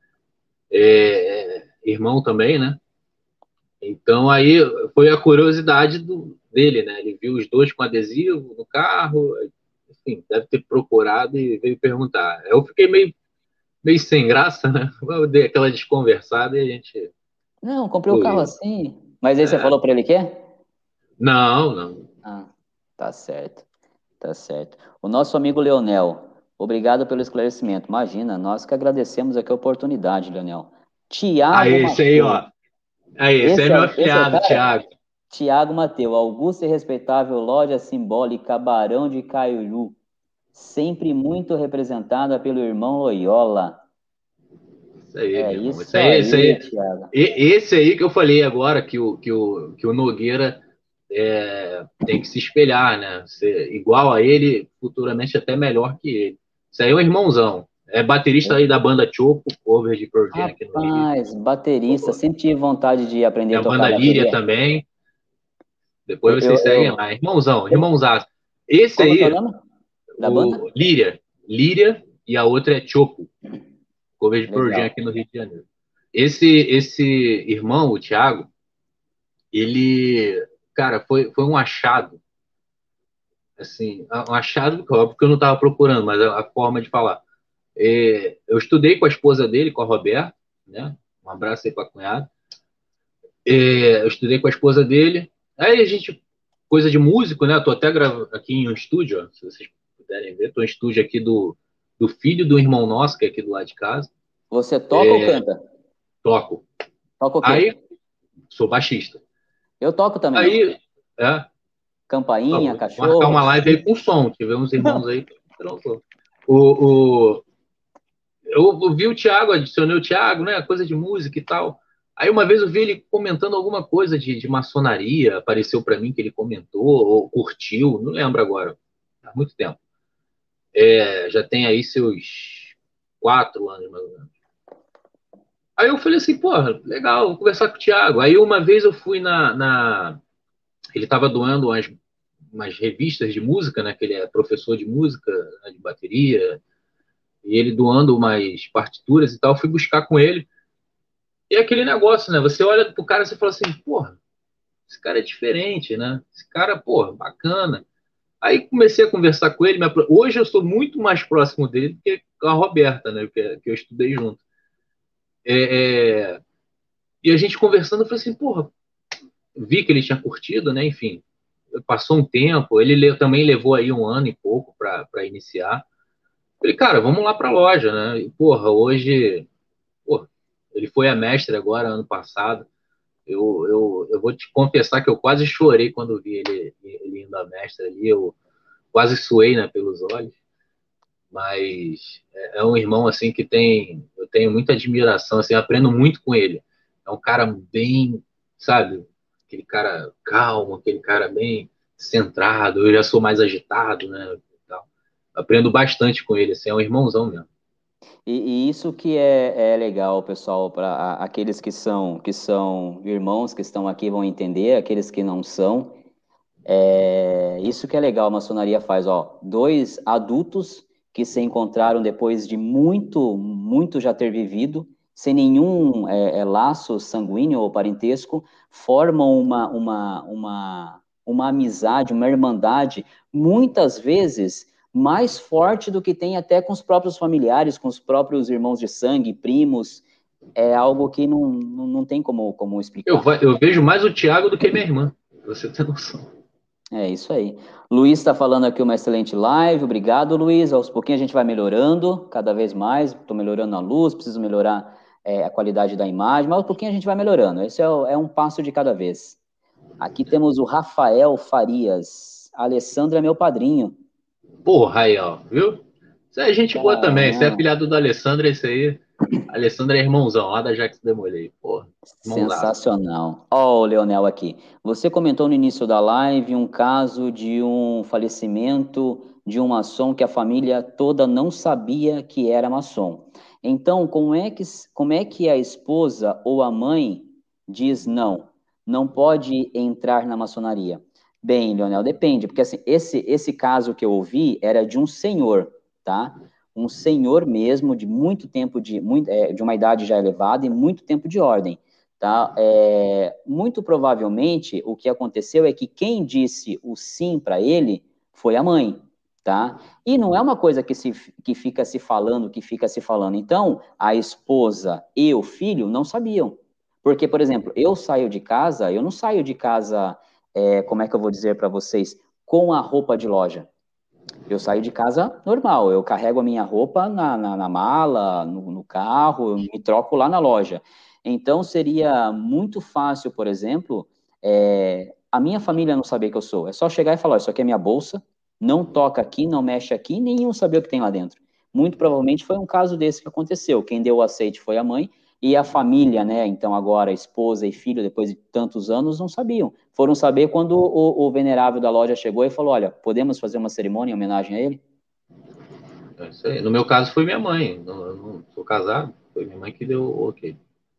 Irmão também, né? Então aí foi a curiosidade dele, né? Ele viu os dois com adesivo no carro, enfim, deve ter procurado e veio perguntar. Eu fiquei meio sem graça, né? Eu dei aquela desconversada e a gente... Não, comprei o carro assim. Mas aí você falou para ele que é? Não, não. Ah, tá certo. Tá certo. O nosso amigo Leonel, obrigado pelo esclarecimento. Imagina, nós que agradecemos aqui a oportunidade, Leonel. Tiago Aí, esse aí, Mateus. ó. Aí, esse é meu afilhado, Thiago. Tiago Mateus, augusta e respeitável loja simbólica Barão de Caiuru, sempre muito representada pelo irmão Loyola. Isso aí, meu irmão. Isso aí, Thiago. Esse aí que eu falei agora, que o Nogueira tem que se espelhar, né? Ser igual a ele, futuramente até melhor que ele. Isso aí é um irmãozão. É baterista aí da banda Chopo, cover de Pearl Jam aqui no Rio. Rapaz, baterista, sempre tive vontade de aprender a Tem a tocar banda bateria. Líria também. Depois vocês seguem lá. Irmãozão, irmãozaço. Esse Como aí, que é o nome da banda? Líria, e a outra é Chopo, cover de Pearl Jam aqui no Rio de Janeiro. Esse irmão, o Thiago, ele, cara, foi um achado, assim, um achado, óbvio que eu não estava procurando, mas a forma de falar. Eu estudei com a esposa dele, com a Roberta, né? Um abraço aí para a cunhada. Eu estudei com a esposa dele. Aí a gente, coisa de músico, né? Eu tô até gravando aqui em um estúdio, ó, se vocês puderem ver. Tô em estúdio aqui do filho do irmão nosso, que é aqui do lado de casa. Você toca ou canta? Toco. Toca o quê? Aí, sou baixista. Eu toco também. Aí, Campainha, cachorro. Marcar uma live aí com som. Tivemos irmãos aí. Eu vi o Thiago, adicionei o Thiago, né? Coisa de música e tal. Aí uma vez eu vi ele comentando alguma coisa de maçonaria, apareceu para mim que ele comentou ou curtiu, não lembro agora. Há muito tempo. Já tem aí seus 4 anos, mais ou menos. Aí eu falei assim, porra, legal, vou conversar com o Thiago. Aí uma vez eu fui ele estava doando umas revistas de música, né? Que ele é professor de música, né, de bateria, e ele doando umas partituras e tal. Eu fui buscar com ele. E é aquele negócio, né? Você olha pro cara e você fala assim, porra, esse cara é diferente, né? Esse cara, porra, bacana. Aí comecei a conversar com ele. Hoje eu sou muito mais próximo dele do que com a Roberta, né? Que eu estudei junto. E a gente conversando, eu falei assim, porra, vi que ele tinha curtido, né? Enfim, passou um tempo. Ele também levou aí 1 ano e pouco para iniciar. Falei, cara, vamos lá pra loja, né? E, porra, hoje... Porra, ele foi a mestre agora, ano passado. Eu vou te confessar que eu quase chorei quando vi ele indo à mestra ali. Eu quase suei, né, pelos olhos. Mas é um irmão, assim, que eu tenho muita admiração, assim, eu aprendo muito com ele. É um cara bem, sabe, aquele cara calmo, aquele cara bem centrado. Eu já sou mais agitado, né, então, aprendo bastante com ele, assim, é um irmãozão mesmo. E isso que é legal, pessoal, para aqueles que são irmãos que estão aqui vão entender, aqueles que não são. Isso que é legal, a maçonaria faz, ó, 2 adultos que se encontraram depois de muito, muito já ter vivido, sem nenhum laço sanguíneo ou parentesco, formam uma amizade, uma irmandade, muitas vezes mais forte do que tem até com os próprios familiares, com os próprios irmãos de sangue, primos. É algo que não tem como explicar. Eu vejo mais o Thiago do que minha irmã, pra você ter noção. É isso aí. Luiz está falando aqui uma excelente live. Obrigado, Luiz. Aos pouquinhos a gente vai melhorando, cada vez mais. Estou melhorando a luz, preciso melhorar a qualidade da imagem, mas aos pouquinhos a gente vai melhorando. Esse é um passo de cada vez. Aqui temos o Rafael Farias. Alessandro é meu padrinho. Porra, aí, ó, viu? Isso aí é gente boa também. Você é Caramba, afilhado do Alessandro, esse aí. Alessandro é irmãozão, lá da Jax Demolei. Porra, irmãozaço. sensacional. Ó, o Leonel aqui. Você comentou no início da live um caso de um falecimento de um maçom que a família toda não sabia que era maçom. Então, como é que a esposa ou a mãe diz não pode entrar na maçonaria? Bem, Leonel, depende, porque assim, esse caso que eu ouvi era de um senhor, tá? Um senhor mesmo, de muito tempo, de uma idade já elevada e muito tempo de ordem, tá? Muito provavelmente, o que aconteceu é que quem disse o sim para ele foi a mãe, tá? E não é uma coisa que fica se falando, que fica se falando. Então, a esposa e o filho não sabiam. Porque, por exemplo, eu não saio de casa, como é que eu vou dizer para vocês, com a roupa de loja. Eu saio de casa normal, eu carrego a minha roupa na mala, no carro, eu me troco lá na loja. Então, seria muito fácil, por exemplo, a minha família não saber que eu sou. É só chegar e falar: isso aqui é minha bolsa, não toca aqui, não mexe aqui, nenhum saber o que tem lá dentro. Muito provavelmente foi um caso desse que aconteceu. Quem deu o aceite foi a mãe e a família, né? Então, agora, esposa e filho, depois de tantos anos, não sabiam. Foram saber quando o venerável da loja chegou e falou: olha, podemos fazer uma cerimônia em homenagem a ele? É isso aí. No meu caso, foi minha mãe. Eu não sou casado, foi minha mãe que deu o ok.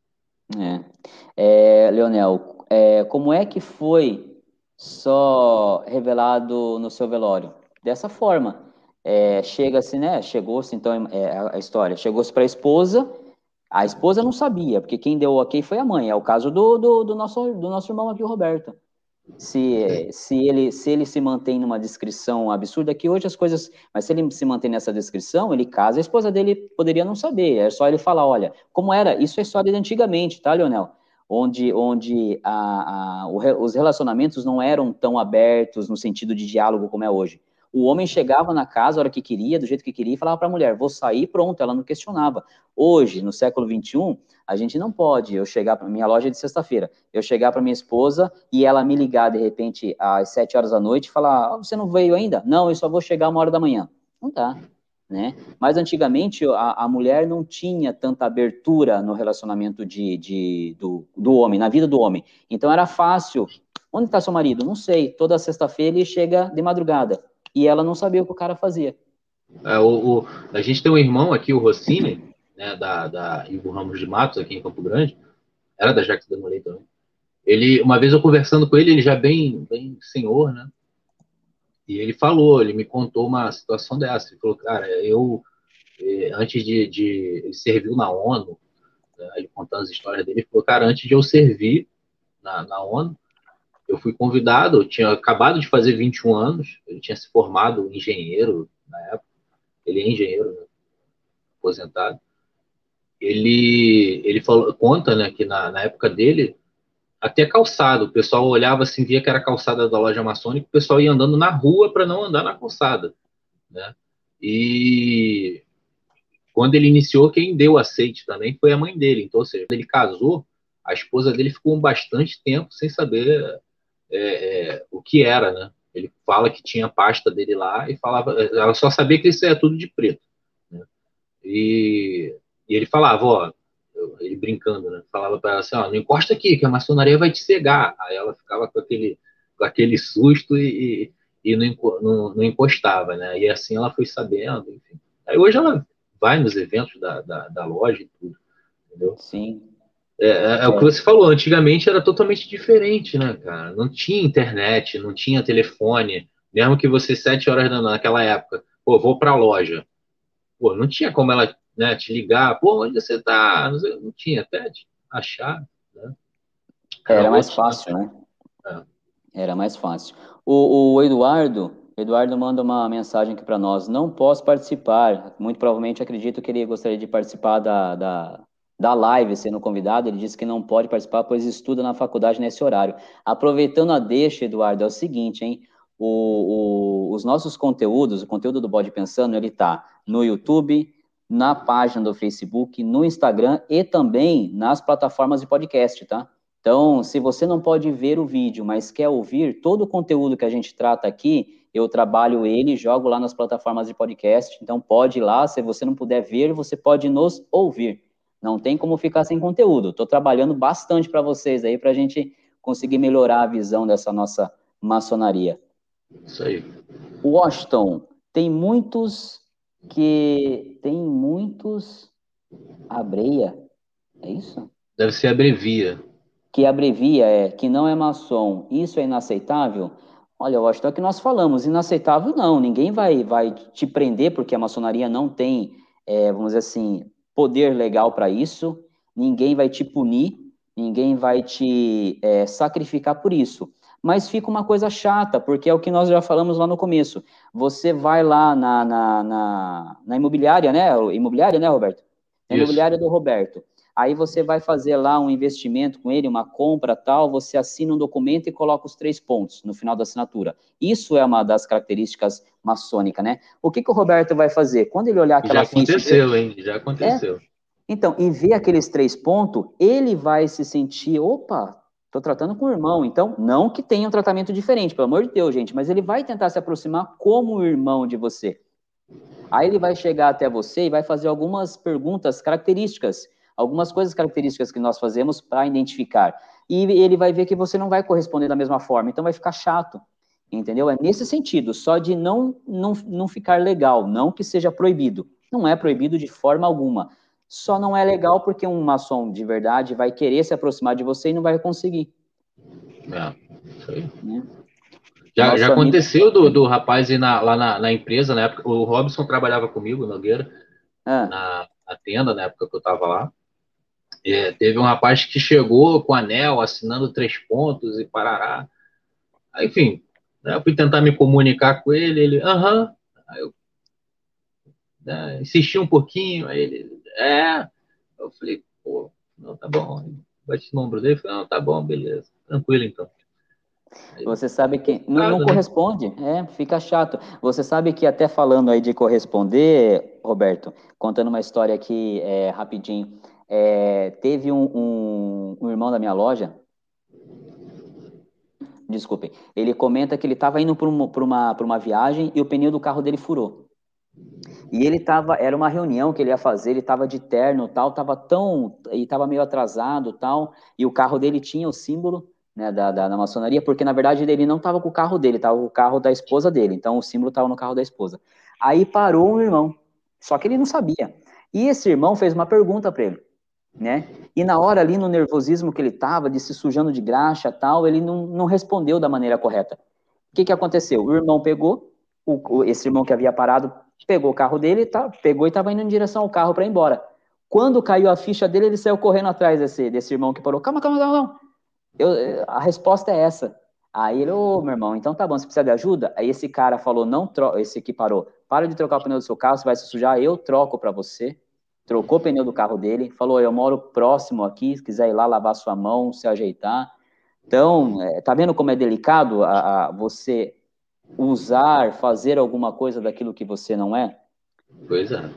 Leonel, como é que foi só revelado no seu velório? Dessa forma. Chega-se, né? Chegou-se, então, a história. Chegou-se para a esposa não sabia, porque quem deu o ok foi a mãe. É o caso do nosso irmão aqui, o Roberto. Se ele se mantém numa descrição absurda, que hoje as coisas. Mas se ele se mantém nessa descrição, ele casa, a esposa dele poderia não saber. É só ele falar: olha, como era. Isso é história de antigamente, tá, Leonel? Onde os relacionamentos não eram tão abertos no sentido de diálogo como é hoje. O homem chegava na casa a hora que queria, do jeito que queria, e falava para a mulher: vou sair, pronto, ela não questionava. Hoje, no século XXI, a gente não pode. Eu chegar para minha loja de sexta-feira, eu chegar para minha esposa e ela me ligar de repente às 7 horas da noite e falar: você não veio ainda? Não, eu só vou chegar 1 hora da manhã. Não dá, né? Mas antigamente a mulher não tinha tanta abertura no relacionamento do homem, na vida do homem. Então era fácil. Onde está seu marido? Não sei. Toda sexta-feira ele chega de madrugada. E ela não sabia o que o cara fazia. A gente tem um irmão aqui, o Rossini, né, da Ivo Ramos de Matos, aqui em Campo Grande. Era da Jax Demolei também. Uma vez eu conversando com ele já bem senhor, né? E ele me contou uma situação dessa. Ele falou: cara, antes ele serviu na ONU, né, ele contando as histórias dele, ele falou: cara, antes de eu servir na ONU, eu fui convidado, eu tinha acabado de fazer 21 anos, ele tinha se formado engenheiro na época, ele é engenheiro, né, aposentado. Ele conta, né, que na época dele, até calçado, o pessoal olhava assim, via que era calçada da loja maçônica, o pessoal ia andando na rua para não andar na calçada, né? E quando ele iniciou, quem deu aceite também foi a mãe dele. Então, ou seja, quando ele casou, a esposa dele ficou bastante tempo sem saber o que era, né? Ele fala que tinha a pasta dele lá e falava, ela só sabia que isso é tudo de preto, né? E ele falava, ó, ele brincando, né? Falava para ela assim, ó, não encosta aqui, que a maçonaria vai te cegar. Aí ela ficava com aquele susto e não encostava, né? E assim ela foi sabendo, enfim. Aí hoje ela vai nos eventos da loja e tudo, entendeu? Sim. É o que você falou, antigamente era totalmente diferente, né, cara? Não tinha internet, não tinha telefone, mesmo que você, 7 horas naquela época, pô, vou pra loja. Pô, não tinha como ela, né, te ligar, pô, onde você tá? Não tinha, até achar, né? Era Era mais outro fácil, tempo. né? É. Era mais fácil. O Eduardo manda uma mensagem aqui para nós. Não posso participar. Muito provavelmente acredito que ele gostaria de participar da live, sendo convidado. Ele disse que não pode participar, pois estuda na faculdade nesse horário. Aproveitando a deixa, Eduardo, é o seguinte, hein? Os nossos conteúdos, o conteúdo do Bode Pensando, ele está no YouTube, na página do Facebook, no Instagram e também nas plataformas de podcast, tá? Então, se você não pode ver o vídeo, mas quer ouvir todo o conteúdo que a gente trata aqui, eu trabalho ele e jogo lá nas plataformas de podcast. Então, pode ir lá. Se você não puder ver, você pode nos ouvir. Não tem como ficar sem conteúdo. Estou trabalhando bastante para vocês aí, para a gente conseguir melhorar a visão dessa nossa maçonaria. Isso aí. Washington, tem muitos abreia, é isso? Deve ser abrevia. Que abrevia, que não é maçom, isso é inaceitável? Olha, eu acho que é o que nós falamos, inaceitável não, ninguém vai te prender porque a maçonaria não tem, vamos dizer assim, poder legal para isso, ninguém vai te punir, ninguém vai te sacrificar por isso. Mas fica uma coisa chata, porque é o que nós já falamos lá no começo. Você vai lá na imobiliária, né? Imobiliária, né, Roberto? Na imobiliária do Roberto. Aí você vai fazer lá um investimento com ele, uma compra tal, você assina um documento e coloca os 3 pontos no final da assinatura. Isso é uma das características maçônicas, né? O que o Roberto vai fazer? Quando ele olhar aquela ficha... Já aconteceu, hein? Já aconteceu. Então, e ver aqueles 3 pontos, ele vai se sentir, opa, estou tratando com o irmão. Então, não que tenha um tratamento diferente, pelo amor de Deus, gente, mas ele vai tentar se aproximar como irmão de você. Aí ele vai chegar até você e vai fazer algumas perguntas características, algumas coisas características que nós fazemos para identificar. E ele vai ver que você não vai corresponder da mesma forma, então vai ficar chato, entendeu? É nesse sentido, só de não ficar legal, não que seja proibido. Não é proibido de forma alguma. Só não é legal porque um maçom de verdade vai querer se aproximar de você e não vai conseguir. Isso aí. Né? Já aconteceu do rapaz ir lá na empresa, na época, o Robson trabalhava comigo, Nogueira, na tenda, na época que eu estava lá. Teve um rapaz que chegou com anel, assinando 3 pontos e parará. Aí, enfim, né, eu fui tentar me comunicar com ele, aham. Aí eu insisti um pouquinho, aí ele, eu falei, pô, não, tá bom. Bati o ombro dele, falei, não, tá bom, beleza, tranquilo então. Você sabe que não corresponde, fica chato. Você sabe que até falando aí de corresponder, Roberto, contando uma história aqui rapidinho, teve um irmão da minha loja, desculpem, ele comenta que ele estava indo para uma viagem e o pneu do carro dele furou. E era uma reunião que ele ia fazer, ele estava de terno, tal, ele estava meio atrasado, tal, e o carro dele tinha o símbolo, né, da maçonaria, porque na verdade ele não estava com o carro dele, estava com o carro da esposa dele, então o símbolo estava no carro da esposa. Aí parou um irmão, só que ele não sabia. E esse irmão fez uma pergunta para ele, né? E na hora ali, no nervosismo que ele estava, de se sujando de graxa, tal, ele não respondeu da maneira correta. O que aconteceu? O irmão pegou, esse irmão que havia parado, pegou o carro dele, pegou e estava indo em direção ao carro para ir embora. Quando caiu a ficha dele, ele saiu correndo atrás desse irmão que parou. Calma. A resposta é essa. Aí ele, meu irmão, então tá bom, você precisa de ajuda? Aí esse cara falou, esse que parou, para de trocar o pneu do seu carro, você vai se sujar, eu troco para você. Trocou o pneu do carro dele, falou, eu moro próximo aqui, se quiser ir lá lavar sua mão, se ajeitar. Então, tá vendo como é delicado você fazer alguma coisa daquilo que você não é? Pois é.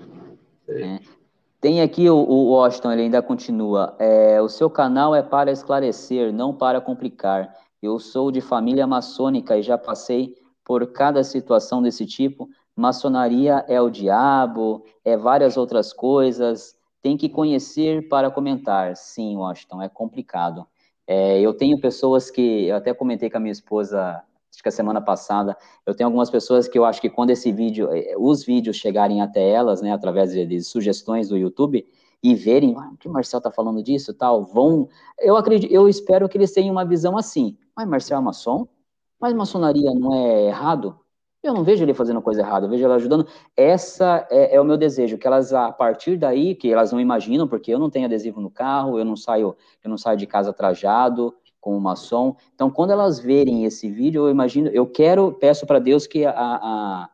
Tem aqui o Washington, ele ainda continua. O seu canal é para esclarecer, não para complicar. Eu sou de família maçônica e já passei por cada situação desse tipo. Maçonaria é o diabo, várias outras coisas. Tem que conhecer para comentar. Sim, Washington, é complicado. Eu tenho pessoas que, eu até comentei com a minha esposa, acho que a semana passada, eu tenho algumas pessoas que eu acho que quando os vídeos chegarem até elas, né, através de sugestões do YouTube, e verem, o que o Marcel tá falando disso, tal, eu espero que eles tenham uma visão assim, mas Marcel é maçom? Mas maçonaria não é errado? Eu não vejo ele fazendo coisa errada, eu vejo ela ajudando. Essa é o meu desejo, que elas, a partir daí, que elas não imaginam, porque eu não tenho adesivo no carro, eu não saio de casa trajado, como maçom. Então, quando elas verem esse vídeo, peço para Deus que a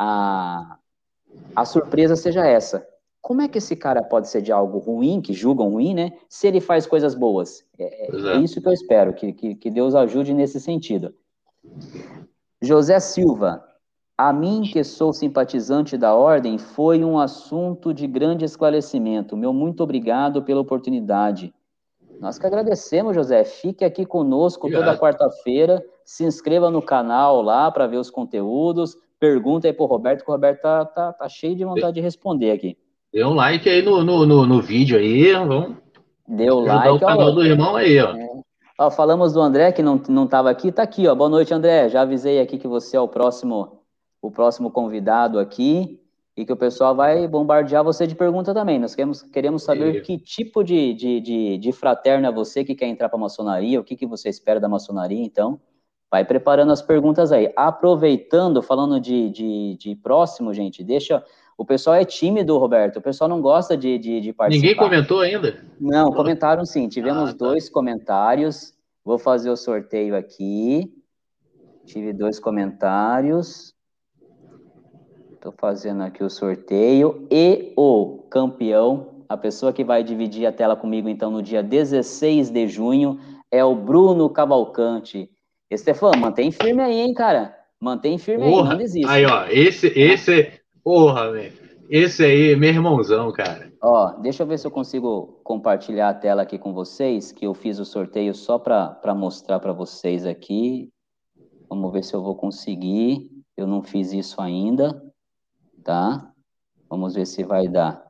surpresa seja essa. Como é que esse cara pode ser de algo ruim, que julgam ruim, né? Se ele faz coisas boas. É isso que eu espero, que Deus ajude nesse sentido. José Silva, a mim que sou simpatizante da ordem, foi um assunto de grande esclarecimento. Meu muito obrigado pela oportunidade. Nós que agradecemos, José. Fique aqui conosco toda quarta-feira. Se inscreva no canal lá para ver os conteúdos. Pergunta aí pro Roberto, que o Roberto tá cheio de vontade de responder aqui. Dê um like aí no vídeo aí. Vamos Deu ajudar like, o canal do irmão aí, ó. Ó, falamos do André, que não estava aqui. Tá aqui, ó. Boa noite, André. Já avisei aqui que você é o próximo convidado aqui e que o pessoal vai bombardear você de pergunta também. Nós queremos saber que tipo de fraterno é você que quer entrar para a maçonaria, o que você espera da maçonaria. Então, vai preparando as perguntas aí. Aproveitando, falando de próximo, gente, deixa... O pessoal é tímido, Roberto. O pessoal não gosta de participar. Ninguém comentou ainda? Não, comentaram sim. Tivemos 2 comentários. Vou fazer o sorteio aqui. Tive 2 comentários. Estou fazendo aqui o sorteio. E o campeão, a pessoa que vai dividir a tela comigo, então, no dia 16 de junho, é o Bruno Cavalcante. Estefan, mantém firme aí, hein, cara? Mantém firme aí, não desista. Aí, ó, porra, velho. Esse aí, meu irmãozão, cara. Ó, deixa eu ver se eu consigo compartilhar a tela aqui com vocês, que eu fiz o sorteio só para mostrar para vocês aqui. Vamos ver se eu vou conseguir. Eu não fiz isso ainda, tá? Vamos ver se vai dar.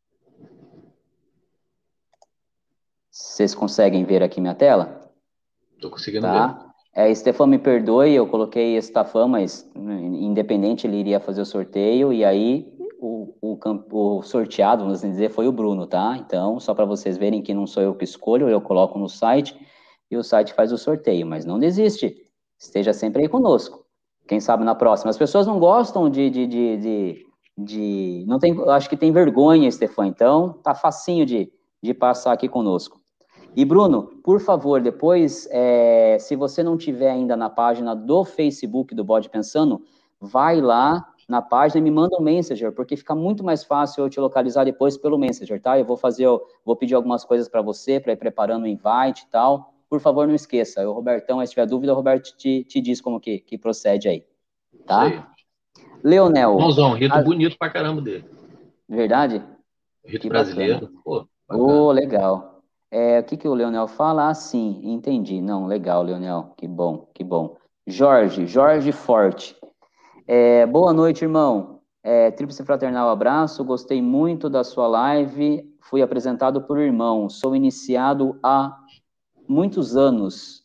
Vocês conseguem ver aqui minha tela? Tô conseguindo ver. Stefan, me perdoe, eu coloquei Estafan, mas independente ele iria fazer o sorteio, e aí o sorteado, vamos dizer, foi o Bruno, tá? Então, só para vocês verem que não sou eu que escolho, eu coloco no site, e o site faz o sorteio, mas não desiste, esteja sempre aí conosco. Quem sabe na próxima. As pessoas não gostam não tem, acho que tem vergonha, Stefan, então tá facinho de passar aqui conosco. E, Bruno, por favor, depois, se você não tiver ainda na página do Facebook do Bode Pensando, vai lá na página e me manda um Messenger, porque fica muito mais fácil eu te localizar depois pelo Messenger, tá? Eu vou pedir algumas coisas para você, para ir preparando o invite e tal. Por favor, não esqueça. O Robertão, se tiver dúvida, o Roberto te diz como que procede aí, tá? Isso aí. Leonel. Irmãozão, rito bonito pra caramba dele. Verdade? Rito que brasileiro. Bacana. Pô, legal. O que o Leonel fala? Ah, sim, entendi. Não, legal, Leonel. Que bom, que bom. Jorge Forte. Boa noite, irmão. Tríplice Fraternal abraço, gostei muito da sua live. Fui apresentado por irmão. Sou iniciado há muitos anos.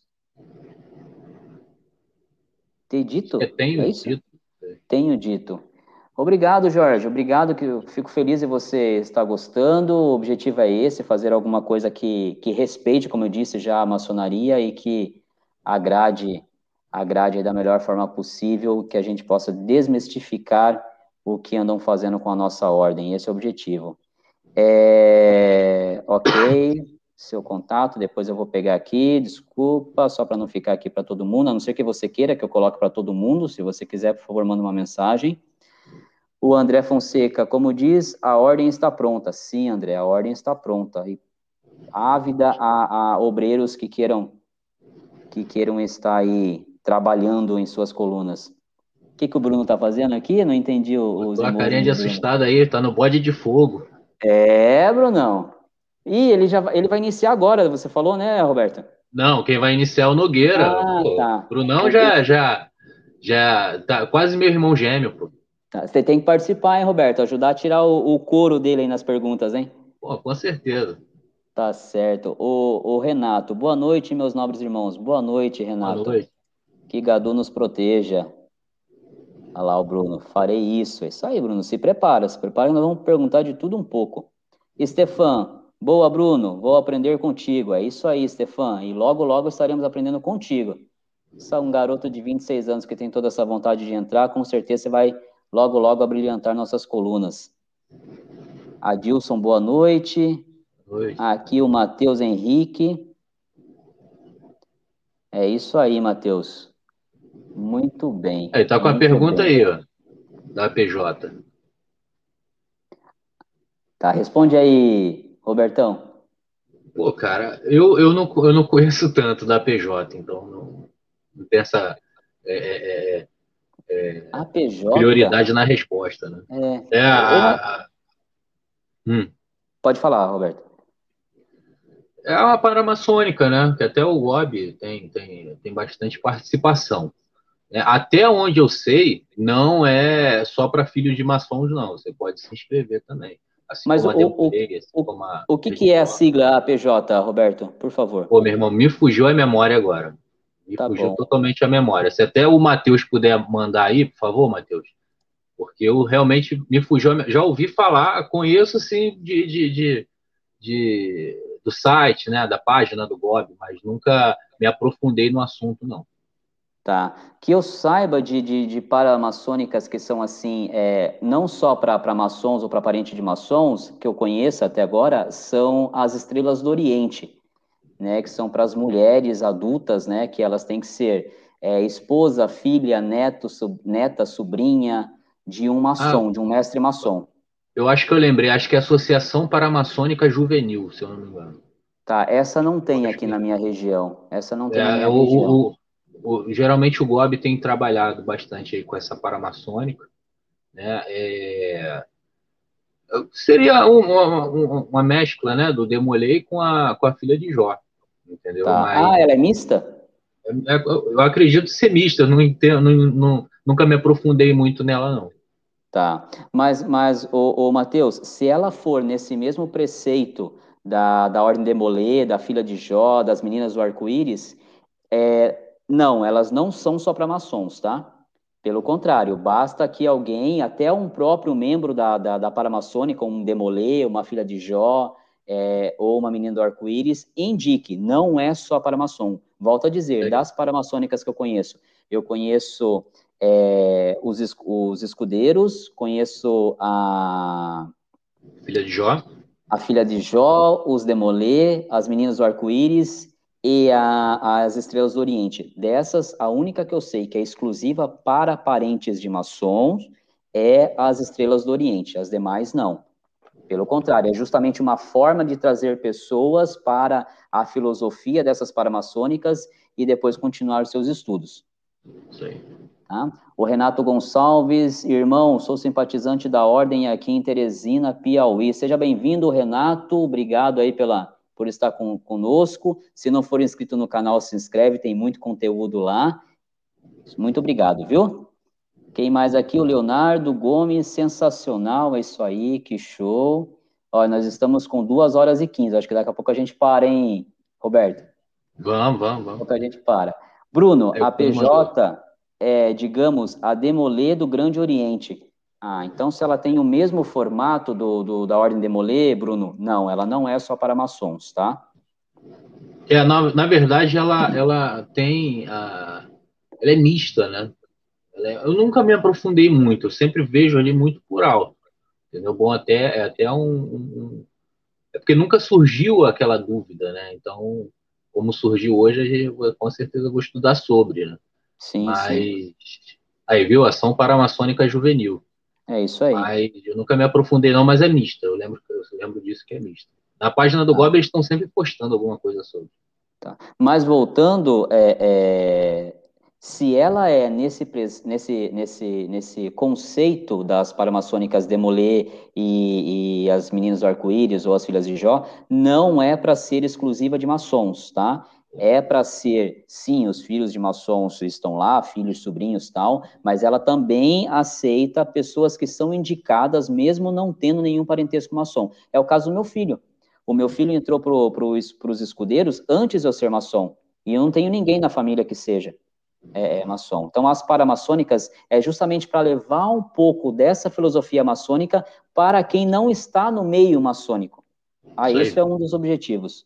Tem dito? Tenho dito. Tenho dito. Obrigado, Jorge. Obrigado, que eu fico feliz de você estar gostando. O objetivo é esse, fazer alguma coisa que respeite, como eu disse já, a maçonaria e que agrade da melhor forma possível, que a gente possa desmistificar o que andam fazendo com a nossa ordem. Esse é o objetivo. Ok, seu contato, depois eu vou pegar aqui, desculpa, só para não ficar aqui para todo mundo, a não ser que você queira que eu coloque para todo mundo, se você quiser, por favor, manda uma mensagem. O André Fonseca, como diz, a ordem está pronta. Sim, André, a ordem está pronta. E ávida a obreiros que queiram estar aí trabalhando em suas colunas. O que o Bruno está fazendo aqui? Não entendi os emojis. A carinha de assustado aí, tá no bode de fogo. Brunão. Ih, ele vai iniciar agora, você falou, né, Roberto? Não, quem vai iniciar é o Nogueira. Tá. Brunão já tá quase meu irmão gêmeo, pô. Tá. Você tem que participar, hein, Roberto? Ajudar a tirar o couro dele aí nas perguntas, hein? Pô, com certeza. Tá certo. O Renato, boa noite, meus nobres irmãos. Boa noite, Renato. Boa noite. Que Gadu nos proteja. Olha lá o Bruno, farei isso. É isso aí, Bruno, se prepara, nós vamos perguntar de tudo um pouco. Estefan, boa, Bruno, vou aprender contigo. É isso aí, Estefan, e logo, logo estaremos aprendendo contigo. Você é um garoto de 26 anos que tem toda essa vontade de entrar, com certeza você vai logo, logo abrilhantar nossas colunas. Adilson, boa noite. Aqui o Matheus Henrique. É isso aí, Matheus. Muito bem. Aí tá com a pergunta aí, ó, da PJ. Tá, responde aí, Robertão. Pô, cara, eu não conheço tanto da PJ, então não tem essa a PJ? prioridade na resposta, né? Pode falar, Roberto. É uma paramaçônica, né? Que até o GOB tem bastante participação. Né? Até onde eu sei, não é só para filhos de maçons, não. Você pode se inscrever também. Assim Mas como a Demolei, assim o, como a o que Filha de que é a Jó. sigla APJ, Roberto? Por favor. Pô, meu irmão, me fugiu a memória agora. Me Tá fugiu bom. totalmente a memória. Se até o Matheus puder mandar aí, por favor, Matheus. Porque eu realmente me fugiu. Já ouvi falar, conheço assim do site, né, da página do Bob, mas nunca me aprofundei no assunto, não. Tá. Que eu saiba de paramaçônicas que são assim, não só para maçons ou para parente de maçons, que eu conheço até agora, são as estrelas do Oriente, né? Que são para as mulheres adultas, né? Que elas têm que ser esposa, filha, neta, sobrinha de um Ah, maçom, de um mestre maçom. eu acho que eu lembrei, acho que é a Associação Paramaçônica Juvenil, se eu não me engano. Tá, essa não Eu tem acho aqui que na minha região. Essa não tem na é, minha região. geralmente o GOB tem trabalhado bastante aí com essa paramaçônica, né? Seria uma mescla, né, do Demolei com a Filha de Jó, entendeu? Tá. Mas Ah, ela é mista? eu acredito ser mista, não entendo, nunca me aprofundei muito nela, não. Tá. Mas Matheus, se ela for nesse mesmo preceito da Ordem de Molay, da Filha de Jó, das Meninas do Arco-Íris, não, elas não são só para maçons, tá? Pelo contrário, basta que alguém, até um próprio membro da paramaçônica, um Demolay, uma Filha de Jó, ou uma Menina do Arco-Íris, indique, não é só para maçom. Volto a dizer, Sei. das paramaçônicas que eu conheço os escudeiros, conheço Filha de Jó? a Filha de Jó, os Demolê, as Meninas do Arco-Íris e as Estrelas do Oriente. Dessas, a única que eu sei que é exclusiva para parentes de maçons é as Estrelas do Oriente, as demais não. Pelo contrário, é justamente uma forma de trazer pessoas para a filosofia dessas paramaçônicas e depois continuar os seus estudos. Sei. Tá? O Renato Gonçalves, irmão, sou simpatizante da Ordem aqui em Teresina, Piauí. Seja bem-vindo, Renato. Obrigado aí por estar conosco. Se não for inscrito no canal, se inscreve, tem muito conteúdo lá. Muito obrigado, viu? Quem mais aqui? O Leonardo Gomes, sensacional, é isso aí, que show. Olha, nós estamos com 2h15, acho que daqui a pouco a gente para, hein, Roberto? Vamos. Pouco a gente para. Bruno, Aí o a Bruno mandou. PJ é, digamos, a Demolê do Grande Oriente. Ah, então se ela tem o mesmo formato da Ordem Demolê, Bruno, não, ela não é só para maçons, tá? Na verdade, ela ela é mista, né? Eu nunca me aprofundei muito, eu sempre vejo ali muito por alto, entendeu? Bom, é até é porque nunca surgiu aquela dúvida, né? Então, como surgiu hoje, com certeza eu vou estudar sobre, né? Sim, sim, Mas, aí, viu? Ação Paramaçônica Juvenil. é isso aí. Mas eu nunca me aprofundei não, mas é mista, eu lembro disso que é mista. Na página do Tá, Gob eles estão sempre postando alguma coisa sobre. tá. Mas voltando, se ela é nesse conceito das paramaçônicas Demolê e as Meninas do Arco-Íris ou as Filhas de Jó, não é para ser exclusiva de maçons, tá? É para ser, sim, os filhos de maçons estão lá, filhos, sobrinhos, tal, mas ela também aceita pessoas que são indicadas, mesmo não tendo nenhum parentesco maçom. É o caso do meu filho. O meu filho entrou para os escudeiros antes de eu ser maçom, e eu não tenho ninguém na família que seja maçom. Então, as paramaçônicas é justamente para levar um pouco dessa filosofia maçônica para quem não está no meio maçônico. Ah, Isso isso aí. é um dos objetivos.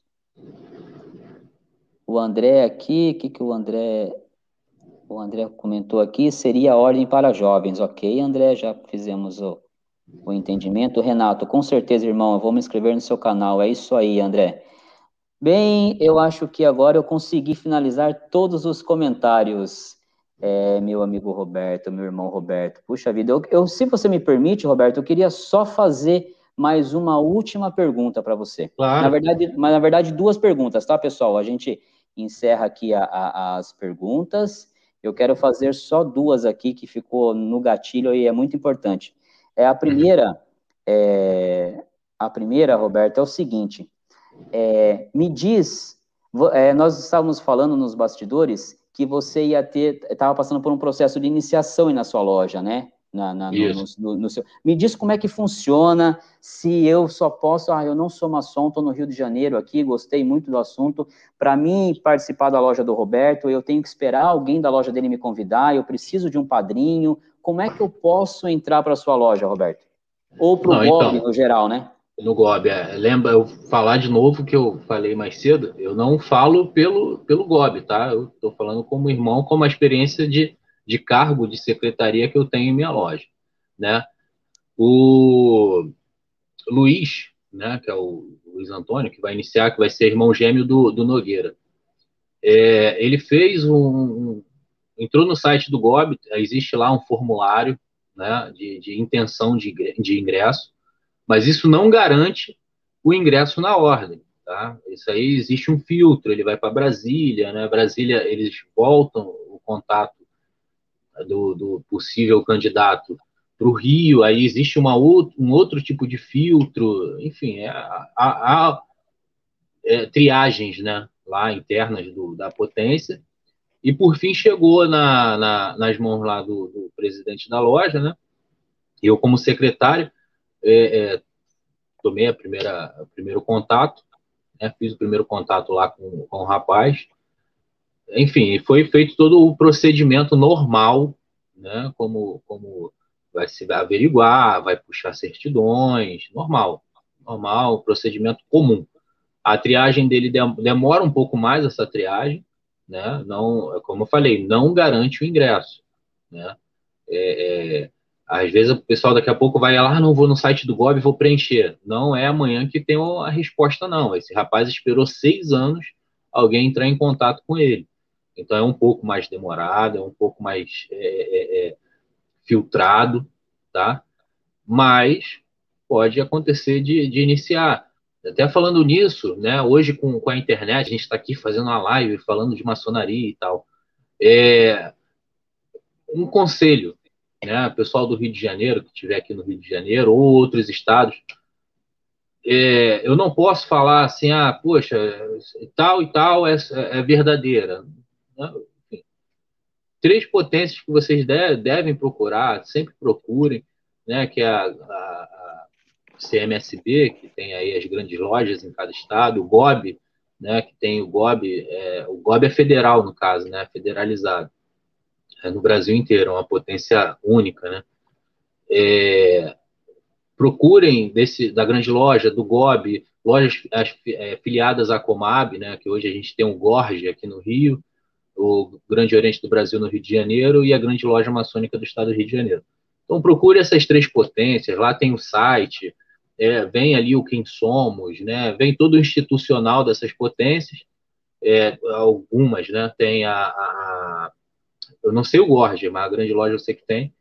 O André aqui, o que que o André comentou aqui? Seria a ordem para jovens. Ok, André, já fizemos o entendimento. Renato, com certeza, irmão, eu vou me inscrever no seu canal. É isso aí, André. Bem, eu acho que agora eu consegui finalizar todos os comentários, meu amigo Roberto, meu irmão Roberto. Puxa vida, se você me permite, Roberto, eu queria só fazer mais uma última pergunta para você. Claro. Na verdade, duas perguntas, tá, pessoal? A gente encerra aqui as perguntas. Eu quero fazer só duas aqui que ficou no gatilho e é muito importante. É, a Uhum. primeira, é, a primeira, Roberto, é o seguinte. Me diz, nós estávamos falando nos bastidores que você estava passando por um processo de iniciação aí na sua loja, né? No seu... Me diz como é que funciona, se eu só posso... eu não sou maçom, estou no Rio de Janeiro aqui, gostei muito do assunto. Para mim participar da loja do Roberto, eu tenho que esperar alguém da loja dele me convidar, eu preciso de um padrinho. Como é que eu posso entrar para a sua loja, Roberto? Ou para o Bob, no geral, né? No Gob, lembra eu falar de novo que eu falei mais cedo? Eu não falo pelo Gob, tá? Eu estou falando como irmão, como a experiência de cargo de secretaria que eu tenho em minha loja, né? O Luiz, né, que é o Luiz Antônio, que vai iniciar, que vai ser irmão gêmeo do Nogueira. Ele fez entrou no site do Gob, existe lá um formulário, né, de intenção de ingresso, mas isso não garante o ingresso na ordem, tá? Isso aí existe um filtro, ele vai para Brasília, né? Brasília, eles voltam o contato do possível candidato para o Rio, aí existe um outro tipo de filtro, enfim, há triagens, né, lá internas da potência, e por fim chegou nas mãos lá do presidente da loja, né? Eu, como secretário, tomei o primeiro contato, né? Fiz o primeiro contato lá com o rapaz. Enfim, foi feito todo o procedimento normal, né? Como vai se averiguar, vai puxar certidões, normal, procedimento comum. A triagem dele demora um pouco mais, essa triagem, né? Não, como eu falei, não garante o ingresso, né? Às vezes o pessoal daqui a pouco vai lá, não vou no site do Gob e vou preencher. Não é amanhã que tem a resposta, não. Esse rapaz esperou 6 anos alguém entrar em contato com ele. Então é um pouco mais demorado, é um pouco mais filtrado, tá? Mas pode acontecer de iniciar. Até falando nisso, né? Hoje com a internet, a gente está aqui fazendo uma live falando de maçonaria e tal. Um conselho, né, pessoal do Rio de Janeiro, que estiver aqui no Rio de Janeiro, ou outros estados, eu não posso falar assim, poxa, tal e tal é verdadeira. Enfim, 3 potências que vocês devem procurar, sempre procurem, né, que é a CMSB, que tem aí as grandes lojas em cada estado, o GOB, né, que tem o GOB é federal, no caso, né, federalizado. No Brasil inteiro, é uma potência única, né? Procurem da grande loja, do GOB, lojas filiadas à Comab, né? Que hoje a gente tem o Gorge aqui no Rio, o Grande Oriente do Brasil no Rio de Janeiro e a grande loja maçônica do estado do Rio de Janeiro. Então procure essas 3 potências, lá tem o site, vem ali o Quem Somos, né? Vem todo o institucional dessas potências, algumas, né? Tem eu não sei o Gorge, mas a grande loja eu sei que tem,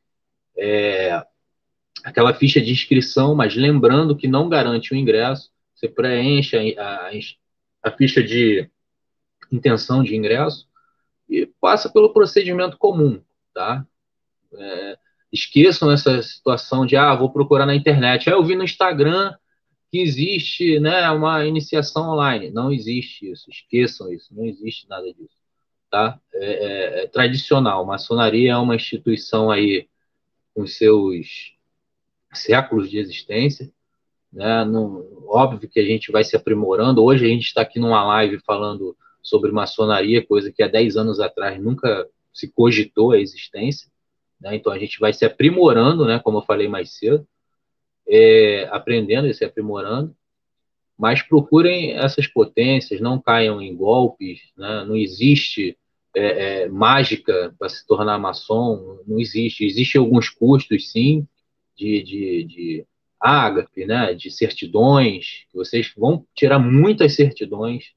aquela ficha de inscrição, mas lembrando que não garante o ingresso, você preenche a ficha de intenção de ingresso e passa pelo procedimento comum, tá? Esqueçam essa situação de, vou procurar na internet. Eu vi no Instagram que existe, né, uma iniciação online. Não existe isso, esqueçam isso, não existe nada disso, tá? É tradicional. Maçonaria é uma instituição aí com seus séculos de existência, né? Óbvio que a gente vai se aprimorando. Hoje a gente está aqui numa live falando sobre maçonaria, coisa que há 10 anos atrás nunca se cogitou a existência, né? Então a gente vai se aprimorando, né? Como eu falei mais cedo, aprendendo e se aprimorando, mas procurem essas potências, não caiam em golpes, né? Não existe mágica para se tornar maçom, não existe. Existem alguns custos, sim, de ágape, né, de certidões, que vocês vão tirar muitas certidões,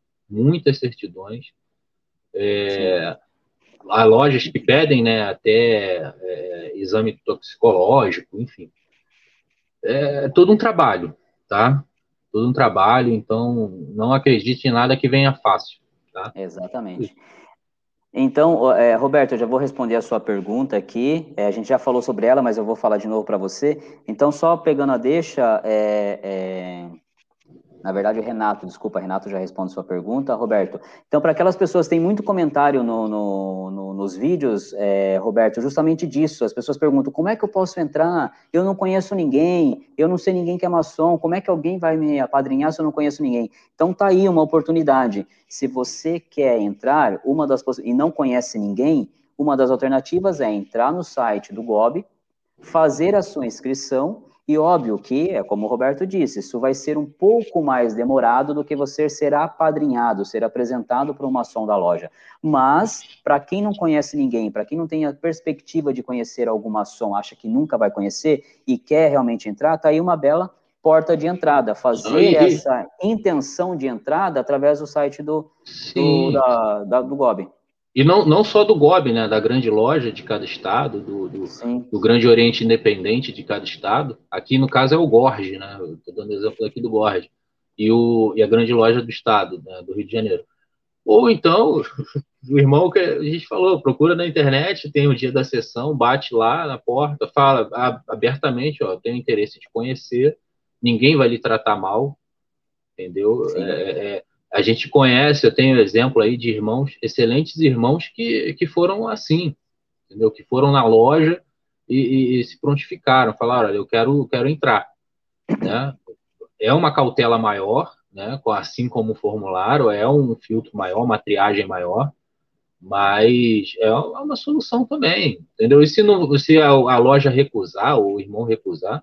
há lojas que pedem, né, até exame toxicológico, enfim. É todo um trabalho, tá? Todo um trabalho, então não acredite em nada que venha fácil, tá? Exatamente. Então, Roberto, eu já vou responder a sua pergunta aqui. A gente já falou sobre ela, mas eu vou falar de novo para você. Então, só pegando a deixa, Na verdade, Renato, desculpa, Renato já responde sua pergunta, Roberto. Então, para aquelas pessoas, tem muito comentário nos vídeos, Roberto, justamente disso. As pessoas perguntam, como é que eu posso entrar? Eu não conheço ninguém, eu não sei ninguém que é maçom, como é que alguém vai me apadrinhar se eu não conheço ninguém? Então, tá aí uma oportunidade. Se você quer entrar, e não conhece ninguém, uma das alternativas é entrar no site do GOB, fazer a sua inscrição, e óbvio que, é como o Roberto disse, isso vai ser um pouco mais demorado do que você ser apadrinhado, ser apresentado para uma maçom da loja. Mas, para quem não conhece ninguém, para quem não tem a perspectiva de conhecer algum maçom, acha que nunca vai conhecer e quer realmente entrar, tá aí uma bela porta de entrada, fazer essa intenção de entrada através do site do GOB. E não só do GOB, né, da grande loja de cada estado, do grande Oriente Independente de cada estado. Aqui, no caso, é o Gorge, né? Estou dando exemplo aqui do Gorge. E a grande loja do estado, né, do Rio de Janeiro. Ou então, o irmão que a gente falou, procura na internet, tem o dia da sessão, bate lá na porta, fala abertamente, ó, tenho interesse de conhecer, ninguém vai lhe tratar mal, entendeu? A gente conhece, eu tenho exemplo aí de irmãos, excelentes irmãos que foram assim, entendeu? Que foram na loja e se prontificaram, falaram, olha, eu quero entrar, né? É uma cautela maior, né? Assim como o formulário, é um filtro maior, uma triagem maior, mas é uma solução também, entendeu? E se a loja recusar, ou o irmão recusar,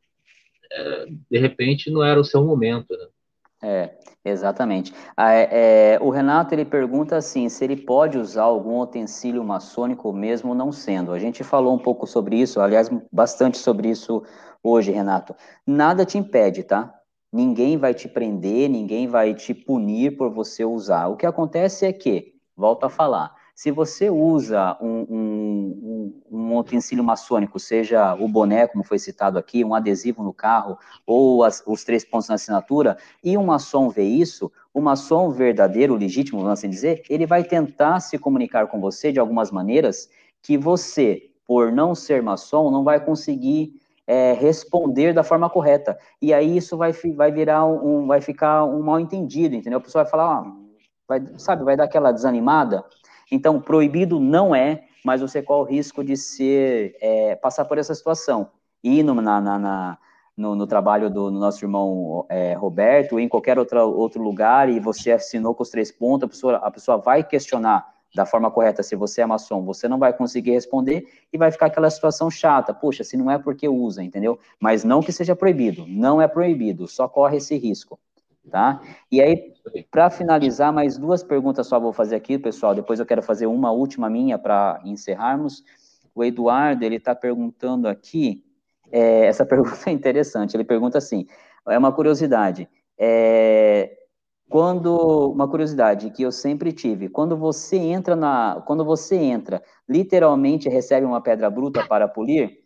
de repente não era o seu momento, né? Exatamente. O Renato, ele pergunta assim, se ele pode usar algum utensílio maçônico mesmo não sendo. A gente falou um pouco sobre isso, aliás, bastante sobre isso hoje, Renato. Nada te impede, tá? Ninguém vai te prender, ninguém vai te punir por você usar. O que acontece é que, volto a falar, se você usa um utensílio maçônico, seja o boné, como foi citado aqui, um adesivo no carro, ou os 3 pontos na assinatura, e um maçom vê isso, o maçom verdadeiro, legítimo, vamos assim dizer, ele vai tentar se comunicar com você de algumas maneiras que você, por não ser maçom, não vai conseguir responder da forma correta. E aí isso vai virar vai ficar um mal entendido, entendeu? A pessoa vai falar, vai dar aquela desanimada. Então, proibido não é, mas você corre o risco de passar por essa situação. E no trabalho do nosso irmão Roberto, ou em qualquer outro lugar, e você assinou com os 3 pontos, a pessoa vai questionar da forma correta se você é maçom, você não vai conseguir responder e vai ficar aquela situação chata. Poxa, se não é porque usa, entendeu? Mas não que seja proibido, não é proibido, só corre esse risco, tá? E aí, para finalizar, mais 2 perguntas só vou fazer aqui, pessoal, depois eu quero fazer uma última minha para encerrarmos. O Eduardo, ele está perguntando aqui, essa pergunta é interessante, ele pergunta assim, é uma curiosidade, uma curiosidade que eu sempre tive, quando você entra, literalmente recebe uma pedra bruta para polir,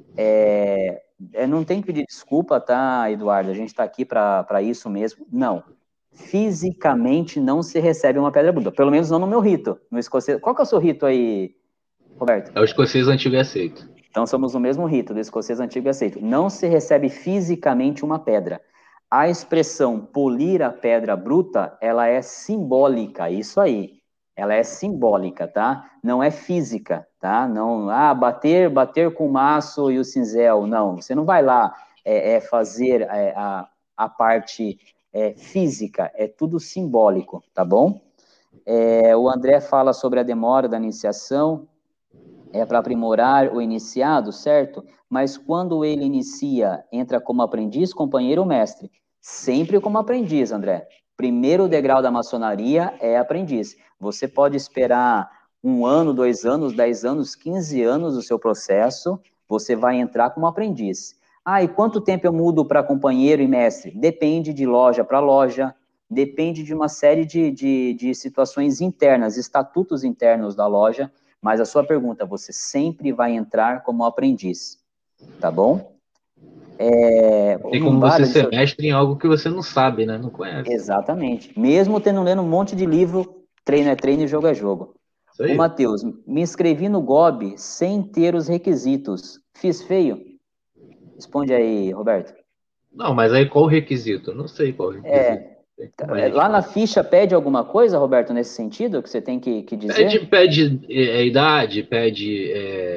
não tem que pedir desculpa, tá, Eduardo? A gente está aqui para isso mesmo. Não. Fisicamente não se recebe uma pedra bruta. Pelo menos não no meu rito. No escocês. Qual que é o seu rito aí, Roberto? É o escocês antigo e aceito. Então somos no mesmo rito do escocês antigo e aceito. Não se recebe fisicamente uma pedra. A expressão polir a pedra bruta, ela é simbólica, isso aí. Ela é simbólica, tá? Não é física, tá? Não, bater com o maço e o cinzel, não. Você não vai lá fazer a parte física, é tudo simbólico, tá bom? O André fala sobre a demora da iniciação, para aprimorar o iniciado, certo? Mas quando ele inicia, entra como aprendiz, companheiro ou mestre? Sempre como aprendiz, André. Primeiro degrau da maçonaria é aprendiz. Você pode esperar 1 ano, 2 anos, 10 anos, 15 anos do seu processo, você vai entrar como aprendiz. Ah, e quanto tempo eu mudo para companheiro e mestre? Depende de loja para loja, depende de uma série de situações internas, estatutos internos da loja, mas a sua pergunta, você sempre vai entrar como aprendiz, tá bom? Tem como você ser mestre em algo que você não sabe, né? Não conhece. Exatamente. Mesmo tendo lendo um monte de livro, treino é treino e jogo é jogo. Isso aí. O Matheus, me inscrevi no GOB sem ter os requisitos. Fiz feio? Responde aí, Roberto. Não, mas aí qual o requisito? Eu não sei qual o requisito. Tem como a gente Lá na falar. ficha pede alguma coisa, Roberto, nesse sentido, que você tem que dizer? Pede idade, pede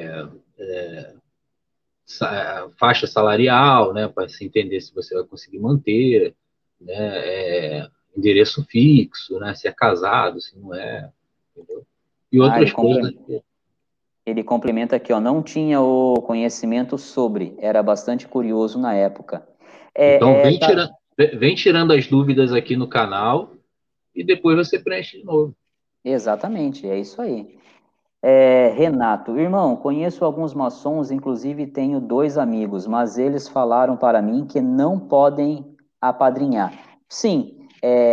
faixa salarial, né, para se entender se você vai conseguir manter, né, endereço fixo, né, se é casado, se não é, entendeu? E Ah, outras coisas. ele complementa aqui, ó, não tinha o conhecimento sobre, era bastante curioso na época. Então, Tá, vem tirando as dúvidas aqui no canal e depois você preenche de novo. exatamente, é isso aí. Renato, irmão, conheço alguns maçons, inclusive tenho dois amigos, mas eles falaram para mim que não podem apadrinhar. Sim,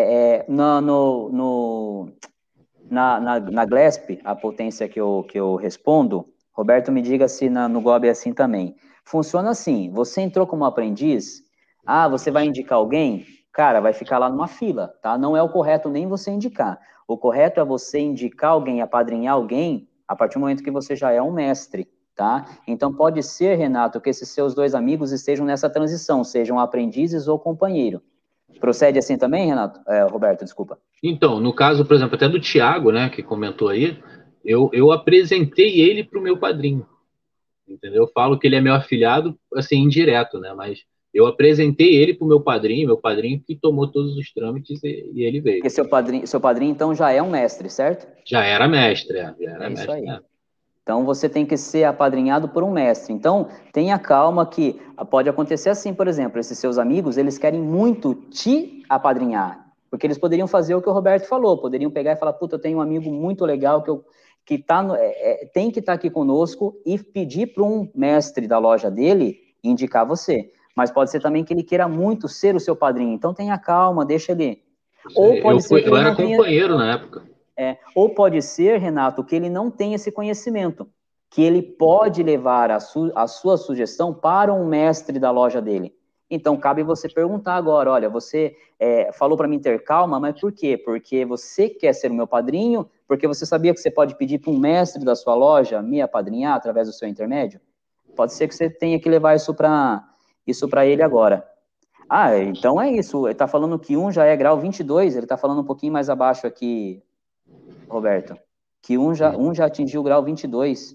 na GLESP, a potência que eu respondo, Roberto, me diga se no GOB é assim também. Funciona assim: você entrou como aprendiz, você vai indicar alguém? Cara, vai ficar lá numa fila, tá? Não é o correto nem você indicar. O correto é você indicar alguém, apadrinhar alguém, a partir do momento que você já é um mestre, tá? Então pode ser, Renato, que esses seus dois amigos estejam nessa transição, sejam aprendizes ou companheiro. Procede assim também, Renato? Roberto, desculpa. Então, no caso, por exemplo, até do Tiago, né, que comentou aí, eu apresentei ele para o meu padrinho, entendeu? Eu falo que ele é meu afilhado, assim, indireto, né, mas eu apresentei ele para o meu padrinho que tomou todos os trâmites e ele veio. Porque seu padrinho, então, já é um mestre, certo? Já era mestre, já era É isso mestre, aí. né? Então, você tem que ser apadrinhado por um mestre. Então, tenha calma que pode acontecer assim, por exemplo, esses seus amigos, eles querem muito te apadrinhar, porque eles poderiam fazer o que o Roberto falou, poderiam pegar e falar, puta, eu tenho um amigo muito legal que tem que estar aqui conosco e pedir para um mestre da loja dele indicar você. Mas pode ser também que ele queira muito ser o seu padrinho. Então, tenha calma, deixa ele. Ou pode ser que Eu ele era não tenha. companheiro na época. Ou pode ser, Renato, que ele não tem esse conhecimento, que ele pode levar a sua sugestão para um mestre da loja dele. Então, cabe você perguntar agora, olha, você falou para mim ter calma, mas por quê? Porque você quer ser o meu padrinho? Porque você sabia que você pode pedir para um mestre da sua loja me apadrinhar através do seu intermédio? Pode ser que você tenha que levar isso para ele agora. Então é isso. Ele está falando que um já é grau 22, ele está falando um pouquinho mais abaixo aqui, Roberto, que um já atingiu o grau 22.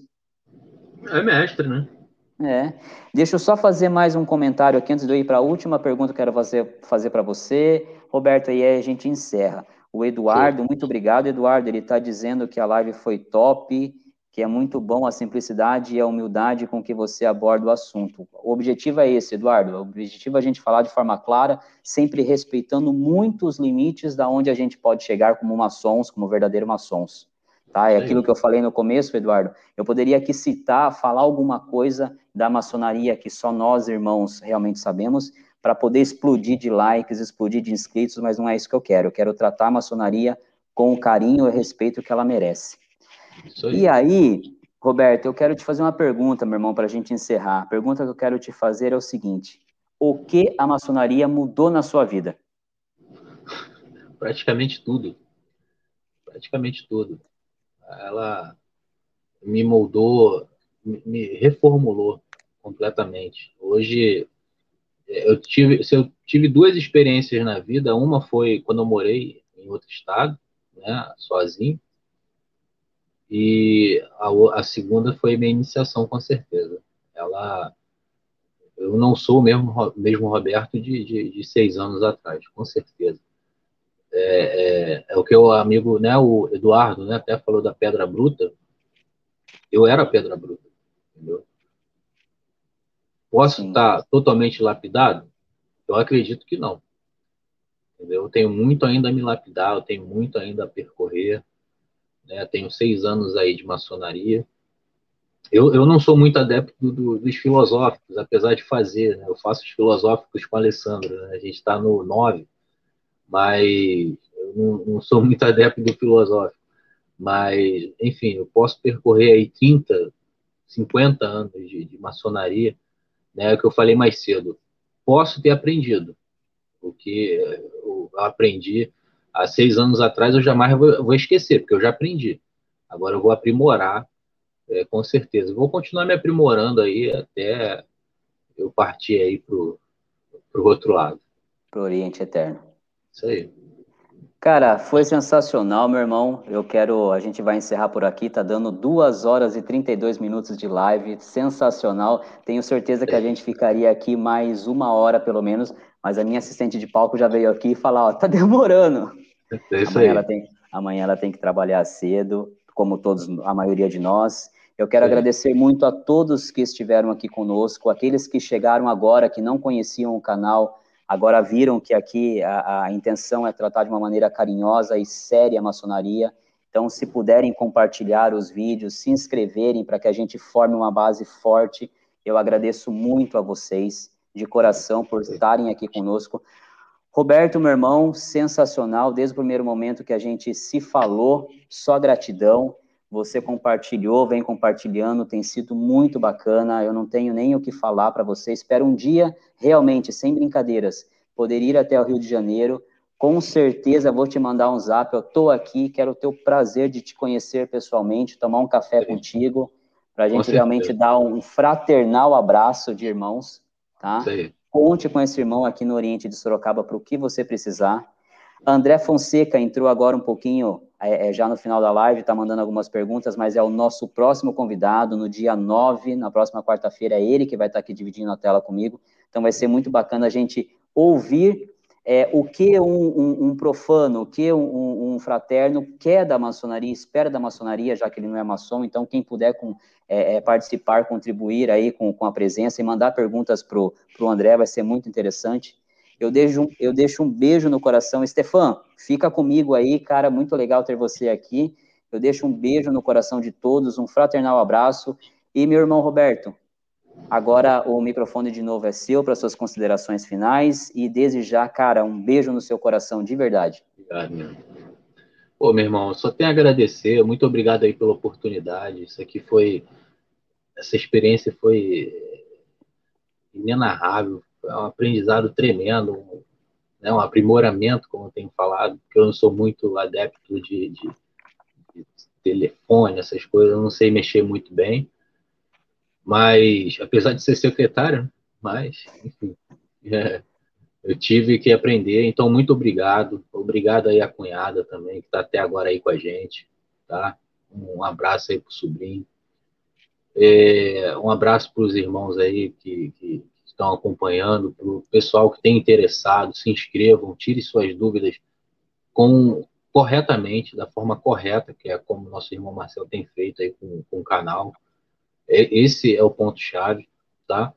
É mestre, né? É. Deixa eu só fazer mais um comentário aqui antes de eu ir para a última pergunta que eu quero fazer para você, Roberto, e aí a gente encerra. O Show. Eduardo, muito obrigado, Eduardo. Ele está dizendo que a live foi top, que é muito bom a simplicidade e a humildade com que você aborda o assunto. O objetivo é esse, Eduardo. O objetivo é a gente falar de forma clara, sempre respeitando muito os limites da onde a gente pode chegar como maçons, como verdadeiros maçons. Tá? É Isso aquilo aí. que eu falei no começo, Eduardo. Eu poderia aqui citar, falar alguma coisa da maçonaria que só nós, irmãos, realmente sabemos, para poder explodir de likes, explodir de inscritos, mas não é isso que eu quero. Eu quero tratar a maçonaria com o carinho e o respeito que ela merece. Isso E aí. aí, Roberto, eu quero te fazer uma pergunta, meu irmão, para a gente encerrar. A pergunta que eu quero te fazer é o seguinte: o que a maçonaria mudou na sua vida? Praticamente tudo. Praticamente tudo. Ela me moldou, me reformulou completamente. Hoje, se eu tive duas experiências na vida, uma foi quando eu morei em outro estado, né, sozinho, e a segunda foi minha iniciação, com certeza. Ela, eu não sou o mesmo Roberto de 6 anos atrás, com certeza. É o que o amigo, né, o Eduardo, né, até falou da pedra bruta. Eu era pedra bruta, entendeu? Posso Sim, estar totalmente lapidado? Eu acredito que não, entendeu? Eu tenho muito ainda a me lapidar, eu tenho muito ainda a percorrer, né? Tenho 6 anos aí de maçonaria. Eu não sou muito adepto dos filosóficos, apesar de fazer, né? Eu faço os filosóficos com a Alessandra, né? A gente está no 9, mas eu não sou muito adepto do filosófico. Mas, enfim, eu posso percorrer aí 30, 50 anos de maçonaria, né? É o que eu falei mais cedo. Posso ter aprendido o que eu aprendi há 6 anos atrás, eu jamais vou esquecer, porque eu já aprendi. Agora eu vou aprimorar, com certeza. Vou continuar me aprimorando aí até eu partir aí pro outro lado. Pro Oriente Eterno. Isso aí. Cara, foi sensacional, meu irmão. A gente vai encerrar por aqui, tá dando 2 horas e 32 minutos de live, sensacional. Tenho certeza que a gente ficaria aqui mais 1 hora, pelo menos, mas a minha assistente de palco já veio aqui e falar, ó, tá demorando. É isso aí. Amanhã ela tem que trabalhar cedo, como a maioria de nós. Eu quero agradecer muito a todos que estiveram aqui conosco, aqueles que chegaram agora, que não conheciam o canal, agora viram que aqui a intenção é tratar de uma maneira carinhosa e séria a maçonaria. Então, se puderem compartilhar os vídeos, se inscreverem para que a gente forme uma base forte, eu agradeço muito a vocês, de coração, por estarem aqui conosco. Roberto, meu irmão, sensacional, desde o primeiro momento que a gente se falou, só gratidão. Você compartilhou, vem compartilhando, tem sido muito bacana. Eu não tenho nem o que falar para você. Espero um dia, realmente, sem brincadeiras, poder ir até o Rio de Janeiro. Com certeza vou te mandar um zap. Eu estou aqui, quero ter o prazer de te conhecer pessoalmente, tomar um café contigo, para a gente realmente dar um fraternal abraço de irmãos, tá? Sim. Conte com esse irmão aqui no Oriente de Sorocaba para o que você precisar. André Fonseca entrou agora um pouquinho, já no final da live, está mandando algumas perguntas, mas é o nosso próximo convidado, no dia 9, na próxima quarta-feira, é ele que vai estar aqui dividindo a tela comigo. Então vai ser muito bacana a gente ouvir o que um profano, o que um fraterno quer da maçonaria, espera da maçonaria, já que ele não é maçom. Então, quem puder participar, contribuir aí com a presença e mandar perguntas pro André, vai ser muito interessante. Eu deixo um beijo no coração. Stefan, fica comigo aí, cara, muito legal ter você aqui. Eu deixo um beijo no coração de todos, um fraternal abraço. E meu irmão Roberto, agora o microfone de novo é seu para suas considerações finais e desde já, cara, um beijo no seu coração de verdade. Obrigado, meu irmão. Pô, meu irmão, só tenho a agradecer. Muito obrigado aí pela oportunidade. Essa experiência foi inenarrável. Foi um aprendizado tremendo, né, um aprimoramento, como eu tenho falado, porque eu não sou muito adepto de telefone, essas coisas, eu não sei mexer muito bem, mas, apesar de ser secretário, mas, enfim, eu tive que aprender, então muito obrigado aí à cunhada também, que está até agora aí com a gente, tá? Um abraço aí pro sobrinho, um abraço para os irmãos aí que estão acompanhando, para o pessoal que tem interessado, se inscrevam, tire suas dúvidas corretamente, da forma correta, que é como o nosso irmão Marcel tem feito aí com o canal. Esse é o ponto-chave, tá?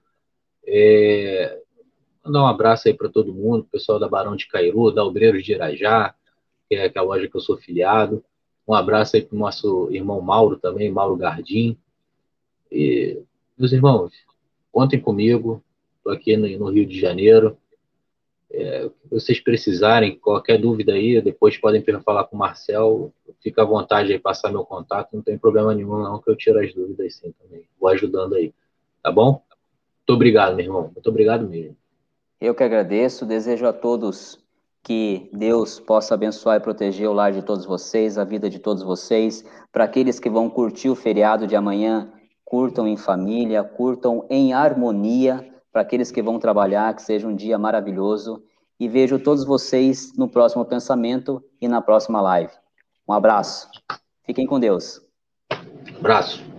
Mandar um abraço aí para todo mundo, pessoal da Barão de Cairu, da Obreiros de Irajá, que é a loja que eu sou filiado. Um abraço aí para o nosso irmão Mauro também, Mauro Gardim. E, meus irmãos, contem comigo, estou aqui no Rio de Janeiro. Se vocês precisarem, qualquer dúvida aí, depois podem falar com o Marcel. Fica à vontade aí, passar meu contato, não tem problema nenhum, não, que eu tiro as dúvidas sim também. Vou ajudando aí, tá bom? Muito obrigado, meu irmão. Muito obrigado mesmo. Eu que agradeço, desejo a todos que Deus possa abençoar e proteger o lar de todos vocês, a vida de todos vocês. Para aqueles que vão curtir o feriado de amanhã, curtam em família, curtam em harmonia. Para aqueles que vão trabalhar, que seja um dia maravilhoso. E vejo todos vocês no próximo pensamento e na próxima live. Um abraço. Fiquem com Deus. Abraço.